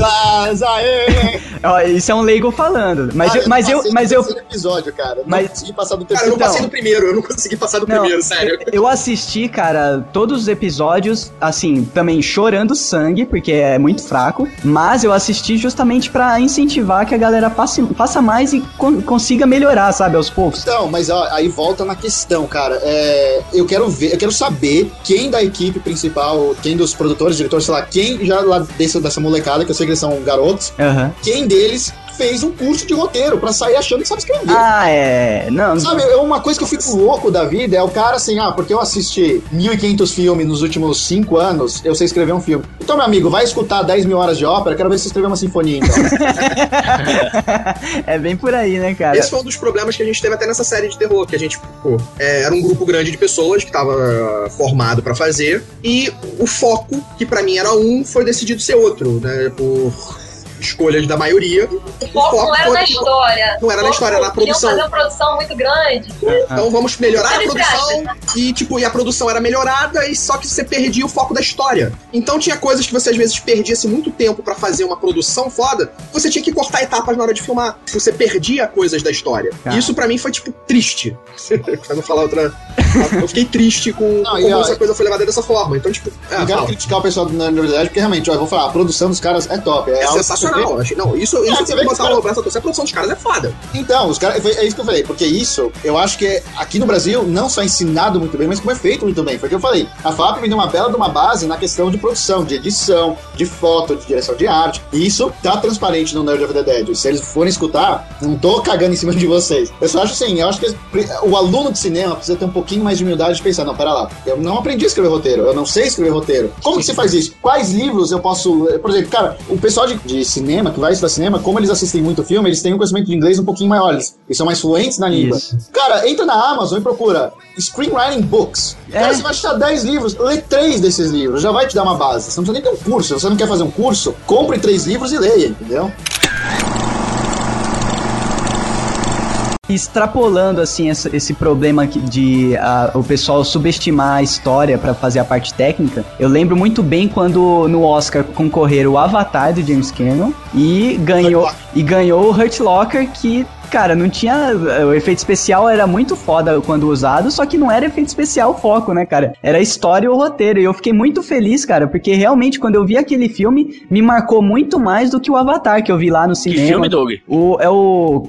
isso é um leigo falando. Mas eu episódio, cara. Não consegui passar do terceiro. Cara, eu não passei do primeiro, sério. Eu assisti, cara, todos os episódios, assim, também chorando sangue, porque é muito fraco, mas eu assisti justamente pra incentivar que a galera faça mais e consiga melhorar, sabe, aos poucos. Então, mas ó, aí volta na questão, cara. Eu quero saber quem da equipe principal, quem dos produtores, diretores, sei lá, quem já lá dessa molecada, que eu sei que eles são garotos, quem deles fez um curso de roteiro pra sair achando que sabe escrever. Não. Sabe, é uma coisa que eu fico louco da vida, é o cara assim, porque eu assisti 1.500 filmes nos últimos 5 anos, eu sei escrever um filme. Então, meu amigo, vai escutar 10 mil horas de ópera, quero ver se você escreveu uma sinfonia, então. É bem por aí, né, cara? Esse foi um dos problemas que a gente teve até nessa série de terror, que a gente, era um grupo grande de pessoas que tava formado pra fazer, e o foco, que pra mim era foi decidido ser outro, né, por escolhas da maioria. O foco não era na história. Não era na história, era na produção. Fazer uma produção muito grande. Então vamos melhorar a produção e a produção era melhorada e só que você perdia o foco da história. Então tinha coisas que você às vezes perdia-se muito tempo pra fazer uma produção foda, você tinha que cortar etapas na hora de filmar. Você perdia coisas da história. E isso pra mim foi triste. Pra não falar outra... Eu fiquei triste com como essa coisa foi levada dessa forma. Então, eu quero criticar o pessoal na verdade, porque realmente, eu vou falar, a produção dos caras é top. É sensacional. Isso tem que botar o braço a torcer, a produção dos caras é foda. Então, os caras, é isso que eu falei, porque isso, eu acho que aqui no Brasil, não só ensinado muito bem, mas como é feito muito bem. Foi o que eu falei, a FAP me deu uma bela de uma base na questão de produção, de edição, de foto, de direção de arte, e isso tá transparente no Nerd of the Dead. Se eles forem escutar, não tô cagando em cima de vocês. Eu só acho assim, eu acho que o aluno de cinema precisa ter um pouquinho mais de humildade de pensar, não, pera lá, eu não aprendi a escrever roteiro, eu não sei escrever roteiro. Como que se faz isso? Quais livros eu posso... Por exemplo, cara, o pessoal de cinema, que vai estudar cinema, como eles assistem muito filme, eles têm um conhecimento de inglês um pouquinho maior, eles são mais fluentes na língua. Cara, entra na Amazon e procura Screenwriting Books. Cara, você vai achar 10 livros, lê 3 desses livros, já vai te dar uma base. Você não precisa nem ter um curso, se você não quer fazer um curso, compre 3 livros e leia, entendeu? Extrapolando, assim, esse problema de o pessoal subestimar a história pra fazer a parte técnica, eu lembro muito bem quando no Oscar concorreram o Avatar do James Cameron e ganhou o Hurt Locker, que... Cara, não tinha... O efeito especial era muito foda quando usado, só que não era efeito especial o foco, né, cara? Era a história e o roteiro. E eu fiquei muito feliz, cara, porque realmente quando eu vi aquele filme, me marcou muito mais do que o Avatar que eu vi lá no cinema. Que filme, Doug? É o...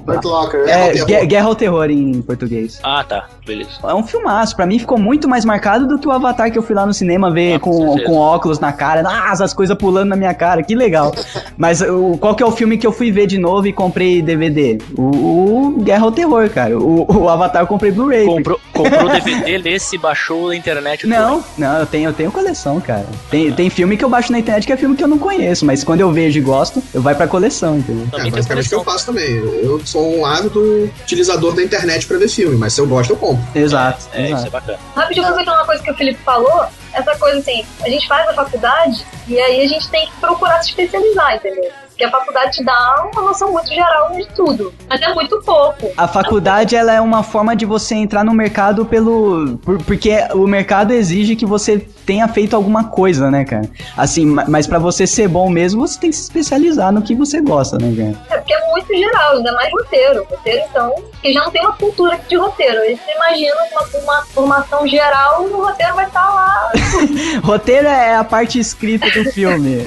Guerra ao Terror em português. Ah, tá. Beleza. É um filmaço. Pra mim ficou muito mais marcado do que o Avatar que eu fui lá no cinema ver com óculos na cara. As coisas pulando na minha cara. Que legal. Mas qual que é o filme que eu fui ver de novo e comprei DVD? O Guerra ao Terror, cara. O Avatar eu comprei Blu-ray. Comprou o DVD desse, baixou na internet? Não, eu tenho coleção, cara. Tem filme que eu baixo na internet que é filme que eu não conheço, mas quando eu vejo e gosto, eu vai pra coleção, entendeu? Basicamente o que eu faço também. Eu sou um ávido utilizador da internet pra ver filme, mas se eu gosto, eu compro. Exato. Isso é bacana. Rapidinho, aproveitando uma coisa que o Felipe falou, essa coisa assim, a gente faz a faculdade e aí a gente tem que procurar se especializar, entendeu? Porque a faculdade te dá uma noção muito geral de tudo, mas é muito pouco. A faculdade, ela é uma forma de você entrar no mercado porque o mercado exige que você tenha feito alguma coisa, né, cara? Assim, mas pra você ser bom mesmo, você tem que se especializar no que você gosta, né, cara? É porque é muito geral, ainda mais roteiro. Roteiro, então, que já não tem uma cultura de roteiro. Aí você imagina uma formação geral, o roteiro vai estar lá. Roteiro é a parte escrita do filme.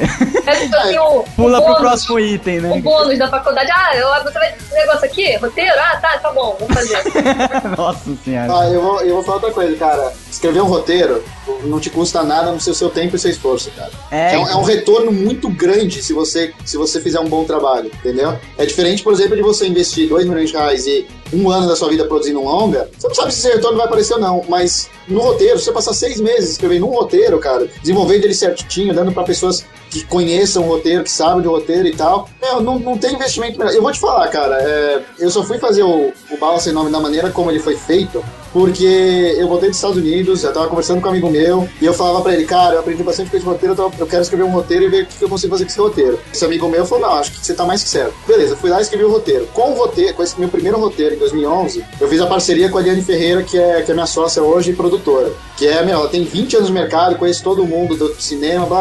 Pula pro próximo item, né? O bônus da faculdade. Você vai esse negócio aqui? Roteiro? Tá bom, vamos fazer. Nossa senhora. Eu vou falar outra coisa, cara. Escrever um roteiro não te custa nada no seu tempo e seu esforço, cara. É um retorno muito grande se você fizer um bom trabalho, entendeu? É diferente, por exemplo, de você investir R$2 milhões e 1 ano da sua vida produzindo um longa, você não sabe se esse retorno vai aparecer ou não, mas no roteiro, se você passar 6 meses escrevendo um roteiro, cara, desenvolvendo ele certinho, dando pra pessoas que conheçam o roteiro, que sabem de roteiro e tal, não tem investimento melhor. Eu vou te falar, cara, eu só fui fazer o Bala Sem Nome da maneira como ele foi feito, porque eu voltei dos Estados Unidos, eu tava conversando com um amigo meu, e eu falava pra ele, cara, eu aprendi bastante coisa de roteiro, eu quero escrever um roteiro e ver o que eu consigo fazer com esse roteiro. Esse amigo meu falou, não, acho que você tá mais que certo. Beleza, fui lá e escrevi o roteiro. Com esse meu primeiro roteiro, em 2011, eu fiz a parceria com a Eliane Ferreira, que é minha sócia hoje e produtora. Que ela tem 20 anos no mercado, conhece todo mundo do cinema, blá blá.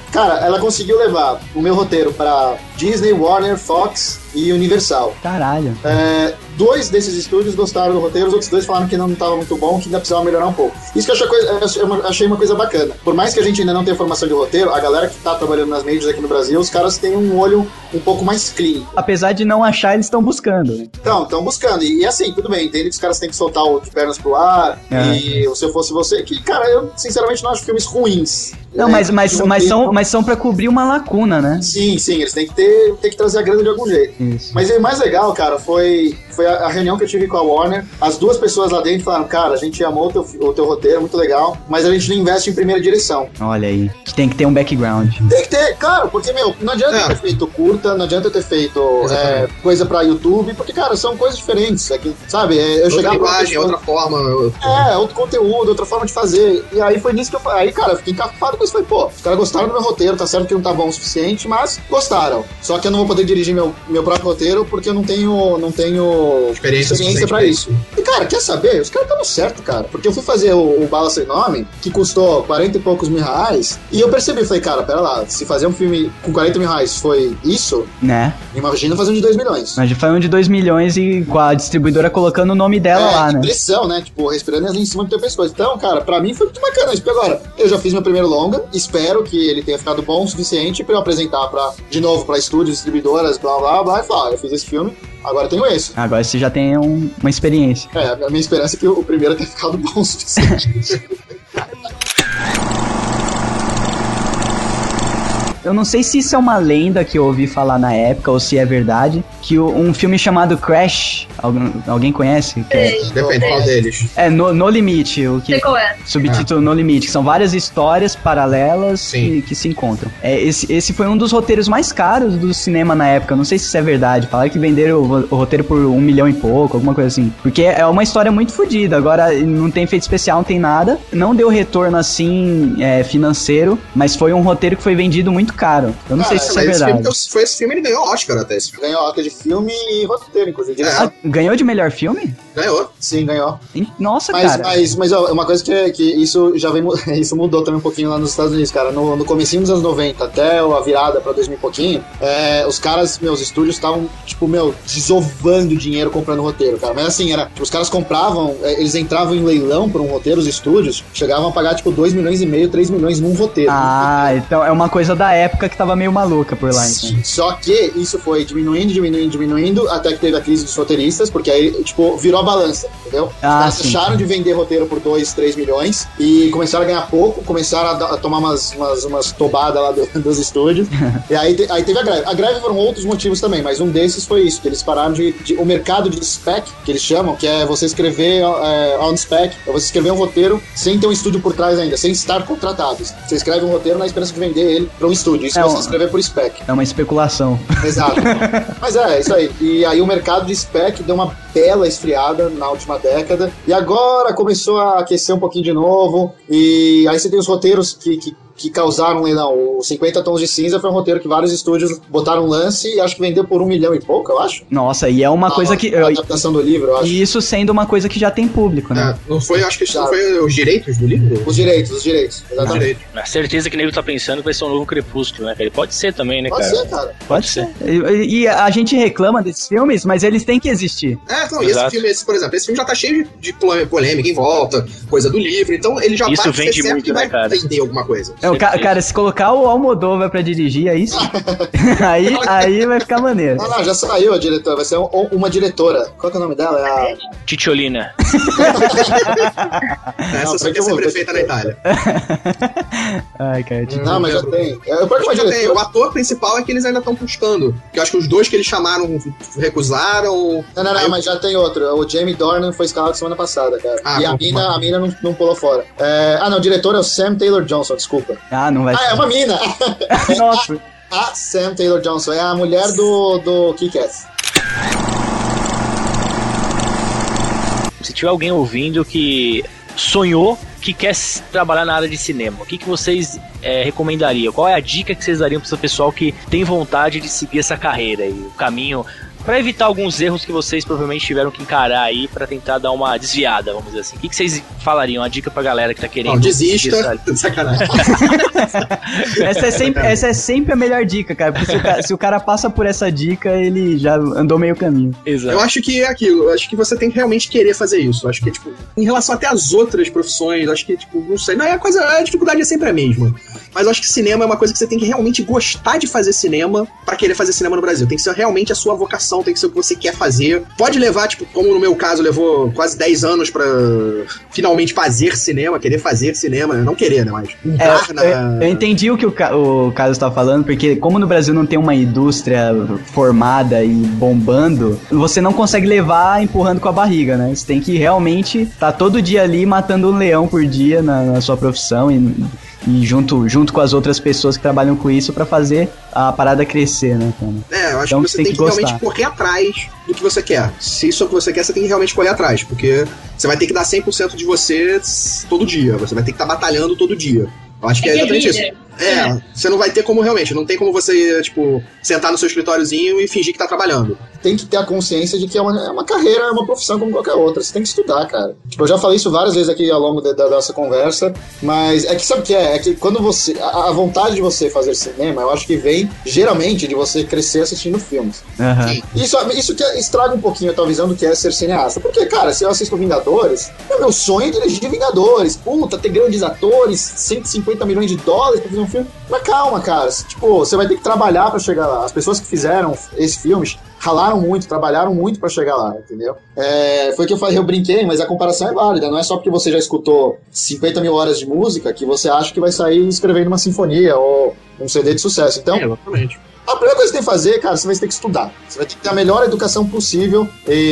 Cara, ela conseguiu levar o meu roteiro pra Disney, Warner, Fox e Universal. Caralho. 2 desses estúdios gostaram do roteiro, os outros 2 falaram que não estava muito bom, que ainda precisava melhorar um pouco. Isso que eu achei uma coisa bacana. Por mais que a gente ainda não tenha formação de roteiro, a galera que tá trabalhando nas majors aqui no Brasil, os caras têm um olho um pouco mais clean. Apesar de não achar, eles estão buscando. Então, estão buscando. E assim, tudo bem, entende que os caras têm que soltar o de pernas pro ar. E Se Eu Fosse Você, que, cara, eu sinceramente não acho filmes ruins. Não, mas são pra cobrir uma lacuna, né? Sim, eles têm que trazer a grana de algum jeito. Isso. Mas o mais legal, cara, foi a reunião que eu tive com a Warner. As 2 pessoas lá dentro falaram, cara, a gente amou o teu roteiro, muito legal, mas a gente não investe em primeira direção. Olha aí, que tem que ter um background. Tem que ter, claro, porque, não adianta eu ter feito curta, não adianta eu ter feito coisa pra YouTube, porque, cara, são coisas diferentes. Sabe? Eu outra linguagem, outra forma. Outro conteúdo, outra forma de fazer. E aí foi nisso que eu cara, eu fiquei encafado com isso. Falei, pô, os caras gostaram do meu roteiro, tá certo que não tá bom o suficiente, mas gostaram. Só que eu não vou poder dirigir meu próprio roteiro porque eu não tenho experiência pra isso. E, cara, quer saber? Os caras estavam certo, cara. Porque eu fui fazer o Bala Sem Nome, que custou 40 e poucos mil reais, e eu percebi, falei, cara, pera lá, se fazer um filme com 40 mil reais foi isso, né? Imagina fazer um de 2 milhões. Mas foi um de 2 milhões e com a distribuidora colocando o nome dela lá, né? Pressão, né? Tipo, respirando ali em cima do teu pescoço. Então, cara, pra mim foi muito bacana isso. Porque agora, eu já fiz meu primeiro longa, espero que ele tenha ficado bom o suficiente pra eu apresentar de novo pra estúdios, distribuidoras, blá, blá, blá, e falar, eu fiz esse filme, agora eu tenho esse. Agora você já tem uma experiência. A minha esperança é que o primeiro tenha ficado bom o suficiente. Eu não sei se isso é uma lenda que eu ouvi falar na época ou se é verdade, que um filme chamado Crash, alguém conhece? Depende qual deles. No Limite, o que sei qual é. Subtítulo No Limite, que são várias histórias paralelas que se encontram. Esse foi um dos roteiros mais caros do cinema na época, não sei se isso é verdade, falaram que venderam o roteiro por 1 milhão e pouco, alguma coisa assim, porque é uma história muito fodida, agora não tem efeito especial, não tem nada, não deu retorno assim financeiro, mas foi um roteiro que foi vendido muito caro. Eu não sei se isso é verdade. Foi esse filme, ele ganhou Oscar até esse filme. Ganhou Oscar de filme e roteiro, inclusive. Ganhou de melhor filme? Ganhou. Sim, ganhou. Nossa, cara. Mas ó, uma coisa que isso já vem... Isso mudou também um pouquinho lá nos Estados Unidos, cara. No comecinho dos anos 90 até a virada pra 2000 e pouquinho, os caras, os estúdios estavam, tipo, desovando dinheiro comprando roteiro, cara. Mas assim, os caras compravam, eles entravam em leilão por um roteiro, os estúdios chegavam a pagar, tipo, 2 milhões e meio, 3 milhões num roteiro. Então é uma coisa da época que tava meio maluca por lá, então. Só que isso foi diminuindo, até que teve a crise dos roteiristas, porque aí, tipo, virou a balança, entendeu? Os caras deixaram de vender roteiro por 2, 3 milhões e começaram a ganhar pouco, começaram a tomar umas tobadas lá dos estúdios. E aí teve a greve. A greve foram outros motivos também, mas um desses foi isso, que eles pararam o mercado de spec, que eles chamam, que é você escrever on spec, é você escrever um roteiro sem ter um estúdio por trás ainda, sem estar contratado. Você escreve um roteiro na esperança de vender ele para um estúdio, isso você escrever por spec. É uma especulação. Exato. Mas isso aí. E aí o mercado de spec deu uma bela esfriada na última década, e agora começou a aquecer um pouquinho de novo, e aí você tem os roteiros que causaram leilão. O 50 Tons de Cinza foi um roteiro que vários estúdios botaram lance e acho que vendeu por 1 milhão e pouco, eu acho. Nossa, e é uma coisa que... A adaptação do livro, eu acho. E isso sendo uma coisa que já tem público, né? Não foi, acho que não foi os direitos do livro? Os direitos, exatamente. Na certeza que o nego tá pensando que vai ser um novo Crepúsculo, né, cara? Pode ser também, né, cara? Pode ser, cara. Pode ser. E a gente reclama desses filmes, mas eles têm que existir. Então, e esse filme, por exemplo, esse filme já tá cheio de polêmica em volta, coisa do livro, então ele já isso vai vende ser muito, que né, vai cara? vender alguma coisa. Cara, se colocar o Almodóvar pra dirigir, aí sim. aí vai ficar maneiro. Não, já saiu a diretora, vai ser uma diretora. Qual que é o nome dela? É a... Titiolina. Essa só quer ser prefeita na Itália. Ai, cara. Não, mas já tem. O ator principal é que eles ainda estão buscando. Que eu acho que os 2 que eles chamaram recusaram. Não, mas já tem outro. O Jamie Dornan foi escalado semana passada, cara. E a mina não pulou fora. Não, o diretor é o Sam Taylor Johnson, desculpa. Não vai ser. É uma mina! Nossa. A Sam Taylor Johnson é a mulher do Kick-Ass. Se tiver alguém ouvindo que sonhou que quer trabalhar na área de cinema, o que vocês recomendariam? Qual é a dica que vocês dariam para o pessoal que tem vontade de seguir essa carreira e o caminho Pra evitar alguns erros que vocês provavelmente tiveram que encarar aí pra tentar dar uma desviada, vamos dizer assim. O que vocês falariam? Uma dica pra galera que tá querendo... Não, desista. Sacanagem. Essa é sempre a melhor dica, cara. Porque se o cara passa por essa dica, ele já andou meio caminho. Exato. Eu acho que é aquilo. Eu acho que você tem que realmente querer fazer isso. Eu acho que, tipo, em relação até às outras profissões, eu acho que, tipo, não sei. Não é a dificuldade é sempre a mesma. Mas eu acho que cinema é uma coisa que você tem que realmente gostar de fazer cinema pra querer fazer cinema no Brasil. Tem que ser realmente a sua vocação, tem que ser o que você quer fazer. Pode levar, tipo, como no meu caso, levou quase 10 anos pra finalmente fazer cinema, querer fazer cinema, né? Não querer, né? Mas eu entendi o que o Carlos tá falando, porque como no Brasil não tem uma indústria formada e bombando, você não consegue levar empurrando com a barriga, né? Você tem que realmente tá todo dia ali matando um leão por dia na sua profissão e junto com as outras pessoas que trabalham com isso pra fazer a parada crescer, né, cara? Eu acho que você tem que realmente correr atrás do que você quer. Se isso é o que você quer, você tem que realmente correr atrás, porque você vai ter que dar 100% de você todo dia, você vai ter que estar batalhando todo dia. Eu acho que é exatamente isso. Você não vai ter como realmente, não tem como você, tipo, sentar no seu escritóriozinho e fingir que tá trabalhando. Tem que ter a consciência de que é uma carreira, é uma profissão como qualquer outra. Você tem que estudar, cara. Tipo, eu já falei isso várias vezes aqui ao longo da nossa conversa, mas é que sabe o que é? É que quando você... A vontade de você fazer cinema, eu acho que vem, geralmente, de você crescer assistindo filmes. Uhum. Isso que estraga um pouquinho a tua visão do que é ser cineasta. Porque, cara, se eu assisto Vingadores, é meu sonho dirigir Vingadores. Puta, ter grandes atores, 150 milhões de dólares pra fazer um filme. Mas calma, cara. Tipo, você vai ter que trabalhar pra chegar lá. As pessoas que fizeram esse filme ralaram muito, trabalharam muito pra chegar lá, entendeu? Foi o que eu falei, eu brinquei, mas a comparação é válida. Não é só porque você já escutou 50 mil horas de música que você acha que vai sair escrevendo uma sinfonia ou um CD de sucesso. Então, exatamente. A primeira coisa que você tem que fazer, cara, você vai ter que estudar. Você vai ter que ter a melhor educação possível.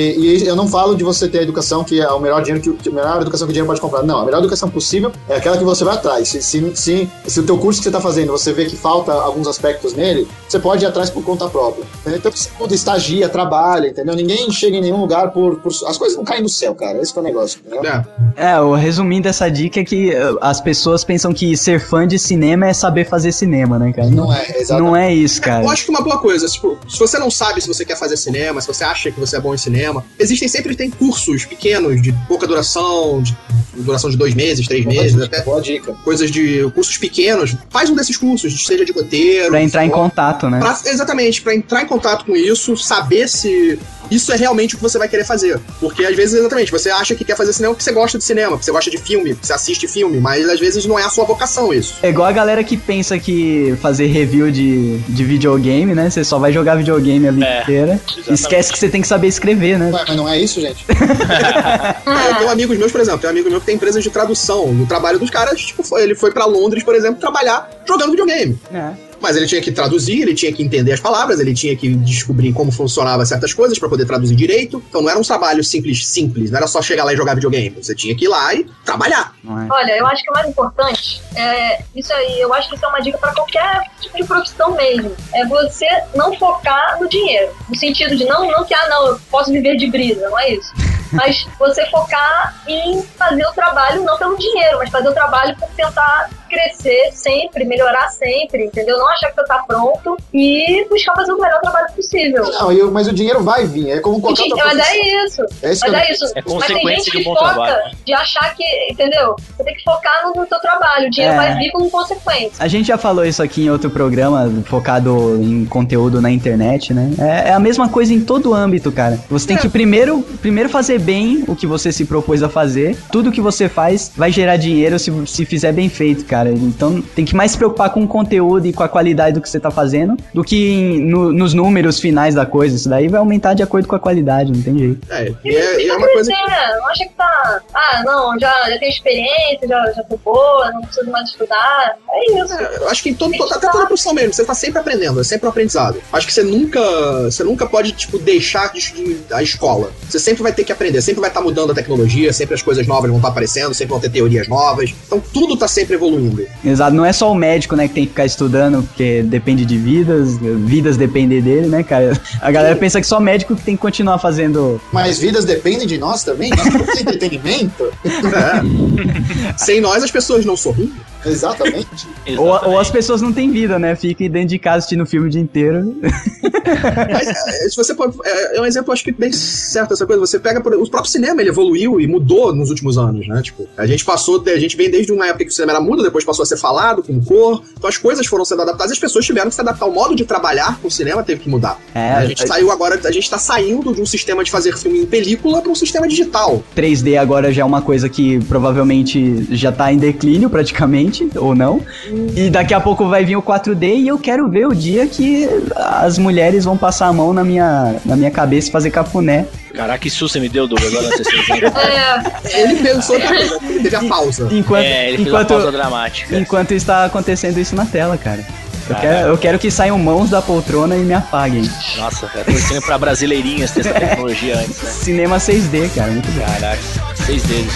E eu não falo de você ter a educação que é o melhor dinheiro a melhor educação que o dinheiro pode comprar. Não, a melhor educação possível é aquela que você vai atrás. Se o teu curso que você está fazendo, você vê que falta alguns aspectos nele, você pode ir atrás por conta própria. Entendeu? Então você estuda, estagia, trabalha, entendeu? Ninguém chega em nenhum lugar por... As coisas não caem do céu, cara. Esse que é o negócio, entendeu? Resumindo essa dica é que as pessoas pensam que ser fã de cinema é saber fazer cinema, né, cara? Não é, exatamente. Não é isso, cara. Eu acho que uma boa coisa, tipo, se você não sabe se você quer fazer cinema, se você acha que você é bom em cinema, tem cursos pequenos de pouca duração, de duração de 2 meses, 3 meses, até boa dica. Coisas de cursos pequenos. Faz um desses cursos, seja de roteiro. Pra entrar em contato, né? Exatamente, pra entrar em contato com isso, saber se isso é realmente o que você vai querer fazer. Porque às vezes, exatamente, você acha que quer fazer cinema porque você gosta de cinema, porque você gosta de filme, porque você assiste filme, mas às vezes não é a sua vocação isso. É igual a galera que pensa que fazer review de videogame, né? Você só vai jogar videogame a vida inteira. Exatamente. Esquece que você tem que saber escrever, né? Ué, mas não é isso, gente? Eu tenho amigos meus, por exemplo, tem um amigo meu que tem empresas de tradução. No trabalho dos caras, tipo, ele foi pra Londres, por exemplo, trabalhar jogando videogame. Mas ele tinha que traduzir, ele tinha que entender as palavras, ele tinha que descobrir como funcionava certas coisas pra poder traduzir direito. Então não era um trabalho simples, não era só chegar lá e jogar videogame. Você tinha que ir lá e trabalhar. Olha, eu acho que o mais importante é isso aí. Eu acho que isso é uma dica pra qualquer tipo de profissão mesmo. É você não focar no dinheiro. No sentido de não que, eu posso viver de brisa, não é isso. Mas você focar em fazer o trabalho não pelo dinheiro, mas fazer o trabalho por tentar crescer sempre, melhorar sempre, entendeu? Não achar que você tá pronto e buscar fazer o melhor trabalho possível. Não, mas o dinheiro vai vir, é como qualquer outra profissão. Mas é isso. É mas tem gente que foca trabalho, né? De achar que, entendeu? Você tem que focar no teu trabalho, o dinheiro vai vir como consequência. A gente já falou isso aqui em outro programa, focado em conteúdo na internet, né? É a mesma coisa em todo âmbito, cara. Você tem que primeiro fazer bem o que você se propôs a fazer. Tudo que você faz vai gerar dinheiro se fizer bem feito, cara. Então tem que mais se preocupar com o conteúdo e com a qualidade do que você tá fazendo do que nos números finais da coisa. Isso daí vai aumentar de acordo com a qualidade, não tem jeito. É uma coisa que... Não acha que tá... já tenho experiência, já tô boa, não preciso mais estudar. É isso. Eu acho que até toda profissão mesmo, você tá sempre aprendendo, é sempre um aprendizado. Acho que você nunca pode, tipo, deixar a escola. Você sempre vai ter que aprender, sempre vai estar mudando a tecnologia, sempre as coisas novas vão estar aparecendo, sempre vão ter teorias novas. Então tudo tá sempre evoluindo. ainda. Exato, não é só o médico, né, que tem que ficar estudando, porque depende de vidas dependem dele, né, cara? A galera pensa que só médico que tem que continuar fazendo... Mas vidas dependem de nós também, nós temos entretenimento. Sem nós as pessoas não sorriem. Exatamente. Ou as pessoas não têm vida, né? Fiquem dentro de casa assistindo o filme o dia inteiro. Mas se você pode, é um exemplo, acho que bem certo essa coisa. Você pega o próprio cinema, ele evoluiu e mudou nos últimos anos, né? Tipo, a gente vem desde uma época que o cinema era mudo, depois passou a ser falado, com cor. Então as coisas foram sendo adaptadas e as pessoas tiveram que se adaptar. O modo de trabalhar com o cinema teve que mudar. A gente tá saindo de um sistema de fazer filme em película para um sistema digital. 3D agora já é uma coisa que provavelmente já tá em declínio praticamente, ou não. E daqui a pouco vai vir o 4D e eu quero ver o dia que as mulheres vão passar a mão na minha cabeça e fazer cafuné. Caraca, que susto você me deu, Douglas, agora você Ele pensou, ele teve a pausa. ele fez uma pausa dramática. Enquanto está acontecendo isso na tela, cara. Eu quero que saiam mãos da poltrona e me apaguem. Nossa, cara, torcendo pra brasileirinhas ter essa tecnologia antes, né? Cinema 6D, cara, muito bom. Caraca, 6 dedos.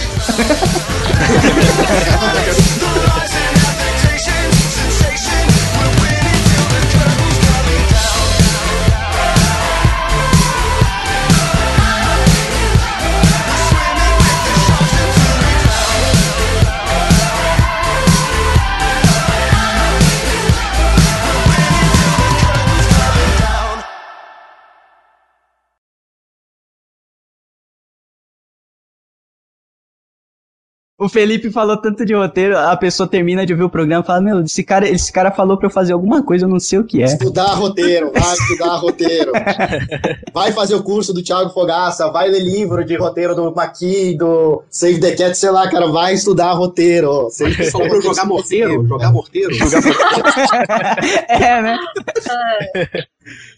O Felipe falou tanto de roteiro, a pessoa termina de ouvir o programa e fala, meu, esse cara falou pra eu fazer alguma coisa, eu não sei o que é. Estudar roteiro, vai estudar roteiro. Vai fazer o curso do Thiago Fogaça, vai ler livro de roteiro do Maqui, do Save the Cat, sei lá, cara, vai estudar roteiro. Só pra eu jogar morteiro? Jogar morteiro? É, né?